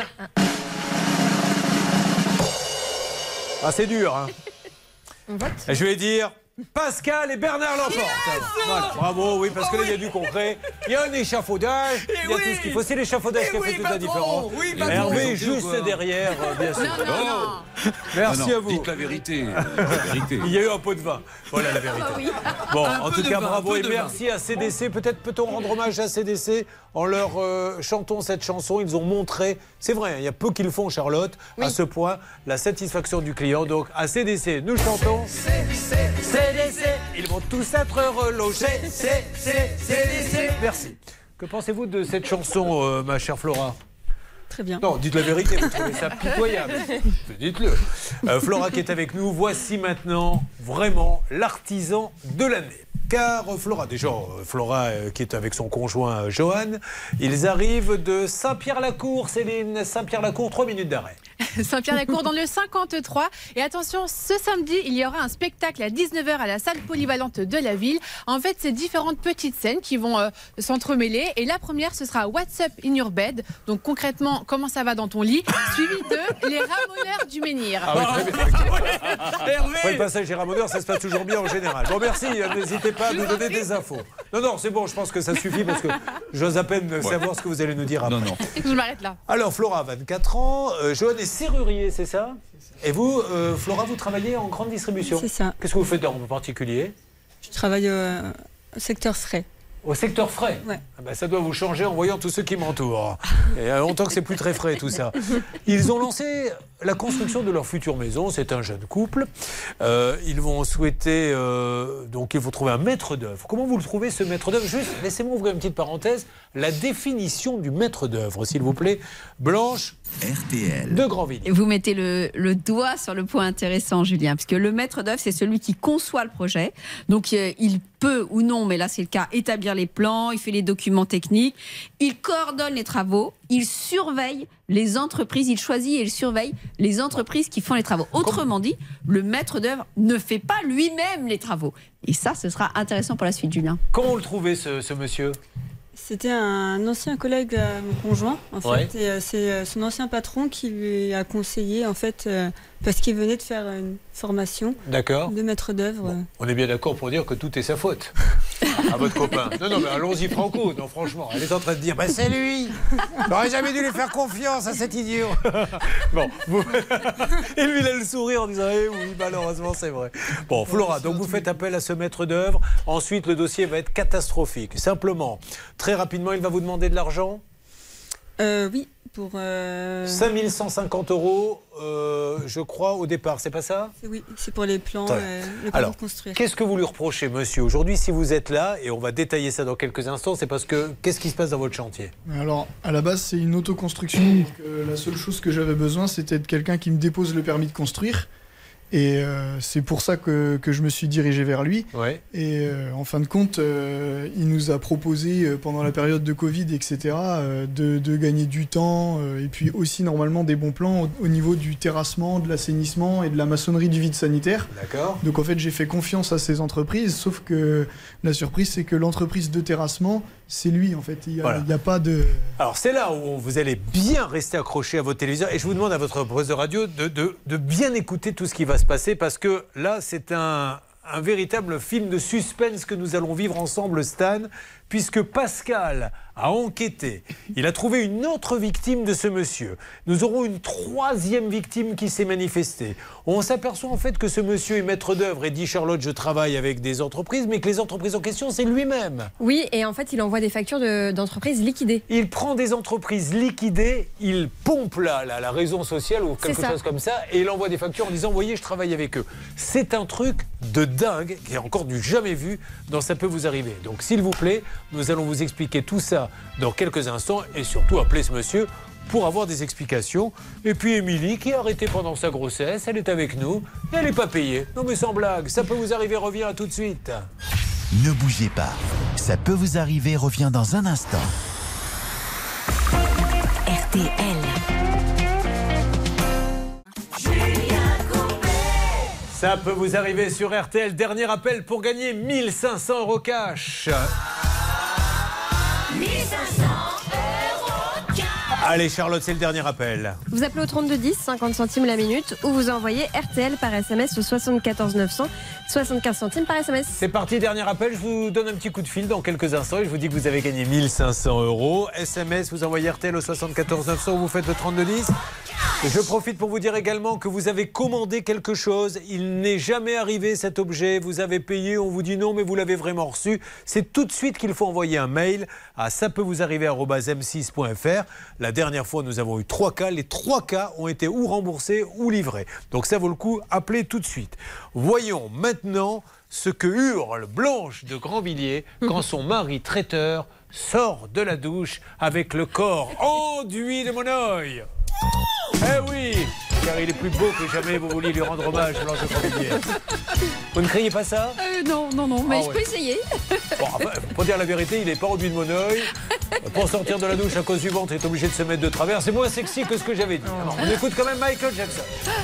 Ah, c'est dur, hein. On vote ? Je vais dire Pascal et Bernard l'emportent. Yes, voilà, bravo, oui, parce que là, il y a du concret. Il y a un échafaudage, il y a oui. tout ce qu'il faut. C'est l'échafaudage qui a fait oui, toute la différence. Oui, Hervé, juste quoi. derrière, bien sûr. Non, non, non. Merci non, non, à vous. Dites la vérité. La vérité. Il y a eu un pot de vin. Voilà la vérité. Ah, oui. Bon, un en tout cas, vin, bravo et merci vin. à C D C. Peut-être peut-on rendre hommage à C D C en leur euh, chantant cette chanson. Ils ont montré, c'est vrai, il y a peu qu'ils font, Charlotte, oui. à ce point, la satisfaction du client. Donc, à C D C, nous chantons. C D C, ils vont tous être relogés. C D C, merci. Que pensez-vous de cette chanson, euh, ma chère Flora ? Très bien. Non, dites la vérité, vous trouvez ça pitoyable. Dites-le. Euh, Flora qui est avec nous, voici maintenant vraiment l'artisan de l'année. Car Flora, déjà, Flora euh, qui est avec son conjoint euh, Johan, ils arrivent de Saint-Pierre-la-Cour, Céline, Saint-Pierre-la-Cour, trois minutes d'arrêt. Saint-Pierre-la-Cour dans le cinquante-trois. Et attention, ce samedi, il y aura un spectacle à dix-neuf heures à la salle polyvalente de la ville. En fait, c'est différentes petites scènes qui vont euh, s'entremêler. Et la première, ce sera What's Up in Your Bed. Donc concrètement, comment ça va dans ton lit, suivi de Les Ramoneurs du Menhir. Ah oui, très bien. Hervé. Ouais, le passage des Ramoneurs, ça se passe toujours bien en général. Bon, merci, n'hésitez pas à nous donner des infos. Non, non, c'est bon, je pense que ça suffit parce que j'ose à peine ouais. savoir ce que vous allez nous dire après. Non, non. Je m'arrête là. Alors, Flora, vingt-quatre ans, euh, Johan est serrurier, c'est ça ? Et vous, euh, Flora, vous travaillez en grande distribution ? C'est ça. Qu'est-ce que vous faites en particulier ? Je travaille euh, au secteur frais. Au secteur frais ? Ouais. Ah ben, ça doit vous changer en voyant tous ceux qui m'entourent. Et il y a longtemps que c'est plus très frais tout ça. Ils ont lancé la construction de leur future maison. C'est un jeune couple. Euh, ils vont souhaiter... Euh, donc il faut trouver un maître d'œuvre. Comment vous le trouvez ce maître d'œuvre ? Juste, laissez-moi ouvrir une petite parenthèse. La définition du maître d'œuvre, s'il vous plaît. Blanche R T L de Grandvilliers. Vous mettez le, le doigt sur le point intéressant, Julien, parce que le maître d'œuvre, c'est celui qui conçoit le projet. Donc euh, il peut ou non, mais là c'est le cas, établir les plans, il fait les documents techniques, il coordonne les travaux, il surveille les entreprises, il choisit et il surveille les entreprises qui font les travaux. Autrement dit, le maître d'œuvre ne fait pas lui-même les travaux. Et ça, ce sera intéressant pour la suite, Julien. Comment vous le trouvez, ce, ce monsieur ? C'était un ancien collègue de mon conjoint, en fait, ouais. et euh, c'est euh, son ancien patron qui lui a conseillé, en fait, euh, parce qu'il venait de faire une formation D'accord. de maître d'œuvre. Bon, on est bien d'accord pour dire que tout est sa faute à votre copain. Non, non, mais allons-y franco. Non, franchement, elle est en train de dire, bah, c'est lui. J'aurais jamais dû lui faire confiance à cet idiot. Bon, vous... et lui il a le sourire en disant, eh oui, malheureusement, c'est vrai. Bon, Flora, donc vous faites appel à ce maître d'œuvre. Ensuite, le dossier va être catastrophique. Simplement, très rapidement, il va vous demander de l'argent ? Euh, oui, pour... Euh... cinq mille cent cinquante euros, euh, je crois, au départ, c'est pas ça ? Oui, c'est pour les plans, euh, les plans Alors, de construire. Qu'est-ce que vous lui reprochez, monsieur ? Aujourd'hui, si vous êtes là, et on va détailler ça dans quelques instants, c'est parce que, qu'est-ce qui se passe dans votre chantier ? Alors, à la base, c'est une autoconstruction. Donc, euh, la seule chose que j'avais besoin, c'était de quelqu'un qui me dépose le permis de construire. Et euh, c'est pour ça que, que je me suis dirigé vers lui. Ouais. Et euh, en fin de compte, euh, il nous a proposé, euh, pendant la période de Covid, et cetera, euh, de, de gagner du temps, euh, et puis aussi normalement des bons plans au, au niveau du terrassement, de l'assainissement et de la maçonnerie du vide sanitaire. D'accord. Donc en fait, j'ai fait confiance à ces entreprises, sauf que la surprise, c'est que l'entreprise de terrassement, c'est lui en fait. Il n'y a, voilà. a pas de... Alors c'est là où vous allez bien rester accroché à votre téléviseur, et je vous demande à votre poste de radio de, de, de bien écouter tout ce qui va se passer, parce que là c'est un, un véritable film de suspense que nous allons vivre ensemble, Stan, puisque Pascal a enquêté. Il a trouvé une autre victime de ce monsieur. Nous aurons une troisième victime qui s'est manifestée. On s'aperçoit en fait que ce monsieur est maître d'œuvre et dit, Charlotte, je travaille avec des entreprises, mais que les entreprises en question, c'est lui-même. Oui, et en fait, il envoie des factures de, d'entreprises liquidées. Il prend des entreprises liquidées, il pompe la, la, la raison sociale ou quelque chose comme ça, et il envoie des factures en disant, voyez, je travaille avec eux. C'est un truc de dingue, qui est encore du jamais vu, dans Ça peut vous arriver. Donc, s'il vous plaît, nous allons vous expliquer tout ça dans quelques instants, et surtout appeler ce monsieur pour avoir des explications. Et puis Émilie, qui est arrêtée pendant sa grossesse, elle est avec nous, et elle n'est pas payée. Non mais sans blague, Ça peut vous arriver, revient à tout de suite. Ne bougez pas, Ça peut vous arriver, revient dans un instant. R T L. Ça peut vous arriver sur R T L. Dernier appel pour gagner mille cinq cents euros cash. Allez Charlotte, c'est le dernier appel. Vous appelez au trente-deux dix, cinquante centimes la minute, ou vous envoyez R T L par S M S au soixante-quatorze neuf cents, soixante-quinze centimes par S M S. C'est parti, dernier appel. Je vous donne un petit coup de fil dans quelques instants et je vous dis que vous avez gagné mille cinq cents euros. S M S, vous envoyez R T L au soixante-quatorze neuf cents ou vous faites le trente-deux dix. Je profite pour vous dire également que vous avez commandé quelque chose. Il n'est jamais arrivé cet objet. Vous avez payé, on vous dit non, mais vous l'avez vraiment reçu. C'est tout de suite qu'il faut envoyer un mail à ça peut vous arriver arobase m six point f r. La dernière fois, nous avons eu trois cas. Les trois cas ont été ou remboursés ou livrés. Donc ça vaut le coup, appelez tout de suite. Voyons maintenant ce que hurle Blanche de Grandvilliers quand son mari traiteur sort de la douche avec le corps enduit de monoeil. Eh oui, car il est plus beau que jamais, vous vouliez lui rendre hommage, Blanche de Grandvilliers. Vous ne criez pas ça? euh, Non, non, non, mais ah, je ouais. peux essayer. Bon, enfin, pour dire la vérité, il n'est pas enduit de monoeil. Pour sortir de la douche, la cause suivante est obligé de se mettre de travers. C'est moins sexy que ce que j'avais dit. Alors, on écoute quand même Michael Jackson.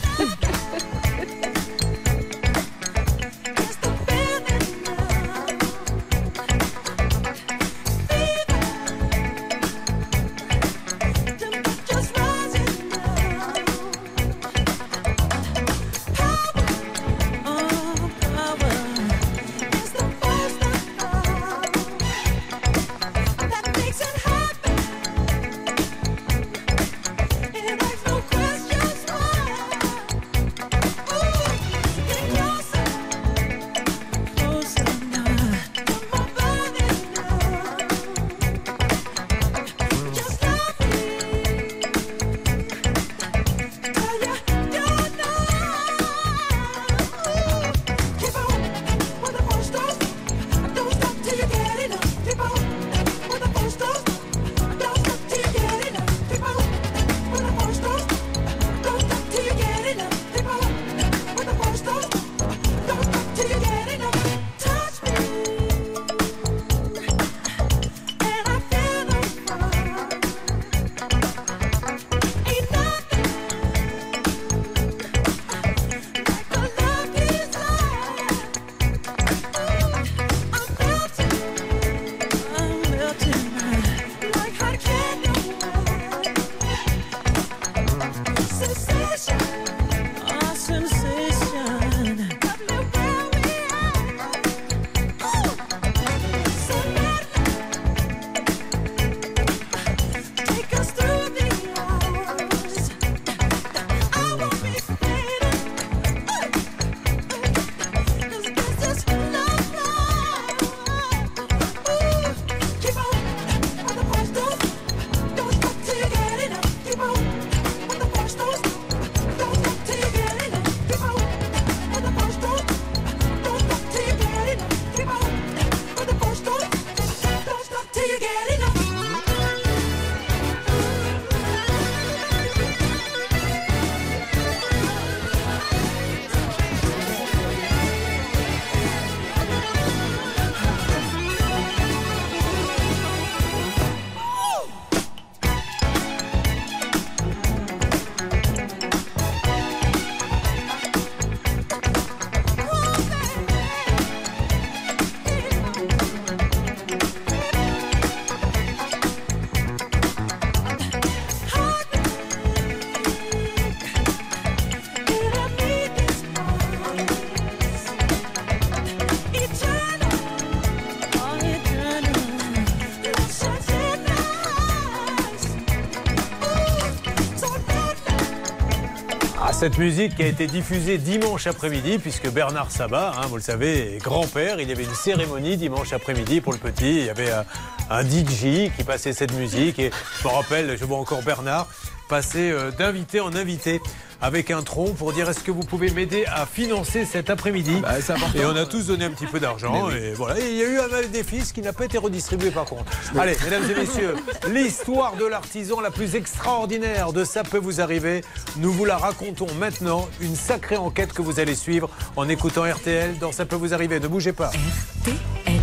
Cette musique qui a été diffusée dimanche après-midi, puisque Bernard Sabat, hein, vous le savez, est grand-père. Il y avait une cérémonie dimanche après-midi pour le petit. Il y avait un, un D J qui passait cette musique. Et je me rappelle, je vois encore Bernard passer euh, d'invité en invité avec un tronc pour dire est-ce que vous pouvez m'aider à financer cet après-midi. Bah, et on a tous donné un petit peu d'argent. Oui. Et voilà. Et il y a eu un bénéfice qui n'a pas été redistribué par contre. Oui. Allez, mesdames et messieurs, l'histoire de l'artisan la plus extraordinaire de Ça peut vous arriver. Nous vous la racontons maintenant. Une sacrée enquête que vous allez suivre en écoutant R T L dans Ça peut vous arriver. Ne bougez pas. R T L.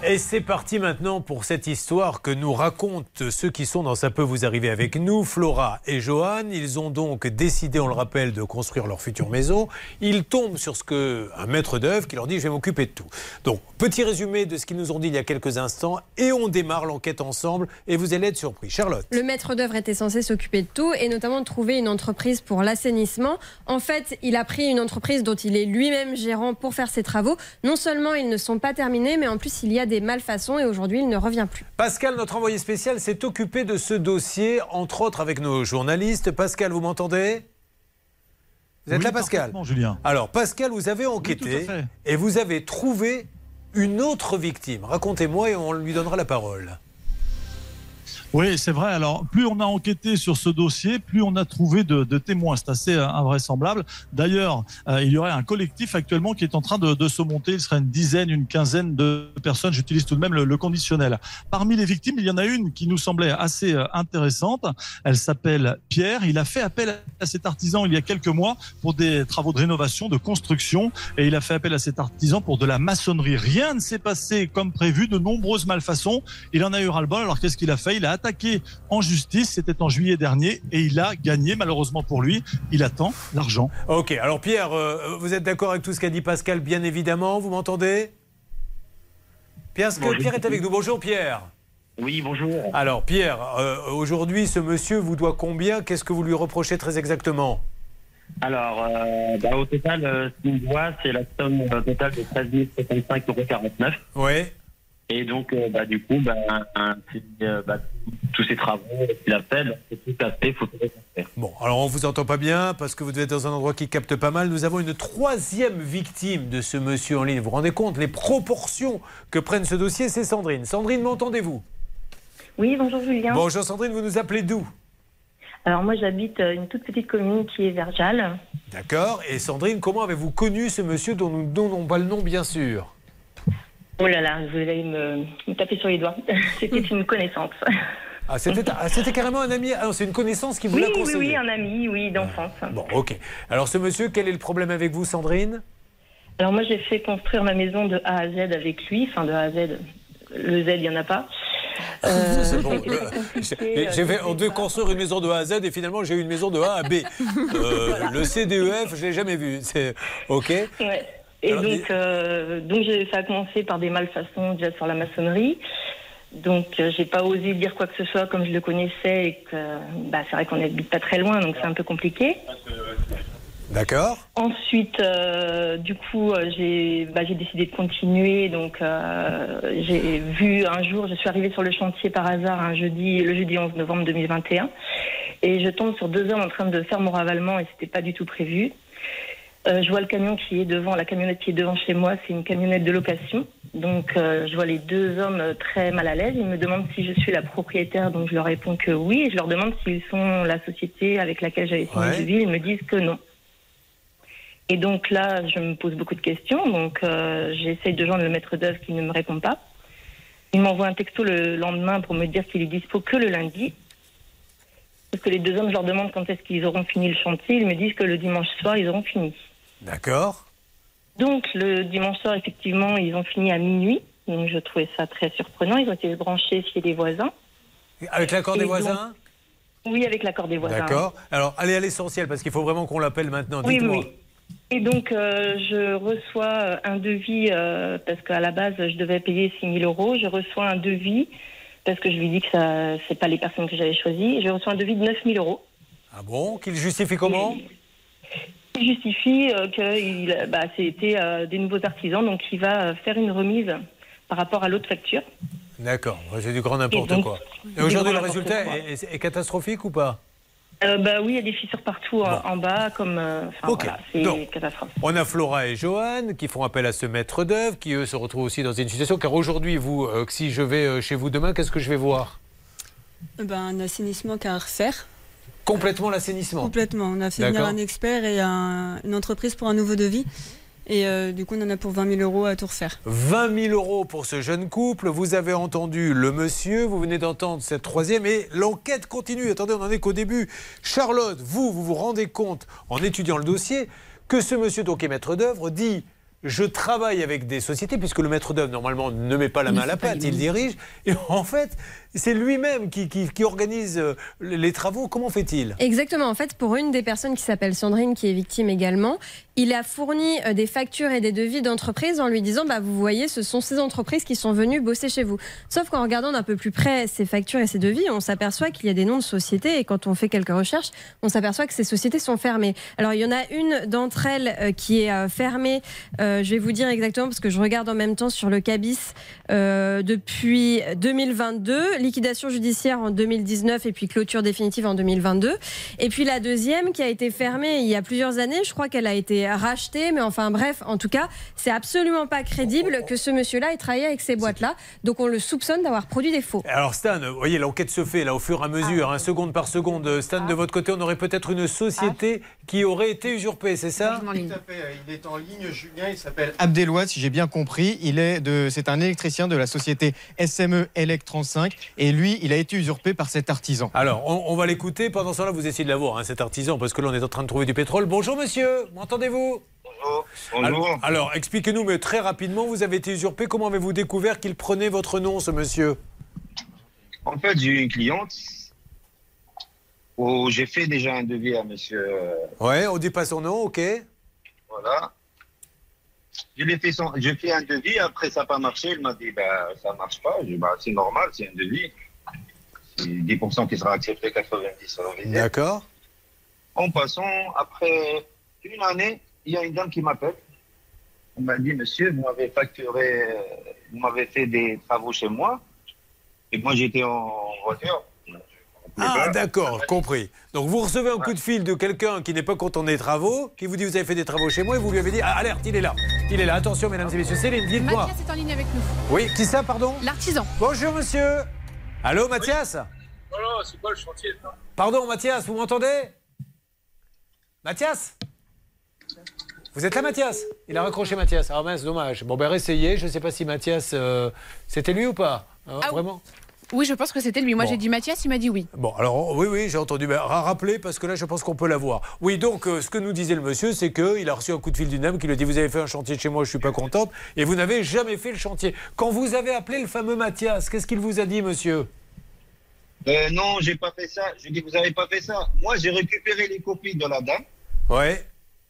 Et c'est parti maintenant pour cette histoire que nous racontent ceux qui sont dans Ça peut vous arriver avec nous, Flora et Johan. Ils ont donc décidé, on le rappelle, de construire leur future maison. Ils tombent sur ce que un maître d'œuvre qui leur dit « je vais m'occuper de tout ». Donc, petit résumé de ce qu'ils nous ont dit il y a quelques instants et on démarre l'enquête ensemble et vous allez être surpris. Charlotte. Le maître d'œuvre était censé s'occuper de tout et notamment de trouver une entreprise pour l'assainissement. En fait, il a pris une entreprise dont il est lui-même gérant pour faire ses travaux. Non seulement ils ne sont pas terminés, mais en plus il y a des malfaçons et aujourd'hui il ne revient plus. Pascal, notre envoyé spécial, s'est occupé de ce dossier, entre autres avec nos journalistes. Pascal, vous m'entendez ? Vous êtes oui, là, Pascal ? Julien. Alors, Pascal, vous avez enquêté oui, et vous avez trouvé une autre victime. Racontez-moi et on lui donnera la parole. Oui, c'est vrai. Alors, plus on a enquêté sur ce dossier, plus on a trouvé de, de témoins. C'est assez euh, invraisemblable. D'ailleurs, euh, il y aurait un collectif actuellement qui est en train de, de se monter. Il serait une dizaine, une quinzaine de personnes. J'utilise tout de même le, le conditionnel. Parmi les victimes, il y en a une qui nous semblait assez euh, intéressante. Elle s'appelle Pierre. Il a fait appel à cet artisan il y a quelques mois pour des travaux de rénovation, de construction. Et il a fait appel à cet artisan pour de la maçonnerie. Rien ne s'est passé comme prévu. De nombreuses malfaçons. Il en a eu ras-le-bol. Alors, qu'est-ce qu'il a fait ? Il a attaqué en justice, c'était en juillet dernier et il a gagné, malheureusement pour lui, il attend l'argent. Ok, alors Pierre, euh, vous êtes d'accord avec tout ce qu'a dit Pascal, bien évidemment, vous m'entendez ? Pierre, bonjour. Pierre est avec nous, bonjour Pierre. Oui, bonjour. Alors Pierre, euh, aujourd'hui ce monsieur vous doit combien ? Qu'est-ce que vous lui reprochez très exactement ? Alors, euh, bah, au total, euh, ce qu'il me doit, c'est la somme euh, totale de treize mille soixante-cinq euros quarante-neuf. Oui. Et donc, euh, bah, du coup, bah, un, euh, bah, tous ces travaux qu'il a fait, c'est tout à fait, il faut tout refaire. Bon, alors on ne vous entend pas bien parce que vous êtes dans un endroit qui capte pas mal. Nous avons une troisième victime de ce monsieur en ligne. Vous vous rendez compte les proportions que prenne ce dossier ? C'est Sandrine. Sandrine, m'entendez-vous ? Oui, bonjour Julien. Bonjour Sandrine, vous nous appelez d'où ? Alors moi j'habite une toute petite commune qui est Verjal. D'accord. Et Sandrine, comment avez-vous connu ce monsieur dont nous ne donnons pas le nom bien sûr ? Oh là là, vous allez me, me taper sur les doigts. C'était une connaissance. Ah, c'était, ah, c'était carrément un ami. Ah, c'est une connaissance qui vous oui, l'a conseillé. Oui, oui, un ami, oui, d'enfance. Ah, bon, ok. Alors, ce monsieur, quel est le problème avec vous, Sandrine ? Alors, moi, j'ai fait construire ma maison de A à Z avec lui. Enfin, de A à Z. Le Z, il n'y en a pas. Euh, c'est bon. Le, j'ai, j'ai fait, on devait construire une maison de A à Z et finalement, j'ai eu une maison de A à B. Euh, voilà. Le C D E F, je ne l'ai jamais vu. C'est ok. Ouais. Et alors, donc, euh, donc ça a commencé par des malfaçons déjà sur la maçonnerie. Donc, euh, j'ai pas osé dire quoi que ce soit comme je le connaissais et que bah, c'est vrai qu'on n'habite pas très loin, donc c'est un peu compliqué. D'accord. Ensuite, euh, du coup, j'ai, bah, j'ai décidé de continuer. Donc, euh, j'ai vu un jour, je suis arrivée sur le chantier par hasard un jeudi, le jeudi onze novembre deux mille vingt et un, et je tombe sur deux hommes en train de faire mon ravalement et c'était pas du tout prévu. Euh, je vois le camion qui est devant, la camionnette qui est devant chez moi, c'est une camionnette de location. Donc, euh, je vois les deux hommes très mal à l'aise. Ils me demandent si je suis la propriétaire, donc je leur réponds que oui. Et je leur demande s'ils sont la société avec laquelle j'avais signé le devis. Ils me disent que non. Et donc là, je me pose beaucoup de questions. Donc, euh, j'essaye de joindre le maître d'œuvre qui ne me répond pas. Il m'envoie un texto le lendemain pour me dire qu'il est dispo que le lundi. Parce que les deux hommes, je leur demande quand est-ce qu'ils auront fini le chantier. Ils me disent que le dimanche soir, ils auront fini. D'accord. Donc, le dimanche soir, effectivement, ils ont fini à minuit. Donc, je trouvais ça très surprenant. Ils ont été branchés chez les voisins. Avec l'accord des voisins ? Oui, avec l'accord des voisins. D'accord. Alors, allez à l'essentiel, parce qu'il faut vraiment qu'on l'appelle maintenant. Oui, Dites-moi. oui. Et donc, euh, je reçois un devis, euh, parce qu'à la base, je devais payer six mille euros. Je reçois un devis, parce que je lui dis que ça, c'est pas les personnes que j'avais choisies. Je reçois un devis de neuf mille euros. Ah bon ? Qu'il justifie comment ? Il justifie euh, que bah, c'était euh, des nouveaux artisans, donc il va euh, faire une remise par rapport à l'autre facture. D'accord, c'est du grand n'importe donc, quoi. Et aujourd'hui, le résultat est, est, est catastrophique ou pas ? euh, bah, Oui, il y a des fissures partout bon. en bas, comme euh, okay. voilà, c'est donc, catastrophe. On a Flora et Johan qui font appel à ce maître d'œuvre, qui eux se retrouvent aussi dans une situation, car aujourd'hui, vous, euh, si je vais euh, chez vous demain, qu'est-ce que je vais voir ? ben, Un assainissement qu'à refaire. Complètement l'assainissement. Complètement. On a fait venir un expert et un, une entreprise pour un nouveau devis. Et euh, du coup, on en a pour vingt mille euros à tout refaire. vingt mille euros pour ce jeune couple. Vous avez entendu le monsieur, vous venez d'entendre cette troisième et l'enquête continue. Attendez, on n'en est qu'au début. Charlotte, vous, vous vous rendez compte, en étudiant le dossier, que ce monsieur, donc est maître d'œuvre, dit je travaille avec des sociétés, puisque le maître d'œuvre, normalement, ne met pas la main à la pâte, il dirige. Et en fait, c'est lui-même qui, qui, qui organise les travaux. Comment fait-il? Exactement. En fait, pour une des personnes qui s'appelle Sandrine, qui est victime également, il a fourni des factures et des devis d'entreprise en lui disant bah, vous voyez, ce sont ces entreprises qui sont venues bosser chez vous. Sauf qu'en regardant d'un peu plus près ces factures et ces devis, on s'aperçoit qu'il y a des noms de sociétés. Et quand on fait quelques recherches, on s'aperçoit que ces sociétés sont fermées. Alors, il y en a une d'entre elles euh, qui est euh, fermée. Euh, je vais vous dire exactement parce que je regarde en même temps sur le CABIS euh, depuis deux mille vingt-deux, liquidation judiciaire en deux mille dix-neuf et puis clôture définitive en deux mille vingt-deux. Et puis la deuxième qui a été fermée il y a plusieurs années, je crois qu'elle a été rachetée, mais enfin bref, en tout cas, c'est absolument pas crédible que ce monsieur-là ait travaillé avec ces boîtes-là. Donc on le soupçonne d'avoir produit des faux. Alors Stan, vous voyez, l'enquête se fait là au fur et à mesure, ah. hein, seconde par seconde. Stan, ah. de votre côté, on aurait peut-être une société ah. qui aurait été usurpée, c'est ça? Tout à fait. Il est en ligne, Julien, il s'appelle Abdelouad, si j'ai bien compris. Il est de, c'est un électricien de la société S M E Elec trente-cinq et lui, il a été usurpé par cet artisan. Alors, on, on va l'écouter. Pendant ce temps-là, vous essayez de l'avoir, hein, cet artisan, parce que là, on est en train de trouver du pétrole. Bonjour, monsieur. M'entendez-vous? Bonjour. Bonjour. Alors, alors expliquez-nous, mais très rapidement, vous avez été usurpé. Comment avez-vous découvert qu'il prenait votre nom, ce monsieur? En fait, j'ai eu une cliente où j'ai fait déjà un devis à monsieur. Ouais, on dit pas son nom, ok. Voilà. Je l'ai fait, son... j'ai fait un devis, après ça n'a pas marché. Il m'a dit, bah, ça ne marche pas. Je dis, bah, c'est normal, c'est un devis. C'est dix pour cent qui sera accepté, quatre-vingt-dix sera visé. D'accord. En passant, après une année, il y a une dame qui m'appelle. Elle m'a dit, monsieur, vous m'avez facturé, vous m'avez fait des travaux chez moi. Et moi, j'étais en voiture. Ah, d'accord, compris. Donc, vous recevez un coup de fil de quelqu'un qui n'est pas content des travaux, qui vous dit, vous avez fait des travaux chez moi, et vous lui avez dit, ah, alerte, il est là. Il est là. Attention, mesdames et messieurs. Céline, dites-moi. Mathias est en ligne avec nous. Oui, qui ça, pardon? L'artisan. Bonjour, monsieur. Allô, Mathias? Voilà, c'est quoi le chantier, ça? Pardon, Mathias, vous m'entendez? Mathias? Vous êtes là, Mathias? Il a raccroché, Mathias. Ah mince, dommage. Bon, ben, réessayez. Je ne sais pas si Mathias, euh, c'était lui ou pas, hein, ah, vraiment? Oui, je pense que c'était lui. Moi, bon. j'ai dit Mathias, il m'a dit oui. Bon, alors, oui, oui, j'ai entendu. Ben, rappelez, parce que là, je pense qu'on peut l'avoir. Oui, donc, euh, ce que nous disait le monsieur, c'est qu'il a reçu un coup de fil d'une dame qui lui a dit, vous avez fait un chantier de chez moi, je ne suis pas contente, et vous n'avez jamais fait le chantier. Quand vous avez appelé le fameux Mathias, qu'est-ce qu'il vous a dit, monsieur? euh, Non, j'ai pas fait ça. Je dis, vous n'avez pas fait ça. Moi, j'ai récupéré les copies de la dame. Ouais.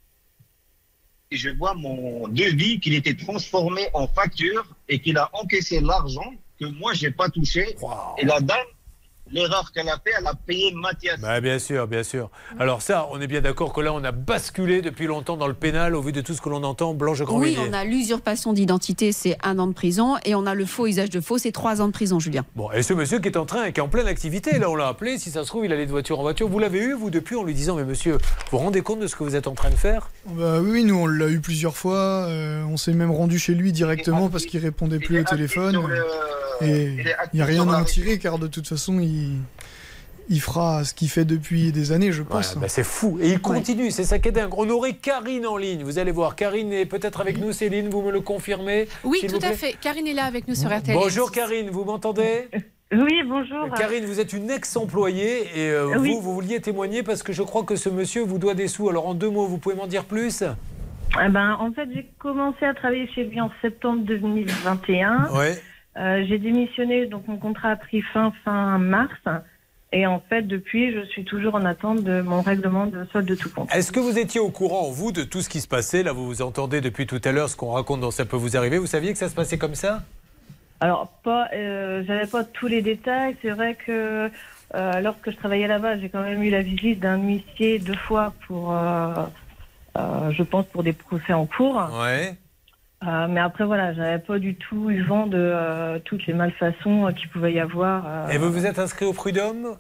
Et je vois mon devis qu'il était transformé en facture et qu'il a encaissé l'argent que moi, je n'ai pas touché. Wow. Et la dame, l'erreur qu'elle a fait, elle a payé Mathias. Bah, bien sûr, bien sûr. Alors ça, on est bien d'accord que là, on a basculé depuis longtemps dans le pénal au vu de tout ce que l'on entend. Blanche Grandvilliers. Oui, on a l'usurpation d'identité, c'est un an de prison. Et on a le faux usage de faux, c'est trois ans de prison, Julien. Bon, et ce monsieur qui est en train, qui est en pleine activité, là, on l'a appelé. Si ça se trouve, il allait de voiture en voiture. Vous l'avez eu, vous, depuis, en lui disant, mais monsieur, vous vous rendez compte de ce que vous êtes en train de faire? Bah oui, nous, on l'a eu plusieurs fois. Euh, on s'est même rendu chez lui directement parce qu'il répondait plus au téléphone. Le... Et il n'y a rien à en tirer, car de toute façon, il... il fera ce qu'il fait depuis des années, je pense. Ouais, bah c'est fou. Et il continue, ouais. C'est ça qui est dingue. On aurait Karine en ligne. Vous allez voir, Karine est peut-être avec nous. Céline, vous me le confirmez? Oui, tout à fait. Karine est là avec nous sur R T L. Bonjour Karine, vous m'entendez? Oui, bonjour. Karine, vous êtes une ex-employée et euh, oui. vous, vous vouliez témoigner parce que je crois que ce monsieur vous doit des sous. Alors en deux mots, vous pouvez m'en dire plus? Eh ben, en fait, j'ai commencé à travailler chez lui en septembre deux mille vingt et un. Ouais. Euh, j'ai démissionné, donc mon contrat a pris fin fin mars. Et en fait, depuis, je suis toujours en attente de mon règlement de solde de tout compte. Est-ce que vous étiez au courant, vous, de tout ce qui se passait? Là, vous vous entendez depuis tout à l'heure ce qu'on raconte dans Ça peut vous arriver. Vous saviez que ça se passait comme ça? Alors, pas, euh, j'avais pas tous les détails. C'est vrai que euh, lorsque je travaillais là-bas, j'ai quand même eu la visite d'un huissier deux fois pour, euh, euh, je pense, pour des procès en cours. Ouais. Euh, mais après, voilà, j'avais pas du tout eu vent de euh, toutes les malfaçons euh, qu'il pouvait y avoir. Euh... Et vous vous êtes inscrit au prud'homme?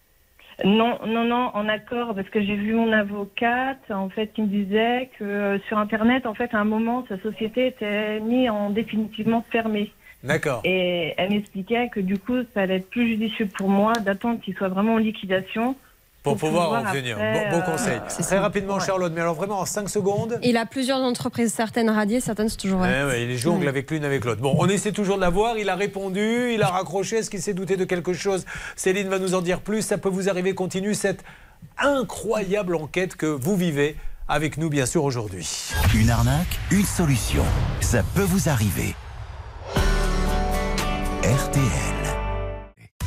Non, non, non, en accord, parce que j'ai vu mon avocate, en fait, qui me disait que euh, sur Internet, en fait, à un moment, sa société était mise en définitivement fermée. D'accord. Et elle m'expliquait que du coup, ça allait être plus judicieux pour moi d'attendre qu'il soit vraiment en liquidation. Pour, pour pouvoir, pouvoir en venir. Bon, bon conseil. Euh, Très rapidement, ouais. Charlotte, mais alors vraiment en cinq secondes. Il a plusieurs entreprises, certaines radiées, certaines c'est toujours. Ouais, ouais, il jongle mmh. avec l'une, avec l'autre. Bon, on essaie toujours de l'avoir. Il a répondu, il a raccroché. Est-ce qu'il s'est douté de quelque chose? Céline va nous en dire plus. Ça peut vous arriver. Continue cette incroyable enquête que vous vivez avec nous bien sûr aujourd'hui. Une arnaque, une solution. Ça peut vous arriver. R T L.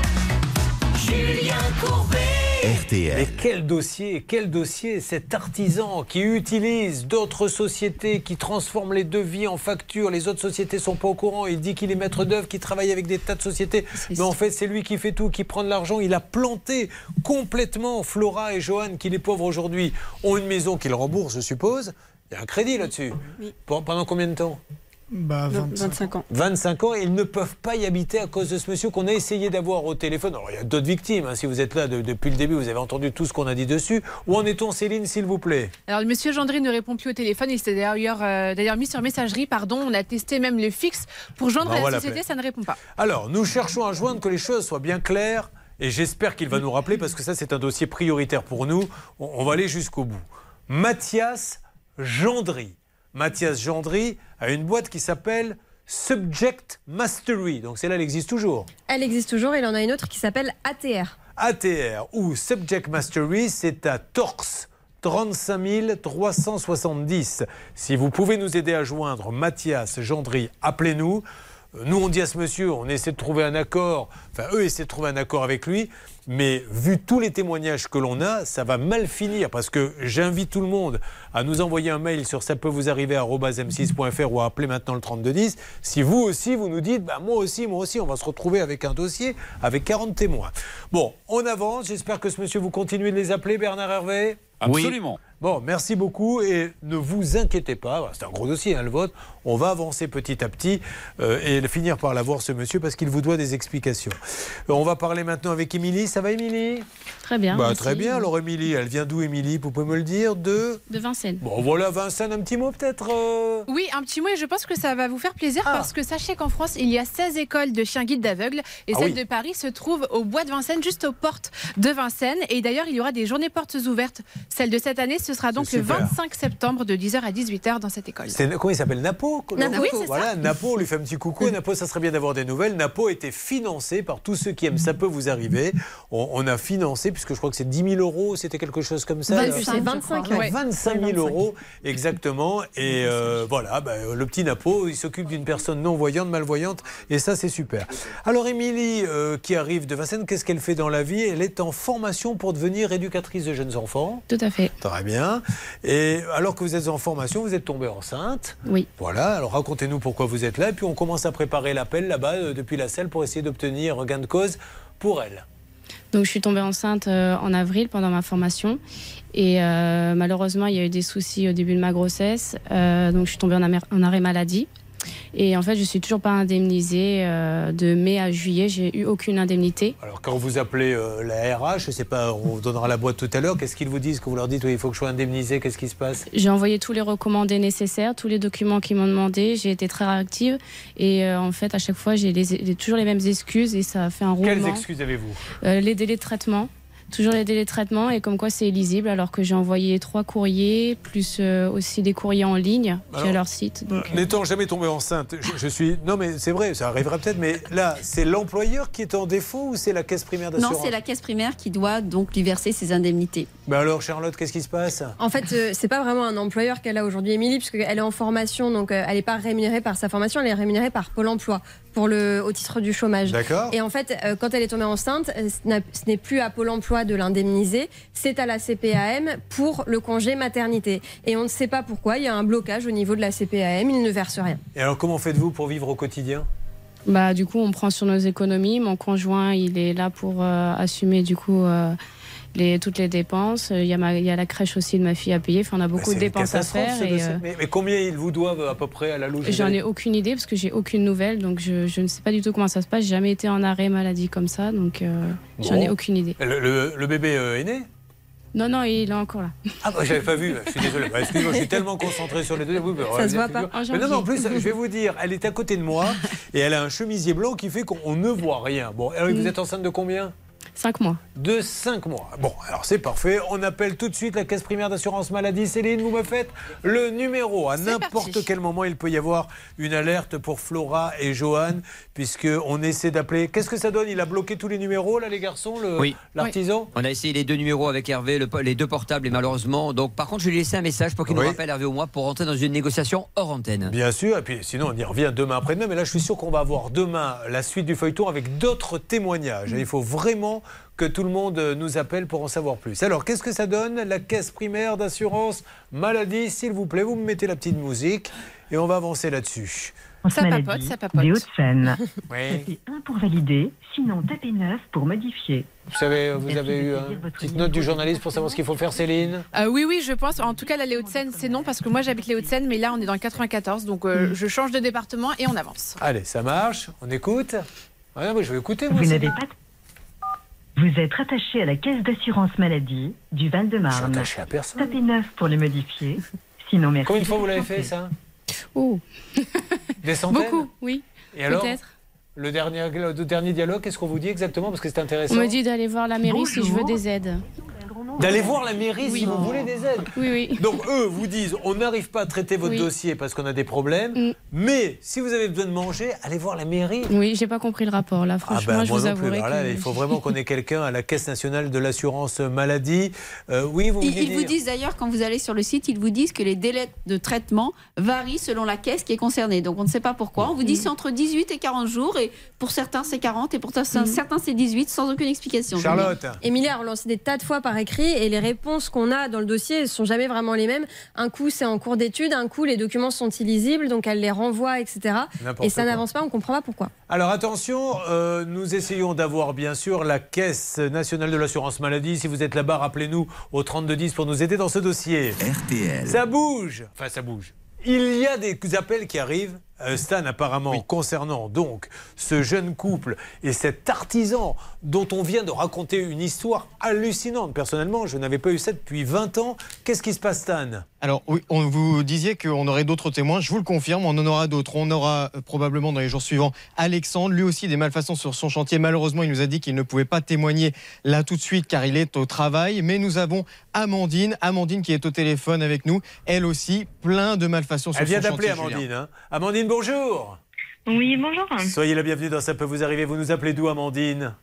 Julien Courbet. R T L. Mais quel dossier, quel dossier, cet artisan qui utilise d'autres sociétés, qui transforme les devis en factures, les autres sociétés sont pas au courant, il dit qu'il est maître d'œuvre, qu'il travaille avec des tas de sociétés, mais en fait c'est lui qui fait tout, qui prend de l'argent, il a planté complètement Flora et Johan, qui les pauvres aujourd'hui ont une maison qu'ils remboursent, je suppose, il y a un crédit là-dessus. Oui. Pendant combien de temps ? Bah, vingt-cinq ans. vingt-cinq ans, et ils ne peuvent pas y habiter à cause de ce monsieur qu'on a essayé d'avoir au téléphone. Alors, il y a d'autres victimes. Hein. Si vous êtes là de, depuis le début, vous avez entendu tout ce qu'on a dit dessus. Où en est-on, Céline, s'il vous plaît ? Alors, le monsieur Gendry ne répond plus au téléphone. Il s'est d'ailleurs, euh, d'ailleurs mis sur messagerie. Pardon, on a testé même le fixe pour joindre Ben, la voilà, société, ça ne répond pas. Alors, nous cherchons à joindre, que les choses soient bien claires. Et j'espère qu'il va nous rappeler, parce que ça, c'est un dossier prioritaire pour nous. On, on va aller jusqu'au bout. Mathias Gendry. Mathias Gendry a une boîte qui s'appelle Subject Mastery. Donc celle-là, elle existe toujours. Elle existe toujours. Il en a une autre qui s'appelle A T R. A T R ou Subject Mastery, c'est à Torx. trente-cinq mille trois cent soixante-dix. Si vous pouvez nous aider à joindre Mathias Gendry, appelez-nous. Nous, on dit à ce monsieur, on essaie de trouver un accord, enfin, eux essaient de trouver un accord avec lui, mais vu tous les témoignages que l'on a, ça va mal finir, parce que j'invite tout le monde à nous envoyer un mail sur ça peut vous arriver arobase m six point f r ou à appeler maintenant le trente-deux dix. Si vous aussi, vous nous dites, bah, moi aussi, moi aussi, on va se retrouver avec un dossier avec quarante témoins. Bon, on avance, j'espère que ce monsieur, vous continuez de les appeler, Bernard Hervé ? Absolument. Oui. Bon, merci beaucoup et ne vous inquiétez pas, c'est un gros dossier, hein, le vote. On va avancer petit à petit euh, et finir par l'avoir, ce monsieur, parce qu'il vous doit des explications. Euh, on va parler maintenant avec Émilie. Ça va, Émilie ? Très bien. Bah, très bien. Alors, Émilie, elle vient d'où, Émilie ? Vous pouvez me le dire ? De De Vincennes. Bon, voilà, Vincennes, un petit mot peut-être euh... Oui, un petit mot, et je pense que ça va vous faire plaisir, ah. parce que sachez qu'en France, il y a seize écoles de chiens guides d'aveugles, et ah celle oui. de Paris se trouve au bois de Vincennes, juste aux portes de Vincennes. Et d'ailleurs, il y aura des journées portes ouvertes. Celle de cette année, ce sera donc le vingt-cinq septembre de dix heures à dix-huit heures dans cette école. C'est, comment il s'appelle ? Napo ? Napo, oui, c'est voilà, ça. Napo, on lui fait un petit coucou. Napo, ça serait bien d'avoir des nouvelles. Napo a été financé par tous ceux qui aiment Ça peut vous arriver. On, on a financé, puisque je crois que c'est dix mille euros, c'était quelque chose comme ça. vingt-cinq, vingt-cinq, ouais. vingt-cinq mille euros, exactement. Et euh, voilà, bah, le petit Napo, il s'occupe d'une personne non-voyante, malvoyante, et ça, c'est super. Alors, Émilie, euh, qui arrive de Vincennes, qu'est-ce qu'elle fait dans la vie ? Elle est en formation pour devenir éducatrice de jeunes enfants. Tout à fait. Très bien. Et alors que vous êtes en formation, vous êtes tombée enceinte. Oui. Voilà, alors racontez-nous pourquoi vous êtes là. Et puis on commence à préparer l'appel là-bas, euh, depuis la salle, pour essayer d'obtenir gain de cause pour elle. Donc je suis tombée enceinte euh, en avril pendant ma formation. Et euh, malheureusement, il y a eu des soucis au début de ma grossesse. Euh, donc je suis tombée en, amer- en arrêt maladie. Et en fait, je suis toujours pas indemnisée. Euh, de mai à juillet, j'ai eu aucune indemnité. Alors quand vous appelez euh, la R H, je sais pas, on vous donnera la boîte tout à l'heure, qu'est-ce qu'ils vous disent quand vous leur dites oui, il faut que je sois indemnisée, qu'est-ce qui se passe ? J'ai envoyé tous les recommandés nécessaires, tous les documents qu'ils m'ont demandé. J'ai été très réactive. Et euh, en fait, à chaque fois, j'ai, les, j'ai toujours les mêmes excuses et ça a fait un roulement. Quelles excuses avez-vous ? euh, Les délais de traitement. Toujours les délais de traitement et comme quoi c'est illisible alors que j'ai envoyé trois courriers plus euh, aussi des courriers en ligne alors, via leur site. Donc, euh, n'étant jamais tombée enceinte, je, je suis... Non mais c'est vrai, ça arrivera peut-être, mais là, c'est l'employeur qui est en défaut ou c'est la caisse primaire d'assurance ? Non, c'est la caisse primaire qui doit donc lui verser ses indemnités. Mais alors Charlotte, qu'est-ce qui se passe ? En fait, euh, c'est pas vraiment un employeur qu'elle a aujourd'hui, Émilie, puisqu'elle est en formation, donc euh, elle n'est pas rémunérée par sa formation, elle est rémunérée par Pôle emploi pour le, au titre du chômage. D'accord. Et en fait, euh, quand elle est tombée enceinte, euh, ce n'est plus à Pôle emploi de l'indemniser, c'est à la C P A M pour le congé maternité. Et on ne sait pas pourquoi, il y a un blocage au niveau de la C P A M, il ne verse rien. Et alors comment faites-vous pour vivre au quotidien ? bah, du coup, on prend sur nos économies. Mon conjoint, il est là pour euh, assumer du coup euh, les, toutes les dépenses. Il y, a ma, il y a la crèche aussi de ma fille à payer. Enfin, on a beaucoup bah, de dépenses à faire. Et euh, mais, mais combien ils vous doivent à peu près à la louche ? J'en ai aucune idée parce que j'ai aucune nouvelle. Donc je, je ne sais pas du tout comment ça se passe. J'ai jamais été en arrêt maladie comme ça. Donc euh, bon. J'en ai aucune idée. Le, le, le bébé euh, est né ? Non, non, il est encore là. Ah, bah, j'avais pas vu, je suis désolé. Bah, excusez-moi, je suis tellement concentré sur les deux. Oui, bah, ça se voit pas. Mais non, non, en plus, je vais vous dire, elle est à côté de moi et elle a un chemisier blanc qui fait qu'on ne voit rien. Bon, alors, vous êtes enceinte de combien ? Cinq mois. De cinq mois. Bon, alors c'est parfait. On appelle tout de suite la caisse primaire d'assurance maladie. Céline, vous me faites le numéro. À n'importe quel moment, il peut y avoir une alerte pour Flora et Johan, puisqu'on essaie d'appeler. Qu'est-ce que ça donne? Il a bloqué tous les numéros, là, les garçons, le, oui. l'artisan? On a essayé les deux numéros avec Hervé, le, les deux portables, et malheureusement. Donc, par contre, je lui ai laissé un message pour qu'il oui. nous rappelle, Hervé ou moi, pour rentrer dans une négociation hors antenne. Bien sûr. Et puis, sinon, on y revient demain après-demain. Mais là, je suis sûr qu'on va avoir demain la suite du feuilleton avec d'autres témoignages. Mmh. Il faut vraiment que tout le monde nous appelle pour en savoir plus. Alors, qu'est-ce que ça donne, la caisse primaire d'assurance maladie? S'il vous plaît, vous me mettez la petite musique et on va avancer là-dessus. Ça papote, ça papote. Des Hauts-de-Seine. Oui. Tapez un pour valider, sinon tapez neuf pour modifier. Vous savez, vous avez eu une petite note du journaliste pour savoir ce qu'il faut faire, Céline? euh, Oui, oui, je pense. En tout cas, là, les Hauts-de-Seine, c'est non, parce que moi, j'habite les Hauts-de-Seine, mais là, on est dans le quatre-vingt-quatorze, donc euh, mmh. je change de département et on avance. Allez, ça marche. On écoute. Ah, non, je vais écouter, moi. Vous n'avez pas... Vous êtes rattaché à la caisse d'assurance maladie du Val-de-Marne. Je suis attaché à personne. Tapez neuf pour le modifier. Sinon, merci. Combien de fois vous l'avez fait, ça? Oh. Des centaines? Beaucoup, oui. Et alors, peut-être. Le dernier, le dernier dialogue, qu'est-ce qu'on vous dit exactement? Parce que c'est intéressant. On me dit d'aller voir la mairie Bonjour. si je veux des aides. D'aller voir la mairie oui. si vous voulez des aides. Oui, oui. Donc eux vous disent, on n'arrive pas à traiter votre oui. dossier parce qu'on a des problèmes, mm. mais si vous avez besoin de manger, allez voir la mairie. Oui, j'ai pas compris le rapport là, franchement, ah ben, je vous avouerai que... là, il faut vraiment qu'on ait quelqu'un à la Caisse nationale de l'assurance maladie. Euh, oui, vous Ils, ils dire... vous disent d'ailleurs, quand vous allez sur le site, ils vous disent que les délais de traitement varient selon la caisse qui est concernée. Donc on ne sait pas pourquoi. On vous dit mm. c'est entre dix-huit et quarante jours, et pour certains c'est quarante, et pour certains mm. c'est dix-huit, sans aucune explication. Charlotte. Emilia a relancé des tas de fois par écrit, et les réponses qu'on a dans le dossier ne sont jamais vraiment les mêmes. Un coup, c'est en cours d'étude, un coup, les documents sont illisibles, donc elle les renvoie, et cetera. Et ça n'avance pas, on ne comprend pas pourquoi. Alors attention, euh, nous essayons d'avoir bien sûr la Caisse nationale de l'assurance maladie. Si vous êtes là-bas, rappelez-nous au trente-deux dix pour nous aider dans ce dossier. R T L. Ça bouge. Enfin, ça bouge. Il y a des appels qui arrivent, euh, Stan, apparemment, oui. concernant donc ce jeune couple et cet artisan dont on vient de raconter une histoire hallucinante. Personnellement, je n'avais pas eu ça depuis vingt ans. Qu'est-ce qui se passe, Stan? Alors, oui, on vous disiez qu'on aurait d'autres témoins. Je vous le confirme, on en aura d'autres. On aura euh, probablement dans les jours suivants Alexandre, lui aussi des malfaçons sur son chantier. Malheureusement, il nous a dit qu'il ne pouvait pas témoigner là tout de suite car il est au travail. Mais nous avons Amandine, Amandine qui est au téléphone avec nous. Elle aussi, plein de malfaçons sur son chantier. Elle vient d'appeler Amandine. Hein. Amandine, bonjour. Oui, bonjour. Soyez la bienvenue dans Ça peut vous arriver. Vous nous appelez d'où, Amandine?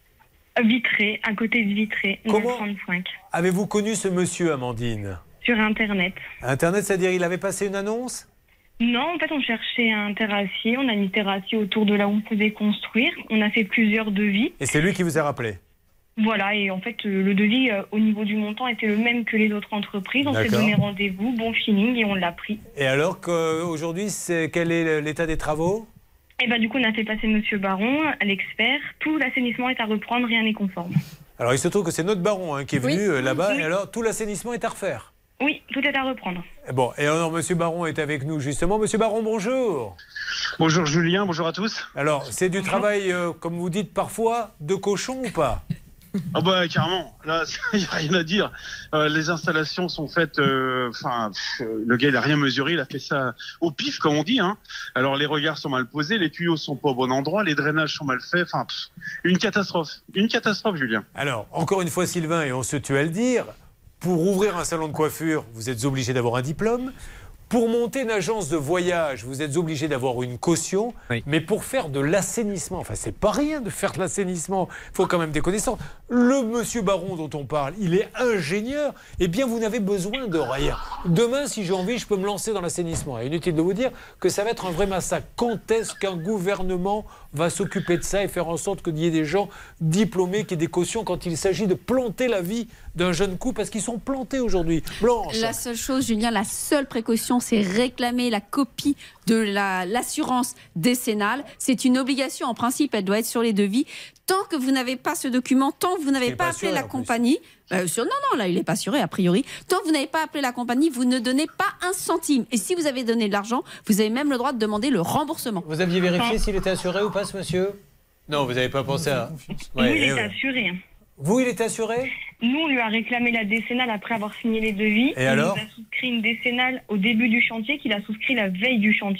Vitré, à côté de Vitré, Comment trente-cinq. Avez-vous connu ce monsieur, Amandine? Sur Internet. Internet, c'est-à-dire il avait passé une annonce? Non, en fait, on cherchait un terrassier. On a mis terrassier autour de là où on pouvait construire. On a fait plusieurs devis. Et c'est lui qui vous a rappelé? Voilà, et en fait, le devis euh, au niveau du montant était le même que les autres entreprises. On s'est donné rendez-vous, bon feeling, et on l'a pris. Et alors qu'aujourd'hui, c'est, quel est l'état des travaux? Et ben, du coup, on a fait passer Monsieur Baron à l'expert. Tout l'assainissement est à reprendre, rien n'est conforme. Alors, il se trouve que c'est notre Baron hein, qui est venu oui. euh, là-bas, oui. et alors tout l'assainissement est à refaire? Oui, tout est à reprendre. Bon, et alors Monsieur Baron est avec nous justement. Monsieur Baron, bonjour. Bonjour Julien, bonjour à tous. Alors, c'est du travail, euh, comme vous dites parfois, de cochon ou pas? Ah bah carrément, là il n'y a rien à dire. Euh, les installations sont faites, enfin euh, le gars il a rien mesuré, il a fait ça au pif comme on dit. Hein. Alors les regards sont mal posés, les tuyaux sont pas au bon endroit, les drainages sont mal faits, enfin une catastrophe, une catastrophe Julien. Alors encore une fois Sylvain, et on se tue à le dire, pour ouvrir un salon de coiffure, vous êtes obligé d'avoir un diplôme. Pour monter une agence de voyage, vous êtes obligé d'avoir une caution, oui. mais pour faire de l'assainissement, enfin c'est pas rien de faire de l'assainissement, il faut quand même des connaissances. Le monsieur Baron dont on parle, il est ingénieur, eh bien vous n'avez besoin de rien. Demain, si j'ai envie, je peux me lancer dans l'assainissement. Et inutile de vous dire que ça va être un vrai massacre. Quand est-ce qu'un gouvernement va s'occuper de ça et faire en sorte qu'il y ait des gens diplômés qui aient des cautions quand il s'agit de planter la vie d'un jeune couple, parce qu'ils sont plantés aujourd'hui. Blanche. La seule chose, Julien, la seule précaution, c'est réclamer la copie de la, l'assurance décennale. C'est une obligation, en principe, elle doit être sur les devis. Tant que vous n'avez pas ce document, tant que vous n'avez pas, pas appelé assuré, la compagnie, euh, sur, non, non, là, il n'est pas assuré, a priori. Tant que vous n'avez pas appelé la compagnie, vous ne donnez pas un centime. Et si vous avez donné de l'argent, vous avez même le droit de demander le remboursement. Vous aviez vérifié s'il était assuré ou pas, ce monsieur? Non, vous n'avez pas pensé à... Ouais, oui, il est ouais. assuré. Vous, il est assuré? Nous, on lui a réclamé la décennale après avoir signé les devis. Et il alors nous a souscrit une décennale au début du chantier, qu'il a souscrit la veille du chantier.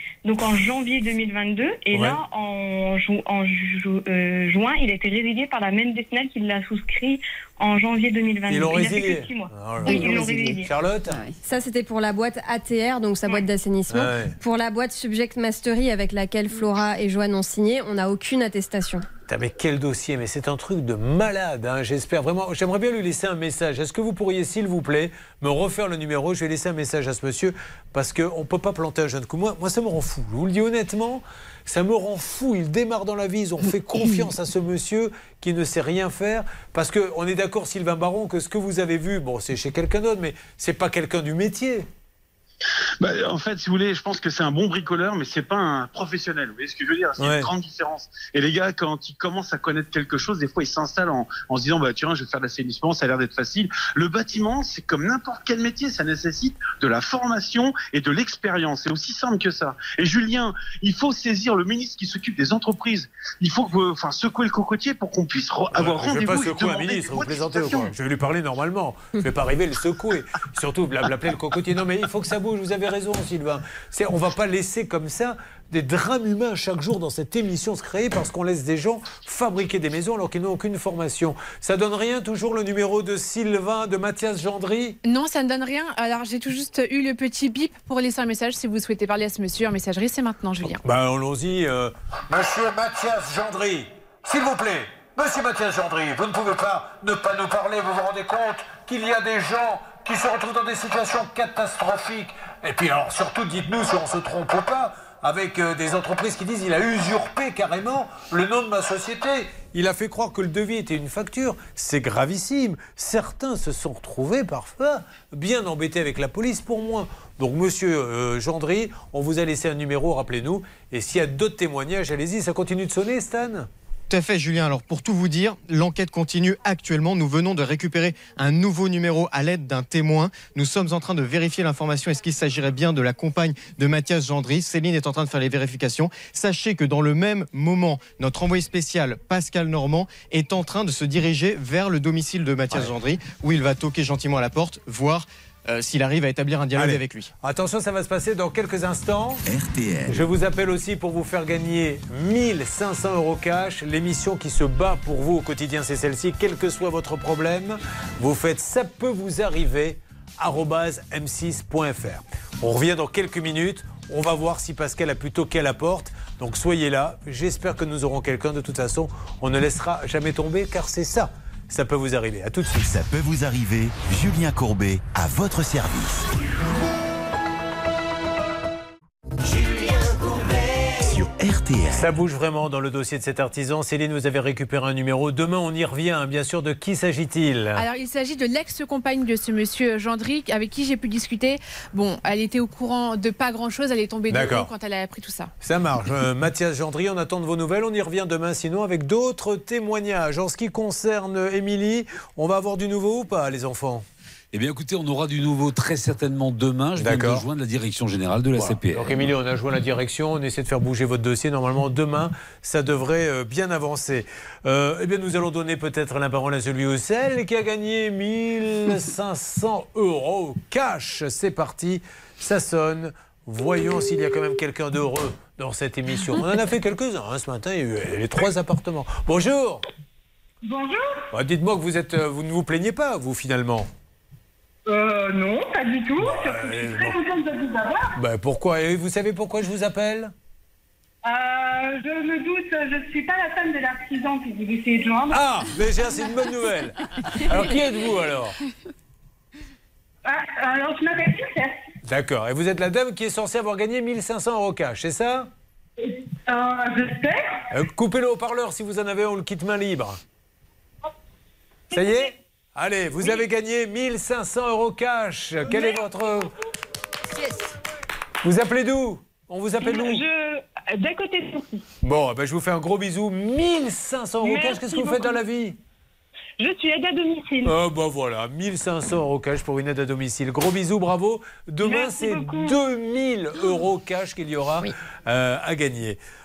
donc en janvier deux mille vingt-deux. Et Ouais. là, en, ju- en ju- euh, juin, il a été résilié par la même décennale qui l'a souscrit en janvier deux mille vingt-deux. Ils l'ont Il a fait résilié. que six mois. Ah, Oui, ils l'ont résilié. Charlotte Ça, c'était pour la boîte A T R, donc sa boîte d'assainissement. Ah ouais. Pour la boîte Subject Mastery avec laquelle Flora et Joanne ont signé, on n'a aucune attestation. Putain, mais quel dossier, mais c'est un truc de malade, hein. J'espère vraiment. J'aimerais bien lui laisser un message. Est-ce que vous pourriez, s'il vous plaît, me refaire le numéro? Je vais laisser un message à ce monsieur parce qu'on ne peut pas planter un jeune coup. Moi, moi, ça me rend fou. Je vous le dis honnêtement, ça me rend fou. Il démarre dans la vie. Ils ont fait confiance à ce monsieur qui ne sait rien faire. Parce qu'on est d'accord, Sylvain Baron, que ce que vous avez vu, bon, c'est chez quelqu'un d'autre, mais c'est pas quelqu'un du métier. Bah, en fait, si vous voulez, je pense que c'est un bon bricoleur, mais c'est pas un professionnel. Vous voyez ce que je veux dire? C'est Ouais. une grande différence. Et les gars, quand ils commencent à connaître quelque chose, des fois, ils s'installent en, en se disant, bah, tiens, je vais faire de l'assainissement, ça a l'air d'être facile. Le bâtiment, c'est comme n'importe quel métier, ça nécessite de la formation et de l'expérience. C'est aussi simple que ça. Et Julien, il faut saisir le ministre qui s'occupe des entreprises. Il faut que, enfin, secouer le cocotier pour qu'on puisse re- avoir Je vais rendez-vous. pas et secouer un demander ministre, des vous plaisantez ou quoi? modifications. Je vais lui parler normalement. Je vais pas arriver à le secouer. Surtout l'appeler le cocotier. Non mais il faut que ça bouge, vous avez raison Sylvain. C'est, on va pas laisser comme ça des drames humains chaque jour dans cette émission se créer parce qu'on laisse des gens fabriquer des maisons alors qu'ils n'ont aucune formation. Ça donne rien toujours le numéro de Sylvain, de Mathias Gendry? Non, ça ne donne rien. Alors, j'ai tout juste eu le petit bip pour laisser un message. Si vous souhaitez parler à ce monsieur en messagerie, c'est maintenant, Julien. Ben allons-y. euh, Monsieur Mathias Gendry, s'il vous plaît. Monsieur Mathias Gendry, vous ne pouvez pas ne pas nous parler. Vous vous rendez compte qu'il y a des gens qui se retrouvent dans des situations catastrophiques. Et puis alors surtout, dites-nous si on se trompe ou pas, avec euh, des entreprises qui disent il a usurpé carrément le nom de ma société. Il a fait croire que le devis était une facture. C'est gravissime. Certains se sont retrouvés parfois bien embêtés avec la police pour moi. Donc monsieur euh, Gendry, on vous a laissé un numéro, rappelez-nous. Et s'il y a d'autres témoignages, allez-y, ça continue de sonner, Stan? Tout à fait, Julien. Alors, pour tout vous dire, l'enquête continue actuellement. Nous venons de récupérer un nouveau numéro à l'aide d'un témoin. Nous sommes en train de vérifier l'information. Est-ce qu'il s'agirait bien de la compagne de Mathias Gendry? Céline est en train de faire les vérifications. Sachez que dans le même moment, notre envoyé spécial, Pascal Normand, est en train de se diriger vers le domicile de Mathias ouais. Gendry, où il va toquer gentiment à la porte, voir Euh, s'il arrive à établir un dialogue Allez. avec lui. Attention, ça va se passer dans quelques instants. R T L. Je vous appelle aussi pour vous faire gagner mille cinq cents euros cash. L'émission qui se bat pour vous au quotidien, c'est celle-ci. Quel que soit votre problème, vous faites ça peut vous arriver arobase m six point f r. On revient dans quelques minutes. On va voir si Pascal a pu toquer à la porte. Donc soyez là. J'espère que nous aurons quelqu'un. De toute façon, on ne laissera jamais tomber car c'est ça. Ça peut vous arriver. À tout de suite. Ça peut vous arriver. Julien Courbet, à votre service. Julien Courbet. Sur R T L. Ça bouge vraiment dans le dossier de cet artisan. Céline, vous avez récupéré un numéro. Demain, on y revient. Hein, bien sûr, de qui s'agit-il? Alors, il s'agit de l'ex-compagne de ce monsieur Gendry, avec qui j'ai pu discuter. Bon, elle était au courant de pas grand-chose. Elle est tombée de haut quand elle a appris tout ça. Ça marche. Euh, Mathias Gendry, on attend de vos nouvelles. On y revient demain, sinon, avec d'autres témoignages. En ce qui concerne Émilie, on va avoir du nouveau ou pas, les enfants? Eh bien, écoutez, on aura du nouveau très certainement demain. Je viens de joindre la direction générale de la voilà. C P R. Donc, Émilie, on a joint la direction. On essaie de faire bouger votre dossier. Normalement, demain, ça devrait euh, bien avancer. Euh, eh bien, nous allons donner peut-être la parole à celui ou celle qui a gagné mille cinq cents euros cash. C'est parti. Ça sonne. Voyons s'il y a quand même quelqu'un d'heureux dans cette émission. On en a fait quelques-uns hein, ce matin. Il y a eu les trois appartements. Bonjour. Bonjour. Bah, dites-moi que vous, êtes, vous ne vous plaignez pas, vous, finalement. Euh, non, pas du tout. Bah, je suis très contente de vous avoir. Bah, pourquoi? Et vous savez pourquoi je vous appelle? Euh, je me doute, je ne suis pas la femme de l'artisan que vous essayez de joindre. Ah, déjà, c'est une bonne nouvelle. Alors, qui êtes-vous, alors? Ah, alors, je m'appelle Youssef. D'accord. Et vous êtes la dame qui est censée avoir gagné mille cinq cents euros cash, c'est ça? Euh, j'espère. Euh, coupez le haut-parleur si vous en avez, on le quitte main libre. Ça y est? Allez, vous avez gagné mille cinq cents euros cash. Quel est votre... Yes. Vous appelez d'où? On vous appelle d'où? Je... D'à côté de Sourcy. Bon, ben, je vous fais un gros bisou. mille cinq cents euros cash, qu'est-ce que vous faites dans la vie? Je suis aide à domicile. Oh, ben voilà, mille cinq cents euros cash pour une aide à domicile. Gros bisous, bravo. Demain, c'est deux mille euros cash qu'il y aura oui. euh, à gagner.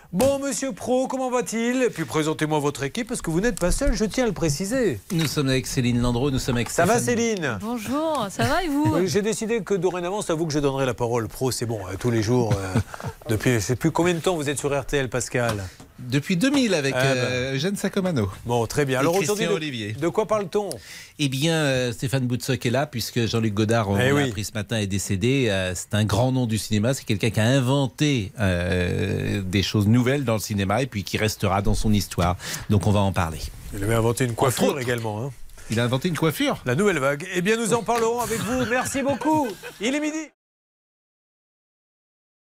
Bon, monsieur Pro, comment va-t-il? Et puis présentez-moi votre équipe, parce que vous n'êtes pas seul, je tiens à le préciser. Nous sommes avec Céline Landreau, nous sommes avec Ça Stéphane... va Céline? Bonjour, ça va et vous? Oui, j'ai décidé que dorénavant, c'est à vous que je donnerai la parole. Pro, c'est bon, euh, tous les jours. Euh, depuis, je ne sais plus combien de temps vous êtes sur R T L, Pascal? Depuis deux mille avec Ah ben. euh, Eugène Sacomano. Bon, très bien. Et Alors Christian aujourd'hui, Olivier. de, de quoi parle-t-on? Eh bien, euh, Stéphane Boutsock est là, puisque Jean-Luc Godard, on Eh l'a oui. appris ce matin, est décédé. Euh, c'est un grand nom du cinéma. C'est quelqu'un qui a inventé euh, des choses nouvelles dans le cinéma et puis qui restera dans son histoire. Donc on va en parler. Il avait inventé une coiffure également. Hein. Il a inventé une coiffure. La nouvelle vague. Eh bien, nous en parlerons avec vous. Merci beaucoup. Il est midi.